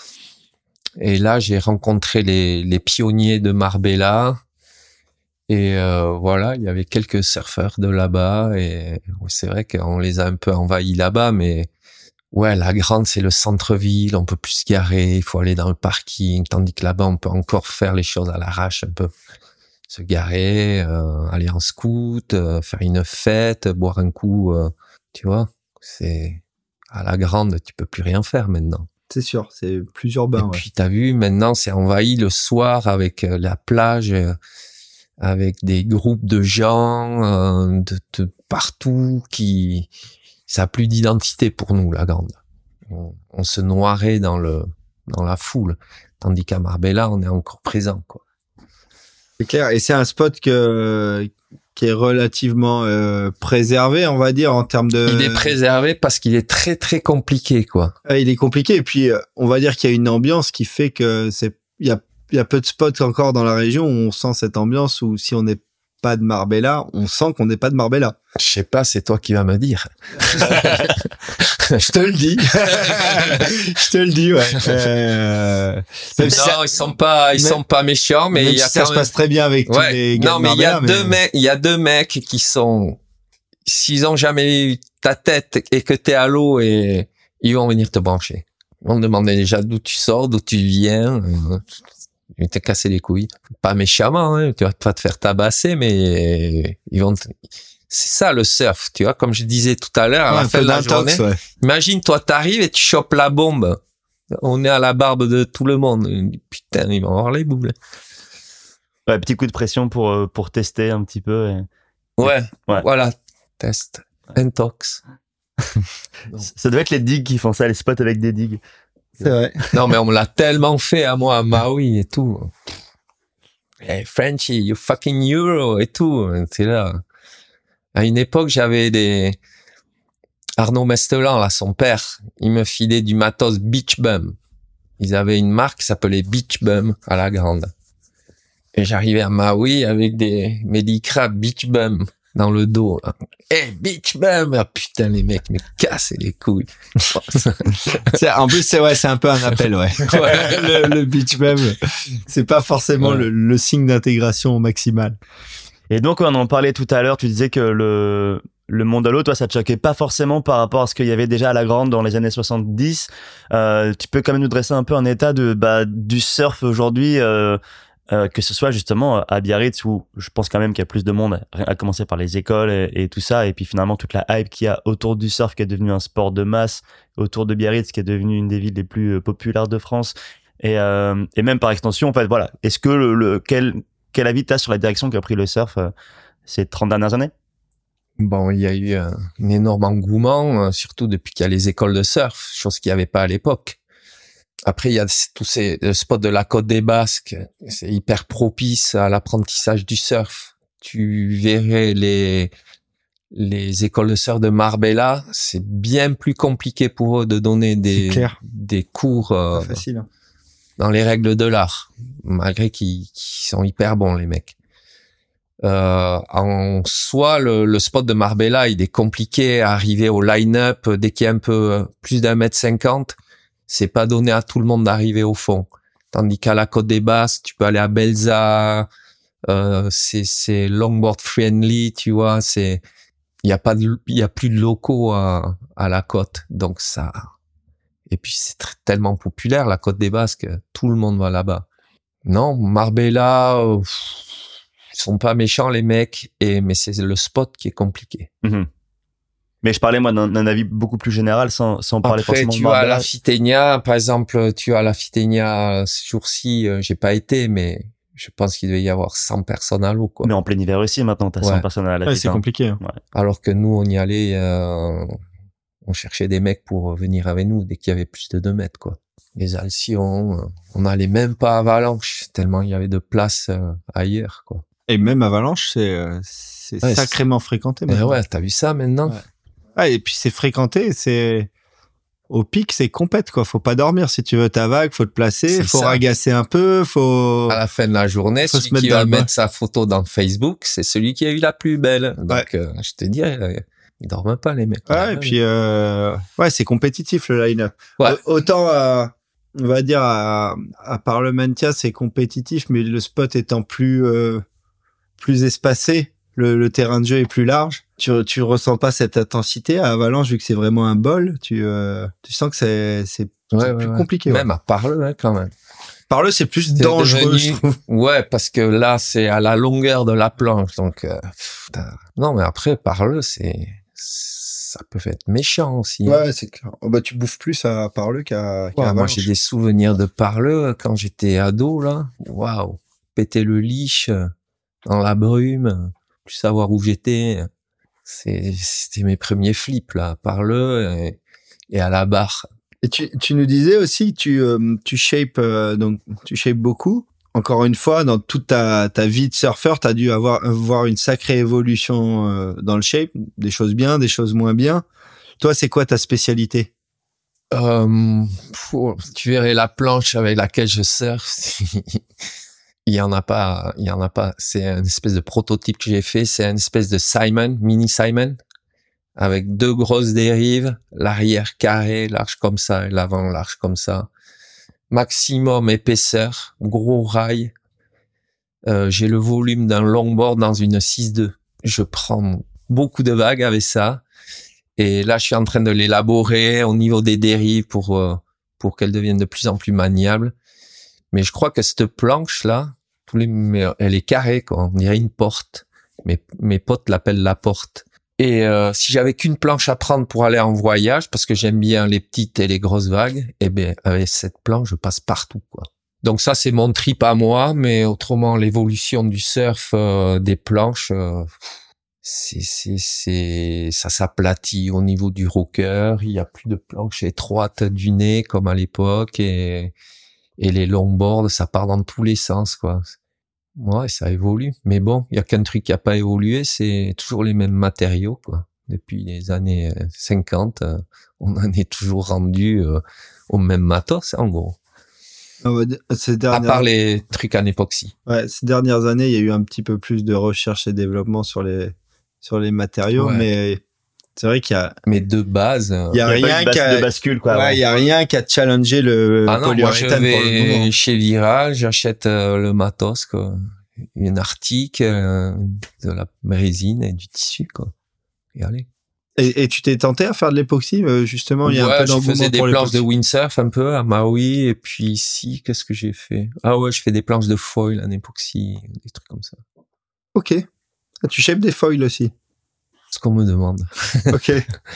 Speaker 3: Et là, j'ai rencontré les, les pionniers de Marbella. Et euh, voilà, il y avait quelques surfeurs de là-bas. Et c'est vrai qu'on les a un peu envahis là-bas. Mais ouais, la grande, c'est le centre-ville. On peut plus se garer. Il faut aller dans le parking. Tandis que là-bas, on peut encore faire les choses à l'arrache un peu. Se garer, euh, aller en scout, euh, faire une fête, boire un coup. Euh, tu vois, c'est à la grande, tu peux plus rien faire maintenant.
Speaker 2: C'est sûr, c'est plus urbain.
Speaker 3: Et
Speaker 2: ouais.
Speaker 3: puis t'as vu, maintenant c'est envahi le soir avec euh, la plage, euh, avec des groupes de gens euh, de, de partout qui, ça a plus d'identité pour nous, la grande. On, on se noirait dans le dans la foule, tandis qu'à Marbella on est encore présent, quoi.
Speaker 2: C'est clair, et c'est un spot que qui est relativement euh, préservé, on va dire, en termes de...
Speaker 3: Il est préservé parce qu'il est très, très compliqué, quoi.
Speaker 2: Euh, il est compliqué, et puis euh, on va dire qu'il y a une ambiance qui fait que c'est... Il y a, il y a peu de spots encore dans la région où on sent cette ambiance, où si on n'est pas de Marbella, on sent qu'on n'est pas de Marbella.
Speaker 3: Je sais pas, c'est toi qui vas me dire.
Speaker 2: Je te le dis. Je te le dis, ouais. Euh...
Speaker 3: Non, ça... ils sont pas, ils même... sont pas méchants, mais
Speaker 2: même
Speaker 3: il y a
Speaker 2: si ça
Speaker 3: quand
Speaker 2: se
Speaker 3: même...
Speaker 2: passe très bien avec tous
Speaker 3: ouais.
Speaker 2: les gars
Speaker 3: non,
Speaker 2: de
Speaker 3: mais il y a
Speaker 2: Marbella,
Speaker 3: deux
Speaker 2: mais...
Speaker 3: mecs, il y a deux mecs qui sont, s'ils ont jamais eu ta tête et que t'es à l'eau, et ils vont venir te brancher. Ils vont te demander déjà d'où tu sors, d'où tu viens. Ils vont te casser les couilles. Pas méchamment, hein. Tu vas pas te faire tabasser, mais ils vont te... C'est ça le surf, tu vois, comme je disais tout à l'heure, à
Speaker 2: ouais,
Speaker 3: la fin de la journée. Ouais. Imagine, toi, t'arrives et tu chopes la bombe. On est à la barbe de tout le monde. Putain, ils vont avoir les boules.
Speaker 1: Ouais, petit coup de pression pour, pour tester un petit peu. Et...
Speaker 3: Ouais, ouais, voilà, test, intox.
Speaker 1: Ça doit être les digues qui font ça, les spots avec des digues.
Speaker 2: C'est vrai.
Speaker 3: Non, mais on me l'a tellement fait à moi, à Maui et tout. Hey, Frenchy, you fucking euro et tout. C'est là. À une époque, j'avais des... Arnaud Mestelan, là, son père, il me filait du matos Beach Bum. Ils avaient une marque qui s'appelait Beach Bum à la grande. Et j'arrivais à Maui avec des Medicra Beach Bum dans le dos, là. Hey, Beach Bum! Ah, putain, les mecs me cassaient les couilles.
Speaker 2: c'est, en plus, c'est, ouais, c'est un peu un appel, ouais. ouais. le, le Beach Bum, c'est pas forcément ouais. le, le signe d'intégration maximale.
Speaker 1: Et donc, on en parlait tout à l'heure, tu disais que le, le monde à l'eau, toi, ça te choquait pas forcément par rapport à ce qu'il y avait déjà à la grande dans les années soixante-dix. Euh, tu peux quand même nous dresser un peu un état de, bah, du surf aujourd'hui, euh, euh, que ce soit justement à Biarritz où je pense quand même qu'il y a plus de monde, à commencer par les écoles et, et tout ça. Et puis finalement, toute la hype qu'il y a autour du surf qui est devenu un sport de masse, autour de Biarritz qui est devenu une des villes les plus populaires de France. Et, euh, et même par extension, en fait, voilà. Est-ce que le, le quel, Quel avis tu as sur la direction qu'a pris le surf euh, ces trente dernières années?
Speaker 3: Bon, il y a eu un, un énorme engouement, euh, surtout depuis qu'il y a les écoles de surf, chose qu'il n'y avait pas à l'époque. Après, il y a tous ces le spot de la Côte des Basques, c'est hyper propice à l'apprentissage du surf. Tu verrais les les écoles de surf de Marbella, c'est bien plus compliqué pour eux de donner des des cours euh,
Speaker 2: facile, hein.
Speaker 3: Dans les règles de l'art, malgré qu'ils, qu'ils sont hyper bons, les mecs. Euh, en soi, le, le spot de Marbella, il est compliqué à arriver au line-up dès qu'il y a un peu plus d'un mètre cinquante. C'est pas donné à tout le monde d'arriver au fond. Tandis qu'à la Côte des Basques, tu peux aller à Belza, euh, c'est, c'est longboard friendly, tu vois, c'est, il y a pas de, il y a plus de locaux à, à la côte. Donc ça, Et puis c'est tr- tellement populaire la Côte des Basques, tout le monde va là-bas. Non, Marbella, euh, pff, ils sont pas méchants les mecs, et mais c'est le spot qui est compliqué.
Speaker 1: Mmh. Mais je parlais moi d'un, d'un avis beaucoup plus général, sans sans parler
Speaker 3: Après,
Speaker 1: forcément de
Speaker 3: tu as
Speaker 1: Marbella.
Speaker 3: la Fitenia, par exemple, tu as la Fitenia ce jour-ci, euh, j'ai pas été, mais je pense qu'il devait y avoir cent personnes à l'eau, quoi.
Speaker 1: Mais en plein hiver aussi, maintenant, t'as
Speaker 3: Ouais.
Speaker 1: cent personnes à la
Speaker 2: Ouais,
Speaker 1: fête,
Speaker 2: c'est
Speaker 1: hein.
Speaker 2: compliqué. Hein.
Speaker 3: Alors que nous, on y allait, euh, on cherchait des mecs pour venir avec nous dès qu'il y avait plus de deux mètres, quoi. Les Alcyons, euh, on n'allait même pas à Valence, tellement il y avait de place euh, ailleurs, quoi.
Speaker 2: Et même à Valence, c'est, euh, c'est
Speaker 3: Ouais,
Speaker 2: sacrément fréquenté.
Speaker 3: Mais
Speaker 2: maintenant.
Speaker 3: ouais, t'as vu ça maintenant?
Speaker 2: Ouais. Ah, et puis c'est fréquenté, c'est au pic, c'est compète quoi. Faut pas dormir si tu veux ta vague, faut te placer,
Speaker 3: C'est
Speaker 2: faut
Speaker 3: ça.
Speaker 2: ragasser un peu, faut.
Speaker 3: À la fin de la journée,
Speaker 2: Faut
Speaker 3: celui
Speaker 2: se mettre
Speaker 3: qui
Speaker 2: dans
Speaker 3: va
Speaker 2: le bain.
Speaker 3: mettre sa photo dans Facebook, c'est celui qui a eu la plus belle. Donc,
Speaker 2: Ouais.
Speaker 3: euh, je te dirais, euh, ils dorment pas, les mecs.
Speaker 2: Ouais, et puis euh, ouais, c'est compétitif le line-up.
Speaker 3: Ouais.
Speaker 2: Au- Autant à, on va dire à, à Parlementia, c'est compétitif, mais le spot étant plus euh, plus espacé, le, le terrain de jeu est plus large. Tu tu ressens pas cette intensité à Avalanche vu que c'est vraiment un bol. Tu euh, tu sens que c'est c'est,
Speaker 3: Ouais,
Speaker 2: c'est
Speaker 3: ouais,
Speaker 2: plus
Speaker 3: ouais.
Speaker 2: compliqué. Ouais.
Speaker 3: Même à Parle, hein, quand même.
Speaker 2: Par là, c'est plus
Speaker 3: C'est
Speaker 2: dangereux,
Speaker 3: devenu-
Speaker 2: je trouve.
Speaker 3: Ouais, parce que là, c'est à la longueur de la planche. Donc, euh, pff, t'as- non, mais après, Parle, c'est, ça peut être méchant aussi. hein.
Speaker 2: Ouais, c'est clair. Oh, bah, tu bouffes plus à Parle qu'à, qu'à
Speaker 3: Ouais, moi,
Speaker 2: Avalanche.
Speaker 3: j'ai des souvenirs de Parle quand j'étais ado, là. Waouh. Péter le liche euh, dans la brume, euh, plus savoir où j'étais. C'est, c'était mes premiers flips, là, à Parle et, et à la barre.
Speaker 2: Et tu, tu nous disais aussi que tu, euh, tu shapes, euh, donc, tu shapes beaucoup. Encore une fois, dans toute ta, ta vie de surfeur, tu as dû avoir, avoir une sacrée évolution euh, dans le shape. Des choses bien, des choses moins bien. Toi, c'est quoi ta spécialité?
Speaker 3: Euh, pff, tu verrais la planche avec laquelle je surfe. Il y en a pas, il y en a pas. C'est une espèce de prototype que j'ai fait. C'est une espèce de Simon, mini Simon, avec deux grosses dérives, l'arrière carré, large comme ça, et l'avant large comme ça. Maximum épaisseur, gros rail. Euh, j'ai le volume d'un longboard dans une six deux. Je prends beaucoup de vagues avec ça. Et là, je suis en train de l'élaborer au niveau des dérives pour, euh, pour qu'elle devienne de plus en plus maniable. Mais je crois que cette planche-là, tous les, mais elle est carrée, quoi. On dirait une porte. Mes, mes potes l'appellent la porte. Et euh, si j'avais qu'une planche à prendre pour aller en voyage, parce que j'aime bien les petites et les grosses vagues, eh bien, avec cette planche, je passe partout, quoi. Donc ça, c'est mon trip à moi, mais autrement, l'évolution du surf, euh, des planches, euh, c'est, c'est, c'est, ça s'aplatit au niveau du rocker. Il y a plus de planches étroites du nez comme à l'époque, et et les longboards, ça part dans tous les sens, quoi. Ouais, ça évolue. Mais bon, il y a qu'un truc qui a pas évolué, c'est toujours les mêmes matériaux, quoi. Depuis les années cinquante, euh, on en est toujours rendu euh, au même matos, en gros.
Speaker 2: On va dire, ces
Speaker 3: À
Speaker 2: dernières,
Speaker 3: part les trucs en époxy.
Speaker 2: ouais, ces dernières années, il y a eu un petit peu plus de recherche et développement sur les, sur les matériaux,
Speaker 3: Ouais.
Speaker 2: mais c'est vrai qu'il y a,
Speaker 3: Mais de base, euh,
Speaker 2: il y a
Speaker 1: Il y a pas eu
Speaker 2: rien
Speaker 1: de, bas-
Speaker 2: qui a,
Speaker 1: de bascule, quoi.
Speaker 2: ouais,
Speaker 1: avant.
Speaker 2: il y a rien qui a challengé le
Speaker 3: ah non, moi je
Speaker 2: polyuréthane pour le moment.
Speaker 3: vais chez Viral, j'achète euh, le matos, quoi. Une artique, euh, de la résine et du tissu, quoi. Et allez.
Speaker 2: Et, et tu t'es tenté à faire de l'époxy, euh, justement, il y a
Speaker 3: Ouais,
Speaker 2: un peu
Speaker 3: je
Speaker 2: d'engouement
Speaker 3: faisais des
Speaker 2: pour
Speaker 3: planches de
Speaker 2: l'époxy.
Speaker 3: windsurf un peu à Maui, et puis ici, qu'est-ce que j'ai fait? Ah ouais, je fais des planches de foil en époxy, des trucs comme ça.
Speaker 2: Ok. Ah, tu shapes des foils aussi.
Speaker 3: Ce qu'on me demande.
Speaker 2: Ok.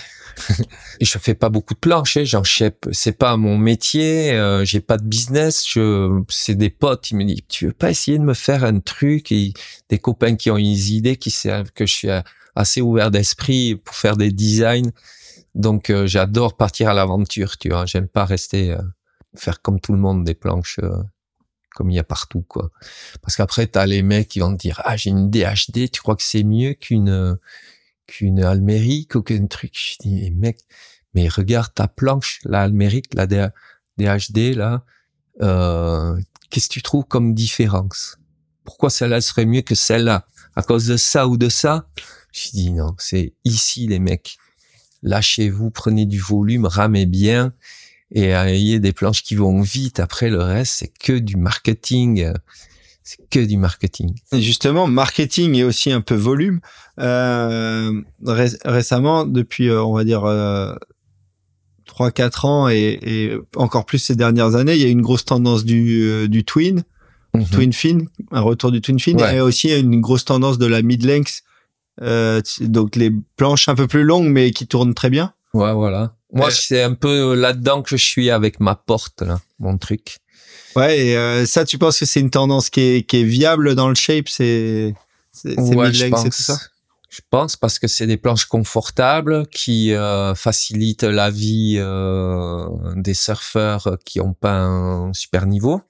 Speaker 3: Et je fais pas beaucoup de planches, hein, j'en shape. C'est pas mon métier, euh, j'ai pas de business, je, c'est des potes, ils me disent, tu veux pas essayer de me faire un truc? Et des copains qui ont une idée, qui savent que je suis assez ouvert d'esprit pour faire des designs. Donc, euh, j'adore partir à l'aventure, tu vois. J'aime pas rester, euh, faire comme tout le monde des planches, euh, comme il y a partout, quoi. Parce qu'après, t'as les mecs qui vont te dire, ah, j'ai une D H D, tu crois que c'est mieux qu'une, qu'une almérique ou qu'un truc? Je dis, eh, mec, mais regarde ta planche, la almérique, la D H D, là, euh, qu'est-ce que tu trouves comme différence? Pourquoi celle-là serait mieux que celle-là? À cause de ça ou de ça? Je dis, non, c'est ici, les mecs. Lâchez-vous, prenez du volume, ramez bien, et ayez des planches qui vont vite. Après, le reste, c'est que du marketing. C'est que du marketing.
Speaker 2: Et justement, marketing et aussi un peu volume. Euh, ré- récemment, depuis, euh, on va dire, euh, trois quatre ans et, et encore plus ces dernières années, il y a une grosse tendance du, euh, du twin, mm-hmm. twin fin, un retour du twin fin, ouais. et aussi une grosse tendance de la mid-length, euh, donc les planches un peu plus longues mais qui tournent très bien.
Speaker 3: Ouais, voilà. Moi, ouais. c'est un peu là-dedans que je suis avec ma porte, là, mon truc.
Speaker 2: Ouais, et euh, ça, tu penses que c'est une tendance qui est, qui est viable dans le shape, c'est, c'est, c'est
Speaker 3: ouais,
Speaker 2: mid-length, c'est tout ça?
Speaker 3: Je pense parce que c'est des planches confortables qui euh, facilitent la vie euh, des surfeurs qui ont pas un super niveau.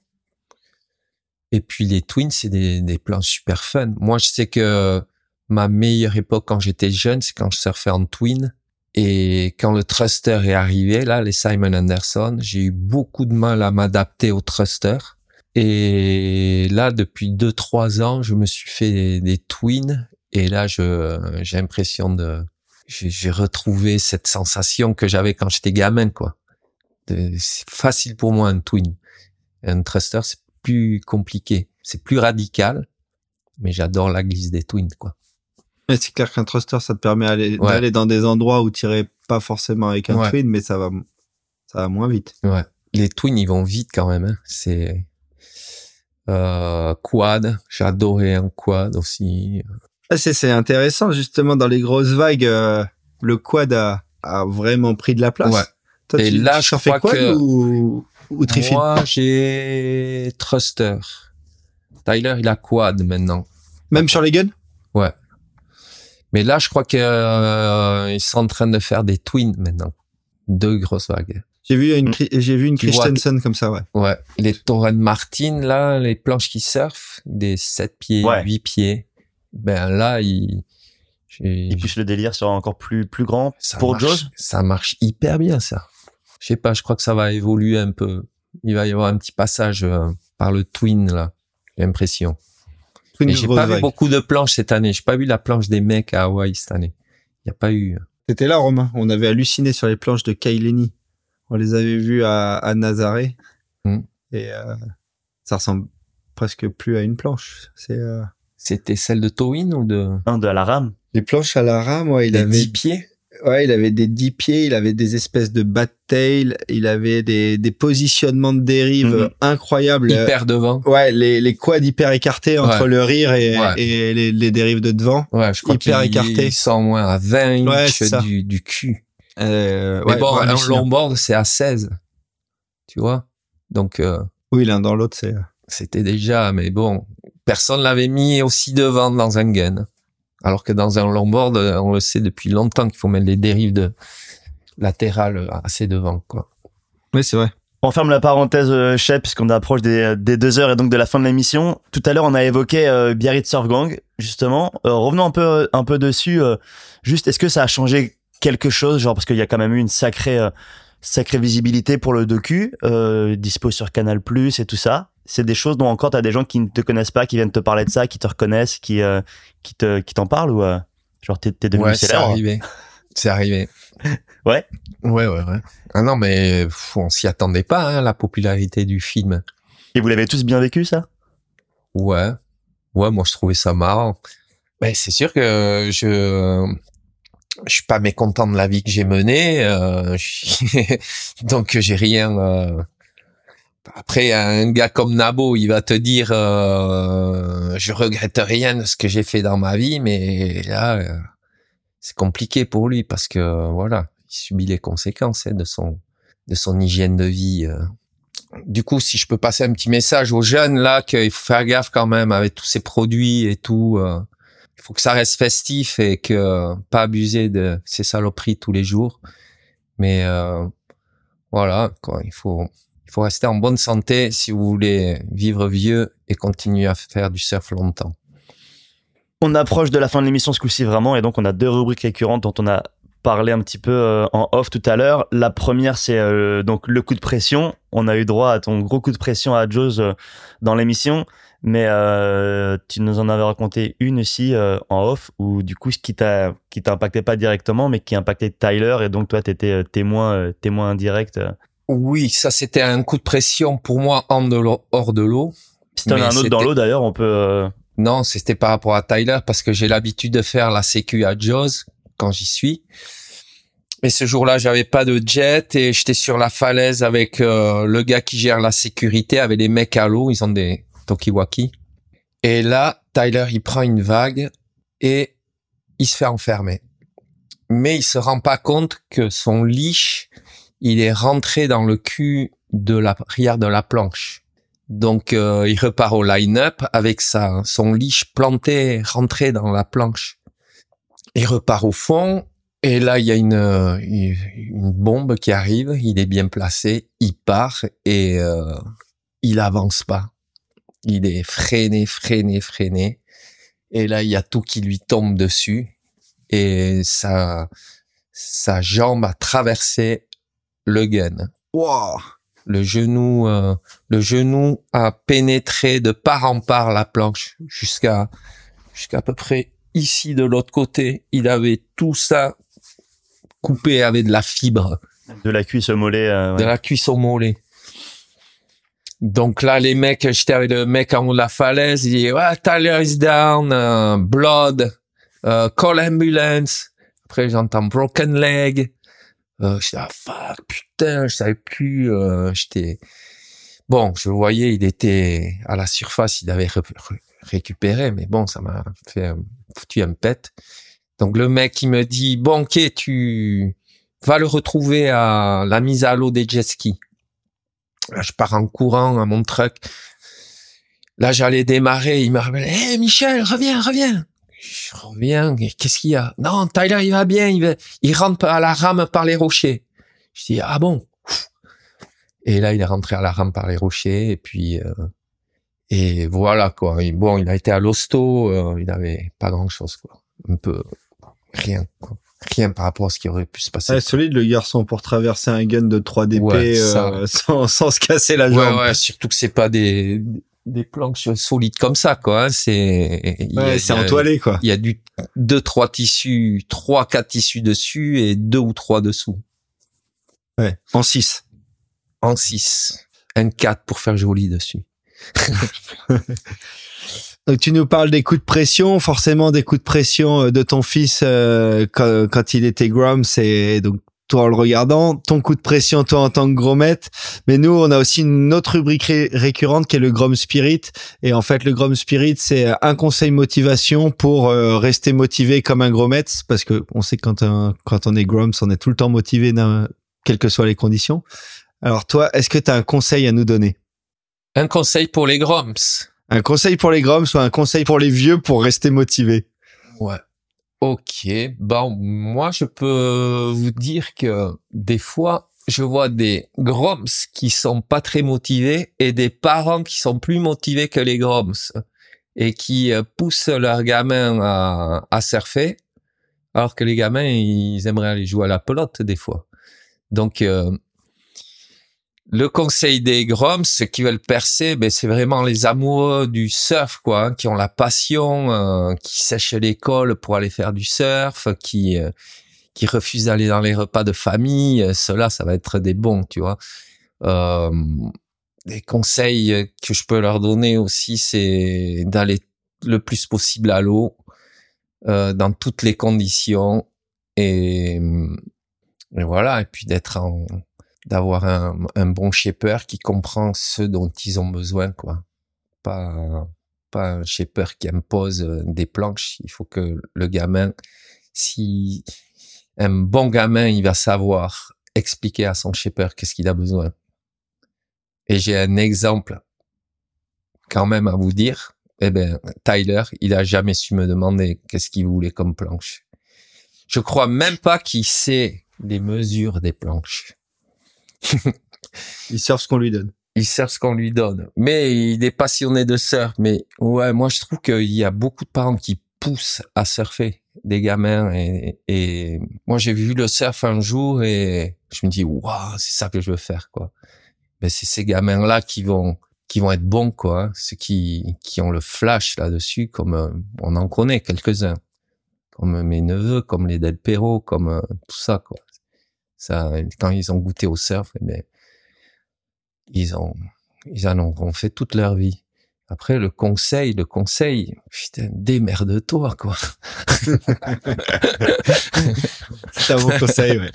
Speaker 3: Et puis les twins, c'est des, des planches super fun. Moi, je sais que ma meilleure époque quand j'étais jeune, c'est quand je surfais en twin. Et quand le thruster est arrivé, là, les Simon Anderson, j'ai eu beaucoup de mal à m'adapter au thruster. Et là, depuis deux, trois ans, je me suis fait des, des twins. Et là, je, j'ai l'impression de, j'ai, j'ai retrouvé cette sensation que j'avais quand j'étais gamin, quoi. De, c'est facile pour moi, un twin. Un thruster, c'est plus compliqué. C'est plus radical. Mais j'adore la glisse des twins, quoi.
Speaker 2: Mais c'est clair qu'un thruster, ça te permet d'aller, ouais. d'aller dans des endroits où tu irais pas forcément avec un ouais. twin, mais ça va, ça va moins vite.
Speaker 3: Ouais. Les twins, ils vont vite quand même, hein. C'est, euh, quad. J'ai adoré un quad aussi.
Speaker 2: C'est, c'est intéressant, justement, dans les grosses vagues, euh, le quad a, a vraiment pris de la place.
Speaker 3: Ouais.
Speaker 2: Toi,
Speaker 3: et
Speaker 2: tu,
Speaker 3: là,
Speaker 2: tu
Speaker 3: je
Speaker 2: fais
Speaker 3: crois
Speaker 2: quad
Speaker 3: que
Speaker 2: ou, ou trifine?
Speaker 3: Moi, j'ai thruster. Tyler, il a quad maintenant.
Speaker 2: Même sur les guns?
Speaker 3: Ouais. Mais là, je crois qu'ils euh, sont en train de faire des twins maintenant. Deux grosses vagues.
Speaker 2: J'ai vu une, j'ai vu une Christensen comme ça, ouais.
Speaker 3: Ouais. Les Torren Martin, là, les planches qui surfent, des sept pieds, ouais. huit pieds. Ben là, il, j'ai,
Speaker 1: il pousse le délire sur encore plus plus grand
Speaker 3: ça
Speaker 1: pour
Speaker 3: marche,
Speaker 1: Jaws.
Speaker 3: Ça marche hyper bien, ça. Je sais pas, je crois que ça va évoluer un peu. Il va y avoir un petit passage euh, par le twin là, j'ai l'impression. Twin Et j'ai pas vague. vu beaucoup de planches cette année. J'ai pas vu la planche des mecs à Hawaï cette année. Il y a pas eu.
Speaker 2: T'étais là, Romain. On avait halluciné sur les planches de Kai Lenny. On les avait vues à, à Nazaré. Mm. Et euh, ça ressemble presque plus à une planche. C'est euh...
Speaker 3: C'était celle de Towin ou de
Speaker 1: non, de la rame.
Speaker 2: Les planches à la rame, ouais, il
Speaker 3: des
Speaker 2: avait
Speaker 3: dix pieds.
Speaker 2: Ouais, il avait des dix pieds, il avait des espèces de bat tail, il avait des des positionnements de dérive mm-hmm. incroyables.
Speaker 3: Hyper devant.
Speaker 2: Ouais, les les quads hyper écartés entre ouais. le rear et
Speaker 3: ouais.
Speaker 2: et les les dérives de devant.
Speaker 3: Ouais, je crois
Speaker 2: hyper écartés.
Speaker 3: Ils sont au moins à vingt
Speaker 2: ouais,
Speaker 3: inches du du cul.
Speaker 2: Euh,
Speaker 3: Mais
Speaker 2: ouais,
Speaker 3: bon,
Speaker 2: ouais,
Speaker 3: un longboard c'est à seize. Tu vois? Donc euh,
Speaker 2: oui, l'un dans l'autre, c'est
Speaker 3: c'était déjà, mais bon, personne l'avait mis aussi devant dans un gun. Alors que dans un longboard, on le sait depuis longtemps qu'il faut mettre les dérives de latérales assez devant, quoi.
Speaker 2: Oui, c'est vrai.
Speaker 1: On ferme la parenthèse, euh, Shep, puisqu'on approche des, des deux heures et donc de la fin de l'émission. Tout à l'heure, on a évoqué euh, Biarritz Surf Gang, justement. Euh, revenons un peu, un peu dessus. Euh, juste, est-ce que ça a changé quelque chose, genre parce qu'il y a quand même eu une sacrée, euh, sacrée visibilité pour le docu, euh, dispo sur Canal Plus et tout ça. C'est des choses dont encore t'as des gens qui ne te connaissent pas, qui viennent te parler de ça, qui te reconnaissent, qui euh, qui te qui t'en parlent ou euh, genre t'es t'es devenu
Speaker 3: ouais,
Speaker 1: célèbre.
Speaker 3: C'est arrivé. C'est arrivé.
Speaker 1: ouais.
Speaker 3: Ouais ouais ouais. Ah non mais pff, on s'y attendait pas hein, la popularité du film.
Speaker 1: Et vous l'avez tous bien vécu ça?
Speaker 3: Ouais. Ouais, moi je trouvais ça marrant. Mais c'est sûr que je je suis pas mécontent de la vie que j'ai menée, euh, donc j'ai rien. Euh... Après, un gars comme Nabo, il va te dire, euh, je regrette rien de ce que j'ai fait dans ma vie, mais là, euh, c'est compliqué pour lui parce que voilà, il subit les conséquences hein, de son de son hygiène de vie. Euh. Du coup, si je peux passer un petit message aux jeunes là, qu'il faut faire gaffe quand même avec tous ces produits et tout. Euh, il faut que ça reste festif et que euh, pas abuser de ces saloperies tous les jours. Mais euh, voilà, quoi, il faut. Il faut rester en bonne santé si vous voulez vivre vieux et continuer à faire du surf longtemps.
Speaker 1: On approche de la fin de l'émission ce coup-ci vraiment et donc on a deux rubriques récurrentes dont on a parlé un petit peu euh, en off tout à l'heure. La première c'est euh, donc le coup de pression. On a eu droit à ton gros coup de pression à Jaws euh, dans l'émission, mais euh, tu nous en avais raconté une aussi euh, en off où du coup ce qui t'a qui t'a impacté pas directement mais qui impactait Tyler et donc toi t'étais euh, témoin euh, témoin indirect. Euh.
Speaker 3: Oui, ça c'était un coup de pression pour moi en de l'eau, hors de l'eau.
Speaker 1: Si t'en as un autre c'était... dans l'eau d'ailleurs, on peut... Euh...
Speaker 3: Non, c'était par rapport à Tyler parce que j'ai l'habitude de faire la sécu à Jaws quand j'y suis. Et ce jour-là, j'avais pas de jet et j'étais sur la falaise avec euh, le gars qui gère la sécurité, avec les mecs à l'eau, ils ont des talkie-walkie. Et là, Tyler, il prend une vague et il se fait enfermer. Mais il se rend pas compte que son leash, il est rentré dans le cul de l'arrière de la planche. Donc, euh, il repart au line-up avec sa, son leash planté, rentré dans la planche. Il repart au fond. Et là, il y a une, une, une bombe qui arrive. Il est bien placé. Il part et euh, il avance pas. Il est freiné, freiné, freiné. Et là, il y a tout qui lui tombe dessus. Et sa, sa jambe a traversé le gain.
Speaker 2: Wow.
Speaker 3: Le genou, euh, le genou a pénétré de part en part la planche jusqu'à, jusqu'à à peu près ici de l'autre côté. Il avait tout ça coupé avec de la fibre.
Speaker 1: De la cuisse au mollet. Euh, ouais.
Speaker 3: De la cuisse au mollet. Donc là, les mecs, j'étais avec le mec en haut de la falaise, il dit, ouais, Tyler is down, uh, blood, uh, call ambulance. Après, j'entends broken leg. Euh, je dis, ah, fuck, putain, je savais plus, euh, j'étais, bon, je voyais, il était à la surface, il avait ré- ré- récupéré, mais bon, ça m'a fait, un, foutu un pet. Donc, le mec, il me dit, bon, ok, tu vas le retrouver à la mise à l'eau des jet skis. Là, je pars en courant à mon truck. Là, j'allais démarrer. Il me rappelle, hé, hey, Michel, reviens, reviens. Je reviens. Qu'est-ce qu'il y a? Non, Tyler, il va bien. Il, va, il rentre à la rame par les rochers. Je dis, ah bon? Et là, il est rentré à la rame par les rochers. Et puis, euh, et voilà, quoi. Et bon, il a été à l'hosto. Euh, il avait pas grand chose, quoi. Un peu, rien, quoi. Rien par rapport à ce qui aurait pu se passer.
Speaker 2: Ouais, solide le garçon pour traverser un gun de trois D P
Speaker 3: ouais,
Speaker 2: euh, sans, sans se casser la jambe.
Speaker 3: Ouais, ouais, surtout que c'est pas des des planches solides comme ça, quoi. Hein. C'est
Speaker 2: ouais, c'est entoilé, quoi.
Speaker 3: Il y a du deux, trois tissus, trois, quatre tissus dessus et deux ou trois dessous.
Speaker 2: Ouais, en six.
Speaker 3: En six. Un quatre pour faire joli dessus.
Speaker 2: Donc tu nous parles des coups de pression, forcément des coups de pression de ton fils euh, quand, quand il était Grumps et donc toi en le regardant, ton coup de pression toi en tant que Grommet. Mais nous on a aussi une autre rubrique ré- récurrente qui est le Grom Spirit et en fait le Grom Spirit c'est un conseil motivation pour euh, rester motivé comme un Grommet parce que on sait que quand un, quand on est Grumps on est tout le temps motivé quelles que soient les conditions. Alors toi est-ce que tu as un conseil à nous donner?
Speaker 3: Un conseil pour les Grumps.
Speaker 2: Un conseil pour les Grumps ou un conseil pour les vieux pour rester motivés?
Speaker 3: Ouais. Ok. Bon, moi, je peux vous dire que des fois, je vois des Grumps qui sont pas très motivés et des parents qui sont plus motivés que les Grumps et qui poussent leurs gamins à, à surfer alors que les gamins, ils aimeraient aller jouer à la pelote des fois. Donc, euh, le conseil des Grumps, ceux qui veulent percer, ben c'est vraiment les amoureux du surf, quoi, hein, qui ont la passion, euh, qui sèchent l'école pour aller faire du surf, qui euh, qui refusent d'aller dans les repas de famille. Euh, Ceux-là, ça va être des bons, tu vois. Euh, les conseils que je peux leur donner aussi, c'est d'aller le plus possible à l'eau, euh, dans toutes les conditions, et, et voilà, et puis d'être en d'avoir un, un bon shaper qui comprend ce dont ils ont besoin, quoi. Pas, pas un shaper qui impose des planches. Il faut que le gamin, si un bon gamin, il va savoir expliquer à son shaper qu'est-ce qu'il a besoin. Et j'ai un exemple quand même à vous dire. Eh ben, Tyler, il a jamais su me demander qu'est-ce qu'il voulait comme planche. Je crois même pas qu'il sait les mesures des planches.
Speaker 2: Il surfe ce qu'on lui donne.
Speaker 3: Il surfe ce qu'on lui donne. Mais il est passionné de surf. Mais ouais, moi, je trouve qu'il y a beaucoup de parents qui poussent à surfer des gamins. Et, et moi, j'ai vu le surf un jour et je me dis, waouh, c'est ça que je veux faire, quoi. Mais c'est ces gamins-là qui vont, qui vont être bons, quoi. Hein. Ceux qui, qui ont le flash là-dessus, comme euh, on en connaît quelques-uns. Comme mes neveux, comme les Del Perro, comme euh, tout ça, quoi. Ça, quand ils ont goûté au surf, eh bien, ils ont, ils en ont fait toute leur vie. Après, le conseil, le conseil, putain, démerde-toi, quoi.
Speaker 2: C'est un bon conseil, ouais.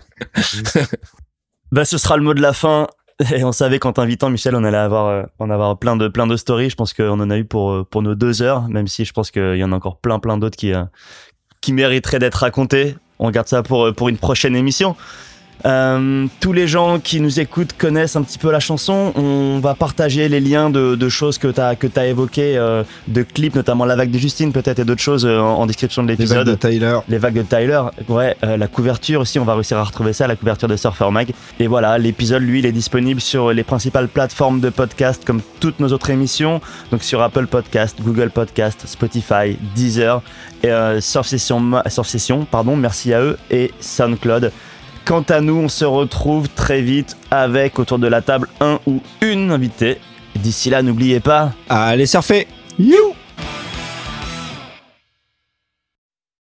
Speaker 1: Bah, ce sera le mot de la fin. Et on savait qu'en t'invitant, Michel, on allait avoir, euh, en avoir plein de, plein de stories. Je pense qu'on en a eu pour, pour nos deux heures, même si je pense qu'il y en a encore plein, plein d'autres qui, euh, qui mériteraient d'être racontées. On garde ça pour, pour une prochaine émission. Euh, tous les gens qui nous écoutent connaissent un petit peu la chanson. On va partager les liens de, de choses que t'as que t'as évoquées, euh, de clips, notamment La Vague de Justine peut-être, et d'autres choses euh, en, en description de l'épisode.
Speaker 2: Les vagues de Tyler.
Speaker 1: Les vagues de Tyler, ouais, euh, la couverture aussi, on va réussir à retrouver ça, la couverture de Surfer Mag. Et voilà, l'épisode, lui, il est disponible sur les principales plateformes de podcast, comme toutes nos autres émissions, donc sur Apple Podcast, Google Podcast, Spotify, Deezer, et, euh, Surf Session, Surf Session, pardon, merci à eux, et SoundCloud. Quant à nous, on se retrouve très vite avec autour de la table un ou une invitée. D'ici là, n'oubliez pas...
Speaker 2: Allez surfer. You.